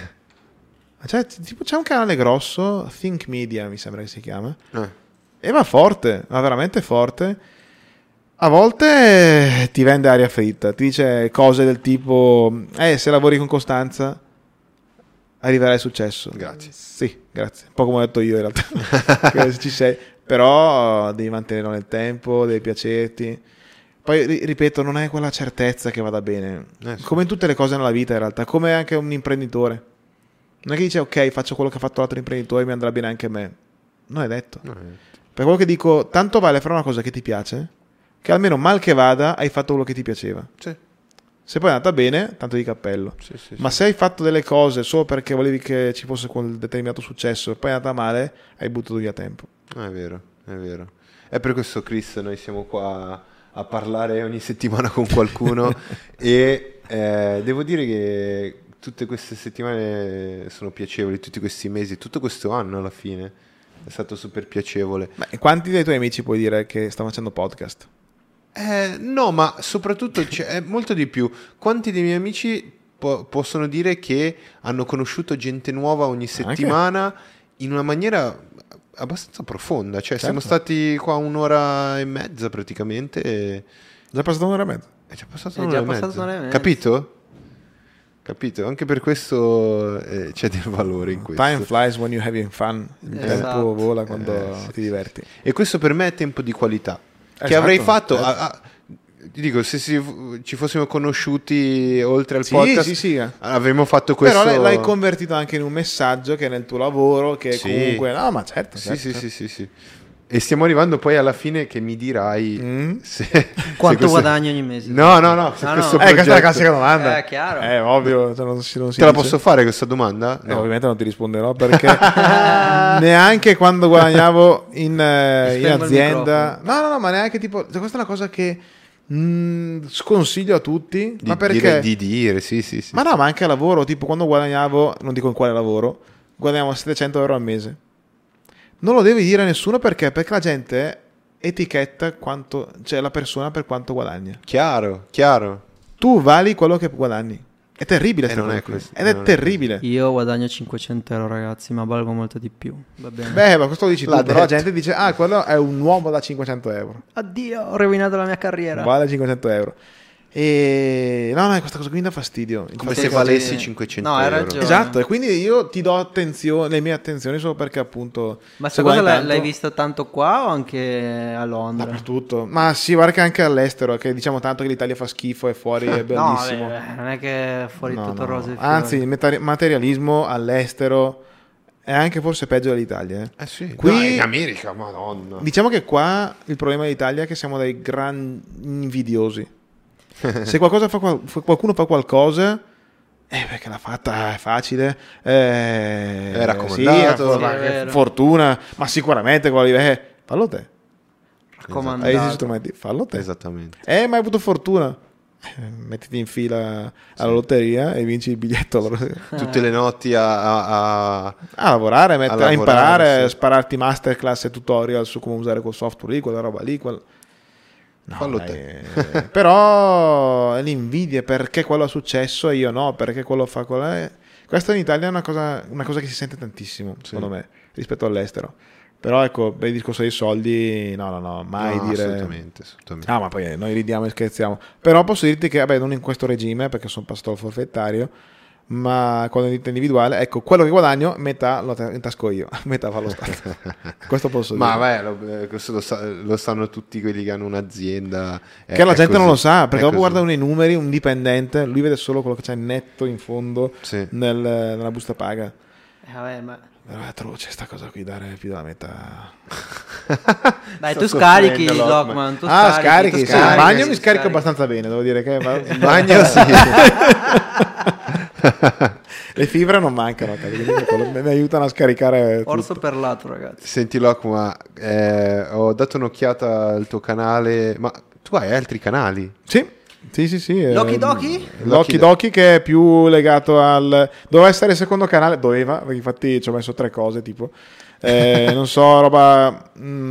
Tipo, c'è un canale grosso, Think Media mi sembra che si chiama, e va forte, va veramente forte. A volte ti vende aria fritta, ti dice cose del tipo se lavori con costanza arriverai al successo. Grazie. Sì, grazie. Un po' come ho detto io in realtà. Che ci sei. Però devi mantenerlo nel tempo, devi piacerti. Poi ripeto, non è quella certezza che vada bene. Come in tutte le cose nella vita in realtà, come anche un imprenditore. Non è che dice ok, faccio quello che ha fatto l'altro imprenditore, mi andrà bene anche a me. Non è detto. Per quello che dico, tanto vale fare una cosa che ti piace, che almeno mal che vada hai fatto quello che ti piaceva. Sì. Se poi è andata bene, tanto di cappello. Ma se hai fatto delle cose solo perché volevi che ci fosse quel determinato successo e poi è andata male, hai buttato via tempo. È vero. È per questo, Chris, noi siamo qua a parlare ogni settimana con qualcuno e devo dire che tutte queste settimane sono piacevoli, tutti questi mesi, tutto questo anno alla fine è stato super piacevole. Ma quanti dei tuoi amici puoi dire che stanno facendo podcast? No, ma soprattutto è molto di più. Quanti dei miei amici possono dire che hanno conosciuto gente nuova ogni settimana in una maniera abbastanza profonda? Siamo stati qua 1 ora e mezza praticamente. Già passato 1 ora e mezza. È già passato 1 ora e mezza. Capito? Anche per questo c'è del valore in questo. Time flies when you're having fun. Il tempo vola quando ti diverti. E questo per me è tempo di qualità. Che avrei fatto... ti dico, se ci fossimo conosciuti oltre al podcast, avremmo fatto questo. Però l'hai convertito anche in un messaggio che è nel tuo lavoro, che comunque... No, ma certo. Sì. E stiamo arrivando poi alla fine che mi dirai quanto guadagni ogni mese. No. Questa è la classica domanda. Chiaro. Ovvio. Cioè non si Te la dice. posso fare questa domanda? No. Ovviamente non ti risponderò perché neanche quando guadagnavo in azienda. No, ma neanche tipo. Questa è una cosa che sconsiglio a tutti. Ma perché? Di dire, sì. Ma no, ma anche a lavoro. Tipo quando guadagnavo, non dico in quale lavoro, guadagnavo 700 euro al mese. Non lo devi dire a nessuno perché la gente etichetta quanto, cioè la persona per quanto guadagna. Chiaro. Tu vali quello che guadagni. È terribile non è questo, ed è terribile. Io guadagno 500 euro, ragazzi, ma valgo molto di più. Va bene. Beh, ma questo lo dici tu, però la gente dice quello è un uomo da 500 euro. Addio, ho rovinato la mia carriera. Vale 500 euro. E no, questa cosa qui mi dà fastidio. Come se valessi 500 euro. Hai ragione. Esatto, e quindi io ti do le mie attenzioni solo perché appunto. Ma questa cosa l'hai vista tanto qua o anche a Londra? Dappertutto. Ma sì, guarda che anche all'estero, che diciamo tanto che l'Italia fa schifo e fuori è bellissimo. No, non è che è fuori tutto rose e fiori. Anzi, il materialismo all'estero è anche forse peggio dell'Italia. Sì. Qui, in America, madonna. Diciamo che qua il problema dell'Italia è che siamo dei gran invidiosi. Se qualcuno fa qualcosa, perché l'ha fatta, è facile, è raccomandato, fortuna, ma sicuramente fallo te. Raccomandato. Fallo te. Esattamente. Ma hai avuto fortuna. Mettiti in fila alla lotteria e vinci il biglietto. Tutte le notti a lavorare, a imparare, a spararti masterclass e tutorial su come usare quel software lì, quella roba lì. Fallo te. Però l'invidia perché quello è successo e io no, perché quello fa quello. Questa in Italia è una cosa che si sente tantissimo, secondo me, rispetto all'estero. Però ecco, per il discorso dei soldi, no, mai dire. Assolutamente. Ma poi noi ridiamo e scherziamo. Però posso dirti che, non in questo regime, perché sono passato al forfettario, ma quando è individuale, ecco, quello che guadagno metà lo intasco io, metà fa lo Stato. Questo posso dire. Ma questo lo sanno tutti quelli che hanno un'azienda, che la gente così. Non lo sa, perché dopo così. Guardano i numeri, un dipendente, lui vede solo quello che c'è netto in fondo nella busta paga. Però è atroce sta cosa qui, dare più della metà. Dai, tu scarichi Lockman. Scarichi. Sì, il bagno mi scarico abbastanza bene, devo dire che il bagno sì. Le fibre non mancano, mi aiutano a scaricare orso tutto. Per lato, ragazzi. Senti Lockman, ho dato un'occhiata al tuo canale, ma tu hai altri canali? Sì. Loki Doki? Loki Doki, che è più legato al. Doveva essere il secondo canale, perché infatti ci ho messo 3 cose tipo non so, roba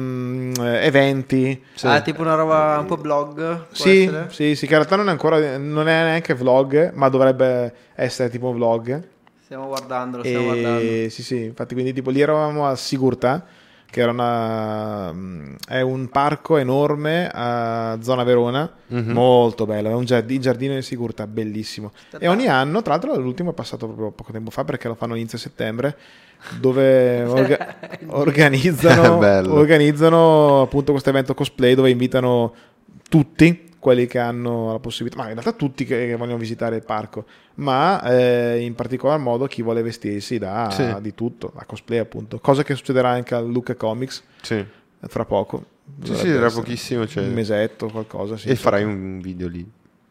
eventi, tipo una roba un po' blog. Sì, che in realtà non è neanche vlog, ma dovrebbe essere tipo vlog. Stiamo guardando. Sì, infatti, quindi tipo lì eravamo a Sigurtà, che era è un parco enorme a zona Verona, molto bello, è un giardino di Sigurtà bellissimo. E ogni anno, tra l'altro l'ultimo è passato proprio poco tempo fa, perché lo fanno inizio settembre, dove organizzano appunto questo evento cosplay dove invitano tutti quelli che hanno la possibilità, ma in realtà tutti che vogliono visitare il parco, ma in particolar modo chi vuole vestirsi di tutto, da cosplay appunto, cosa che succederà anche al Luca Comics fra poco. Sì, tra pochissimo, un mesetto, qualcosa. E farai un video lì?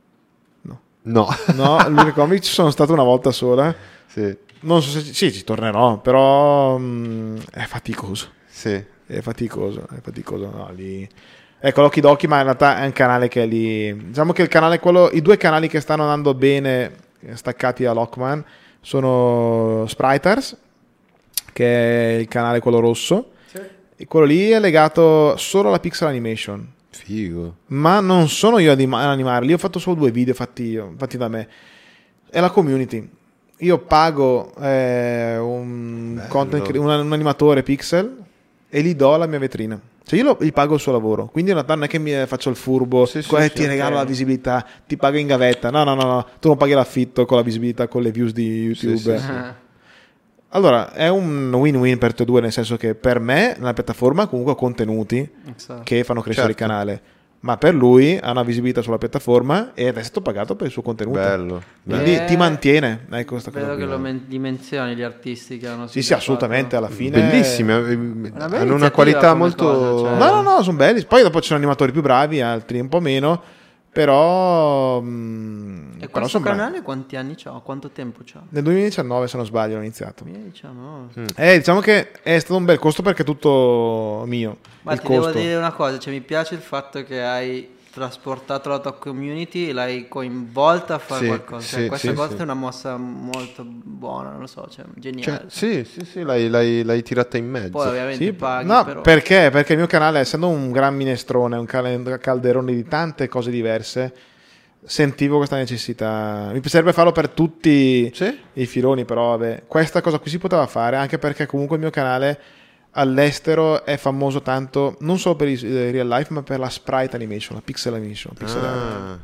No, al Luca Comics sono stato una volta sola. Sì. Non so se ci tornerò, però è faticoso. Sì. È faticoso, no, lì. Ecco, Loki Doki, ma in realtà è un canale che è lì. Diciamo che il canale, i 2 canali che stanno andando bene, staccati da Lockman, sono Spriters, che è il canale quello rosso, e quello lì è legato solo alla pixel animation. Figo. Ma non sono io ad animarli, ho fatto solo 2 video fatti da me. È la community. Io pago un animatore pixel e gli do la mia vetrina. Cioè io gli pago il suo lavoro, quindi in realtà non è che mi faccio il furbo, ti regalo la visibilità, ti pago in gavetta. No, tu non paghi l'affitto con la visibilità, con le views di YouTube. Sì. Allora è un win-win per tutti e due, nel senso che per me la piattaforma comunque ha contenuti che fanno crescere il canale, ma per lui ha una visibilità sulla piattaforma ed è stato pagato per il suo contenuto. Bello. Quindi ti mantiene. Ecco questa cosa. Vedo che lo dimensioni gli artisti che hanno. Sì, assolutamente. Alla fine bellissimi, hanno una qualità molto cosa, cioè... no, sono belli. Poi dopo ci sono animatori più bravi, altri un po' meno. Però e questo canale quanti anni c'ha? Quanto tempo c'ha? Nel 2019, se non sbaglio, ho iniziato. 2019. Diciamo che è stato un bel costo perché è tutto mio. Ma il ti costo. devo dire una cosa, cioè mi piace il fatto che hai trasportato la tua community e l'hai coinvolta a fare qualcosa. Cioè, questa cosa è una mossa molto buona, non lo so, cioè geniale. Sì, l'hai tirata in mezzo. Poi ovviamente paghi, no, però. Perché? Perché il mio canale, essendo un gran minestrone, un calderone di tante cose diverse, sentivo questa necessità. Mi piacerebbe farlo per tutti i filoni, però vabbè, questa cosa qui si poteva fare, anche perché comunque il mio canale all'estero è famoso tanto non solo per il real life, ma per la sprite animation, la pixel animation, pixel art.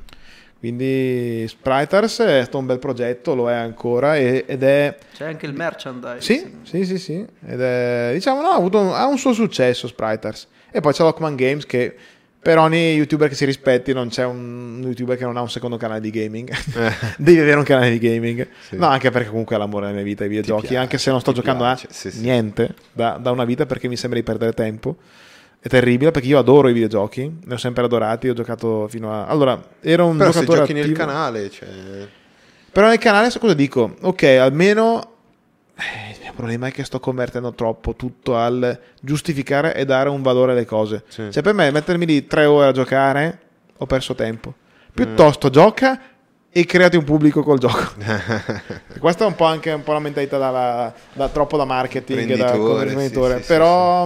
Quindi Spriters è stato un bel progetto, lo è ancora, ed è... C'è anche il merchandise. Sì. Ed è, diciamo, ha un suo successo Spriters. E poi c'è Lockman Games, che per ogni youtuber che si rispetti non c'è un youtuber che non ha un secondo canale di gaming. Devi avere un canale di gaming. Sì. No, anche perché comunque è l'amore della mia vita, i videogiochi, anche se non sto giocando a niente da una vita, perché mi sembra di perdere tempo. È terribile, perché io adoro i videogiochi, ne ho sempre adorati, ho giocato fino a... Allora, ero un giocatore se giochi attivo. nel canale, cioè... Però nel canale, cosa dico? Ok, almeno... il mio problema è che sto convertendo troppo tutto al giustificare e dare un valore alle cose. Sì. Cioè, per me, mettermi lì 3 ore a giocare, ho perso tempo. Piuttosto gioca e creati un pubblico col gioco. Questa è un po' anche la mentalità troppo da marketing, da imprenditore. Però...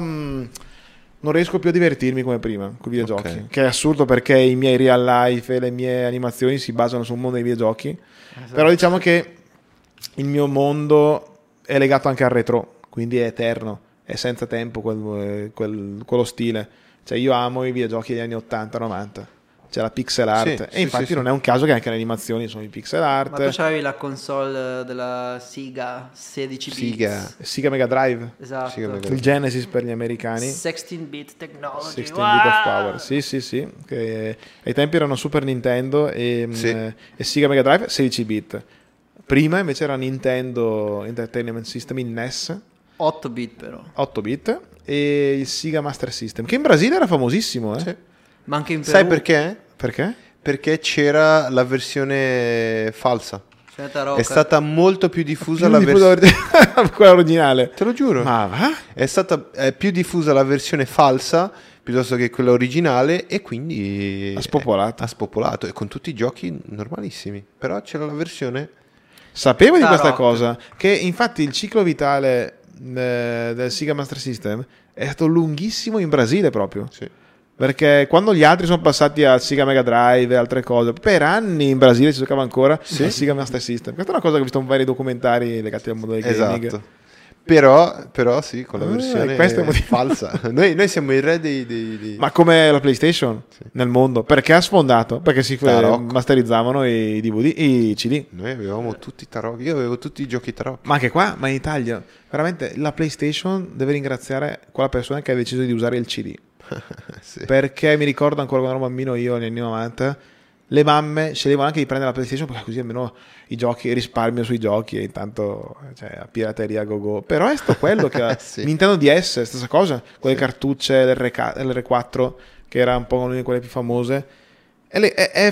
non riesco più a divertirmi come prima con i videogiochi, che è assurdo perché i miei real life e le mie animazioni si basano sul mondo dei videogiochi. Esatto. Però diciamo che il mio mondo è legato anche al retro, quindi è eterno, è senza tempo quello stile. Cioè io amo i videogiochi degli anni 80-90. C'è la pixel art e infatti non è un caso che anche le animazioni sono in pixel art. Ma tu c'avevi la console della Sega 16-bit Sega Mega Drive, esatto. Il Genesis per gli americani, 16-bit technology, 16 bit of power, sì, che ai tempi erano Super Nintendo e Sega Mega Drive 16 bit. Prima invece era Nintendo Entertainment System in NES 8 bit però 8 bit e il Sega Master System, che in Brasile era famosissimo, ma anche in Perù. Sai perché? Perché? Perché c'era la versione falsa. È stata molto più diffusa quella originale. Te lo giuro. Ma va? È stata più diffusa la versione falsa piuttosto che quella originale e quindi ha spopolato e con tutti i giochi normalissimi. Però c'era la versione. Sapevo di questa cosa, che infatti il ciclo vitale del Sega Master System è stato lunghissimo in Brasile proprio. Sì. Perché quando gli altri sono passati al Sega Mega Drive e altre cose, per anni in Brasile si giocava ancora al Sega Master System. Questa è una cosa che ho visto in vari documentari legati al mondo del gaming. Esatto. Però sì, con la versione è falsa. Noi siamo i re dei... Ma come la PlayStation nel mondo. Perché ha sfondato? Perché si masterizzavano i DVD, i CD. Noi avevamo tutti i tarocchi. Io avevo tutti i giochi tarocchi. Ma anche qua, ma in Italia, veramente la PlayStation deve ringraziare quella persona che ha deciso di usare il CD. Perché mi ricordo ancora quando ero bambino io negli anni 90 le mamme sceglievano anche di prendere la PlayStation perché così almeno i giochi, risparmio sui giochi e intanto a pirateria go. Però è stato quello che Nintendo DS, stessa cosa con le cartucce l'R4 che era un po' una di quelle più famose e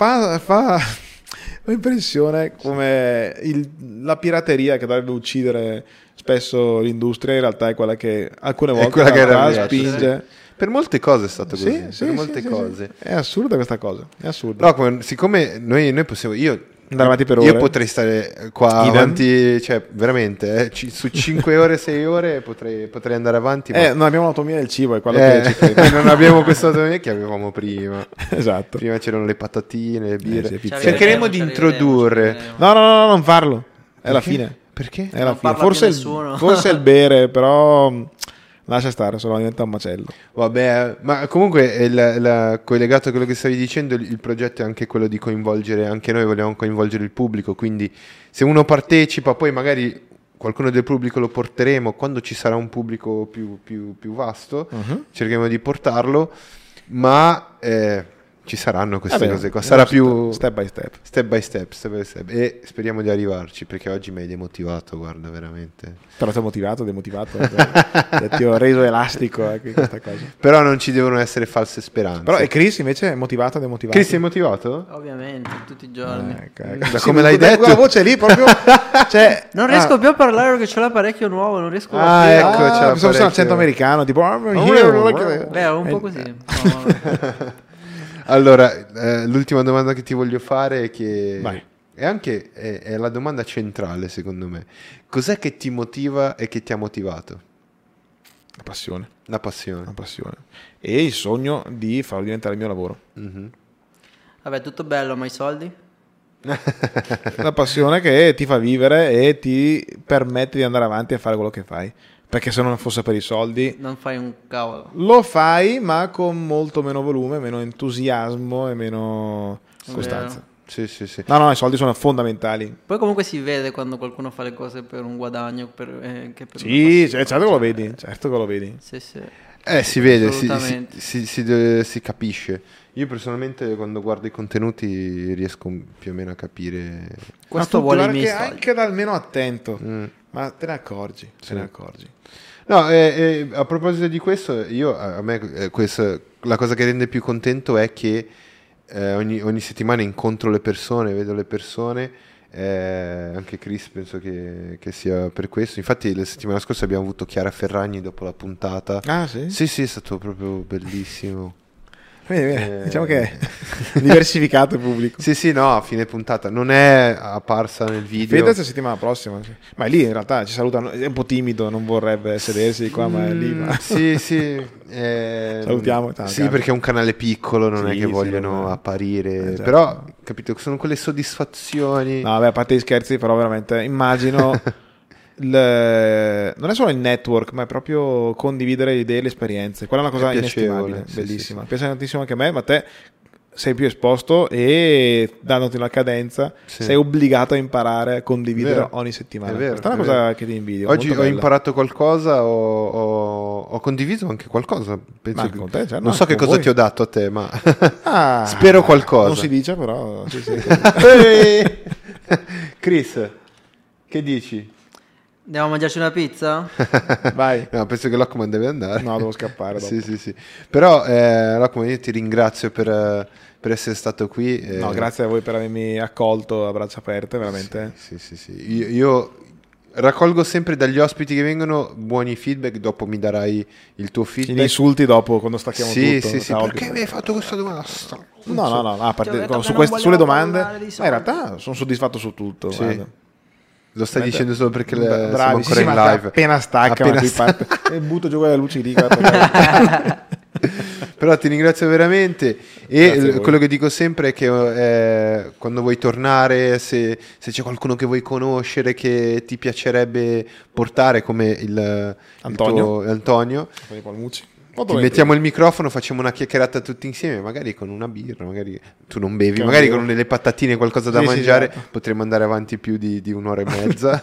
fa impressione come la pirateria che dovrebbe uccidere spesso l'industria in realtà è quella che alcune volte spinge. Per molte cose è stato così. Per molte cose. È assurda questa cosa. È assurda. No, siccome noi possiamo. Io andare avanti per ore. Io potrei stare qua avanti, cioè veramente su 5 ore, 6 ore potrei andare avanti. Ma... non abbiamo l'autonomia del cibo, è quello che ci non abbiamo questa autonomia che avevamo prima. Esatto. Prima c'erano le patatine, le birre. Cercheremo di introdurre. No, non farlo. È la fine. Perché? È la fine. Forse il bere, però. Lascia stare, solo diventa un macello. Vabbè, ma comunque collegato a quello che stavi dicendo, il progetto è anche quello di coinvolgere, anche noi vogliamo coinvolgere il pubblico, quindi se uno partecipa, poi magari qualcuno del pubblico lo porteremo, quando ci sarà un pubblico più vasto, cercheremo di portarlo. ma ci saranno queste cose qua. Sarà più step by step e speriamo di arrivarci, perché oggi mi hai demotivato, guarda, veramente. Però ti ho motivato, demotivato. Ti ho reso elastico questa cosa. Però non ci devono essere false speranze. Però e Chris invece è motivato, demotivato? Chris è motivato? Ovviamente, tutti i giorni. Da come l'hai detto, quella voce lì proprio non riesco più a parlare perché c'ho l'apparecchio nuovo, non riesco a ecco, c'è pensavo sia un accento americano, tipo beh, un po' così. Allora, l'ultima domanda che ti voglio fare è che Vai. è anche è la domanda centrale, secondo me. Cos'è che ti motiva e che ti ha motivato? La passione. La passione. E il sogno di farlo diventare il mio lavoro. Mm-hmm. Vabbè, tutto bello, ma i soldi? La passione che ti fa vivere e ti permette di andare avanti a fare quello che fai. Perché se non fosse per i soldi non fai un cavolo. lo fai, ma con molto meno volume, meno entusiasmo e meno costanza. Sì. No, i soldi sono fondamentali. Poi comunque si vede quando qualcuno fa le cose per un guadagno, che per Sì, certo che lo vedi. Certo che lo vedi. Sì. Si vede, si capisce. Io personalmente quando guardo i contenuti riesco più o meno a capire. Questo vuole i miei soldi. Anche dal meno attento. Ma te ne accorgi. No, a proposito di questo, a me la cosa che rende più contento è che ogni settimana incontro le persone, vedo le persone, anche Chris penso che sia per questo. Infatti la settimana scorsa abbiamo avuto Chiara Ferragni dopo la puntata. Ah sì? Sì, è stato proprio bellissimo. Diciamo che è diversificato il pubblico. Sì, no, a fine puntata non è apparsa nel video. Fedez la settimana prossima, sì. Ma è lì in realtà ci salutano, è un po' timido, non vorrebbe sedersi qua, ma è lì. Ma... Sì. Salutiamo. Sì, perché è un canale piccolo, non è che vogliono apparire. Certo. Però, capito, sono quelle soddisfazioni. No, vabbè, a parte gli scherzi, però veramente immagino... non è solo il network, ma è proprio condividere le idee e le esperienze. Quella è una cosa inestimabile, bellissima. Sì. Piace tantissimo anche a me, ma te sei più esposto e dandoti una cadenza sei obbligato a imparare a condividere ogni settimana. Questa è una cosa che ti invidio. Oggi ho imparato qualcosa, ho condiviso anche qualcosa. Penso che... con te, cioè, non so che cosa ti ho dato a te, ma spero qualcosa. Non si dice, però sì. Chris, che dici? Andiamo a mangiarci una pizza? Vai. No, penso che Lockman deve andare. No, devo scappare dopo. Sì. Però Lockman, io ti ringrazio per essere stato qui. No, grazie a voi per avermi accolto a braccia aperte, veramente. Sì. Io raccolgo sempre dagli ospiti che vengono buoni feedback, dopo mi darai il tuo feedback. Gli insulti dopo, quando stacchiamo tutto. Sì, perché mi hai fatto questa domanda? No, a parte, sulle domande, ma in realtà sono soddisfatto su tutto. Sì. Lo stai dicendo solo perché bravi, siamo ancora in live. Appena stacca e butto giù quelle luci lì. Però ti ringrazio veramente e quello che dico sempre è che quando vuoi tornare, se c'è qualcuno che vuoi conoscere, che ti piacerebbe portare, come Antonio, ti mettiamo il microfono, facciamo una chiacchierata tutti insieme, magari con una birra, magari tu non bevi, magari con delle patatine, qualcosa da mangiare, esatto. Potremmo andare avanti più di un'ora e mezza.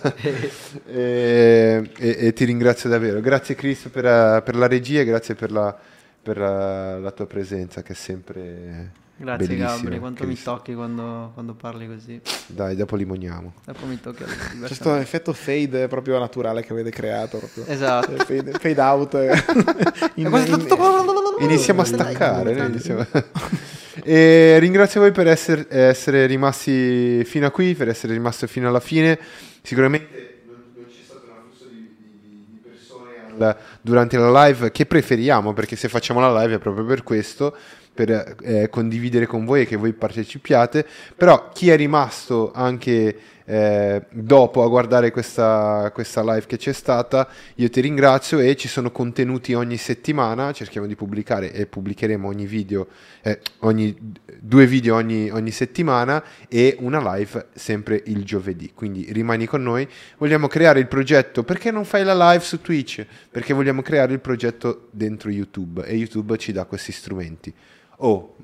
e ti ringrazio davvero. Grazie Chris per la regia, grazie per la tua presenza, che è sempre grazie bellissima. Gabri, quanto Chris. Mi tocchi quando parli così. Dai, dopo limoniamo. Dopo mi tocchi. C'è questo effetto fade proprio naturale che avete creato proprio. Esatto. Fade out. Iniziamo a staccare. E ringrazio voi per essere rimasti fino a qui, per essere rimasti fino alla fine. Sicuramente non c'è stato un afflusso di persone durante la live, che preferiamo, perché se facciamo la live è proprio per questo, per condividere con voi e che voi partecipiate. Però chi è rimasto anche dopo a guardare questa live che c'è stata, io ti ringrazio, e ci sono contenuti ogni settimana, cerchiamo di pubblicare e pubblicheremo ogni video, due video ogni settimana, e una live sempre il giovedì. Quindi rimani con noi, vogliamo creare il progetto. Perché non fai la live su Twitch? Perché vogliamo creare il progetto dentro YouTube, e YouTube ci dà questi strumenti.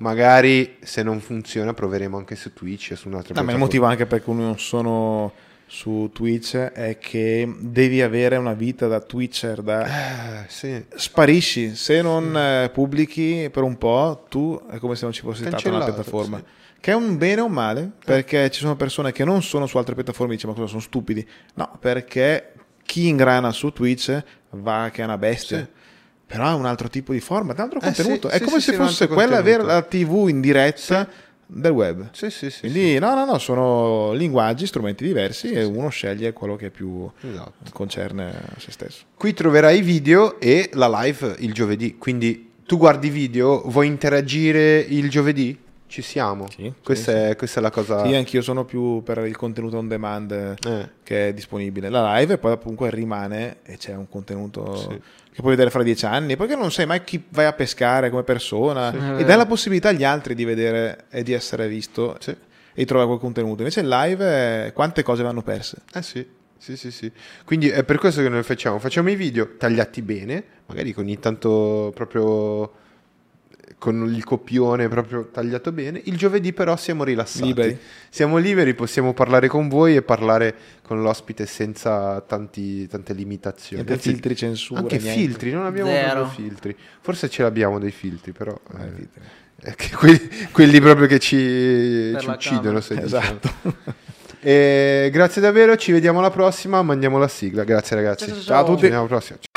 Magari se non funziona proveremo anche su Twitch o su un'altra piattaforma. Ma il motivo anche perché non sono su Twitch è che devi avere una vita da Twitcher, sì. Sparisci, se non pubblichi per un po', tu è come se non ci fosse stata una piattaforma. Sì. Che è un bene o un male, perché ci sono persone che non sono su altre piattaforme e dicono ma cosa, sono stupidi? No, perché chi ingrana su Twitch va che è una bestia. Sì. Però è un altro tipo di format, un altro contenuto. È come se fosse quella vera la TV in diretta del web. Quindi no, sono linguaggi, strumenti diversi e uno sceglie quello che più concerne a se stesso. Qui troverai i video e la live il giovedì, quindi tu guardi video, vuoi interagire il giovedì? Ci siamo. Questa è la cosa. Sì, anch'io sono più per il contenuto on demand che è disponibile. La live poi comunque rimane e c'è un contenuto che puoi vedere fra 10 anni, perché non sai mai chi vai a pescare come persona e dai la possibilità agli altri di vedere e di essere visto e di trovare quel contenuto. Invece il live quante cose vanno perse. Sì. Quindi è per questo che noi facciamo i video tagliati bene, magari ogni tanto proprio con il copione proprio tagliato bene. Il giovedì però siamo rilassati, siamo liberi, possiamo parlare con voi e parlare con l'ospite senza tante limitazioni. Anche filtri, censura, anche filtri, non abbiamo proprio filtri, forse ce l'abbiamo dei filtri, però quelli proprio che ci uccidono, se esatto. Grazie davvero, ci vediamo alla prossima, mandiamo la sigla. Grazie ragazzi, ciao a tutti, ci vediamo alla prossima.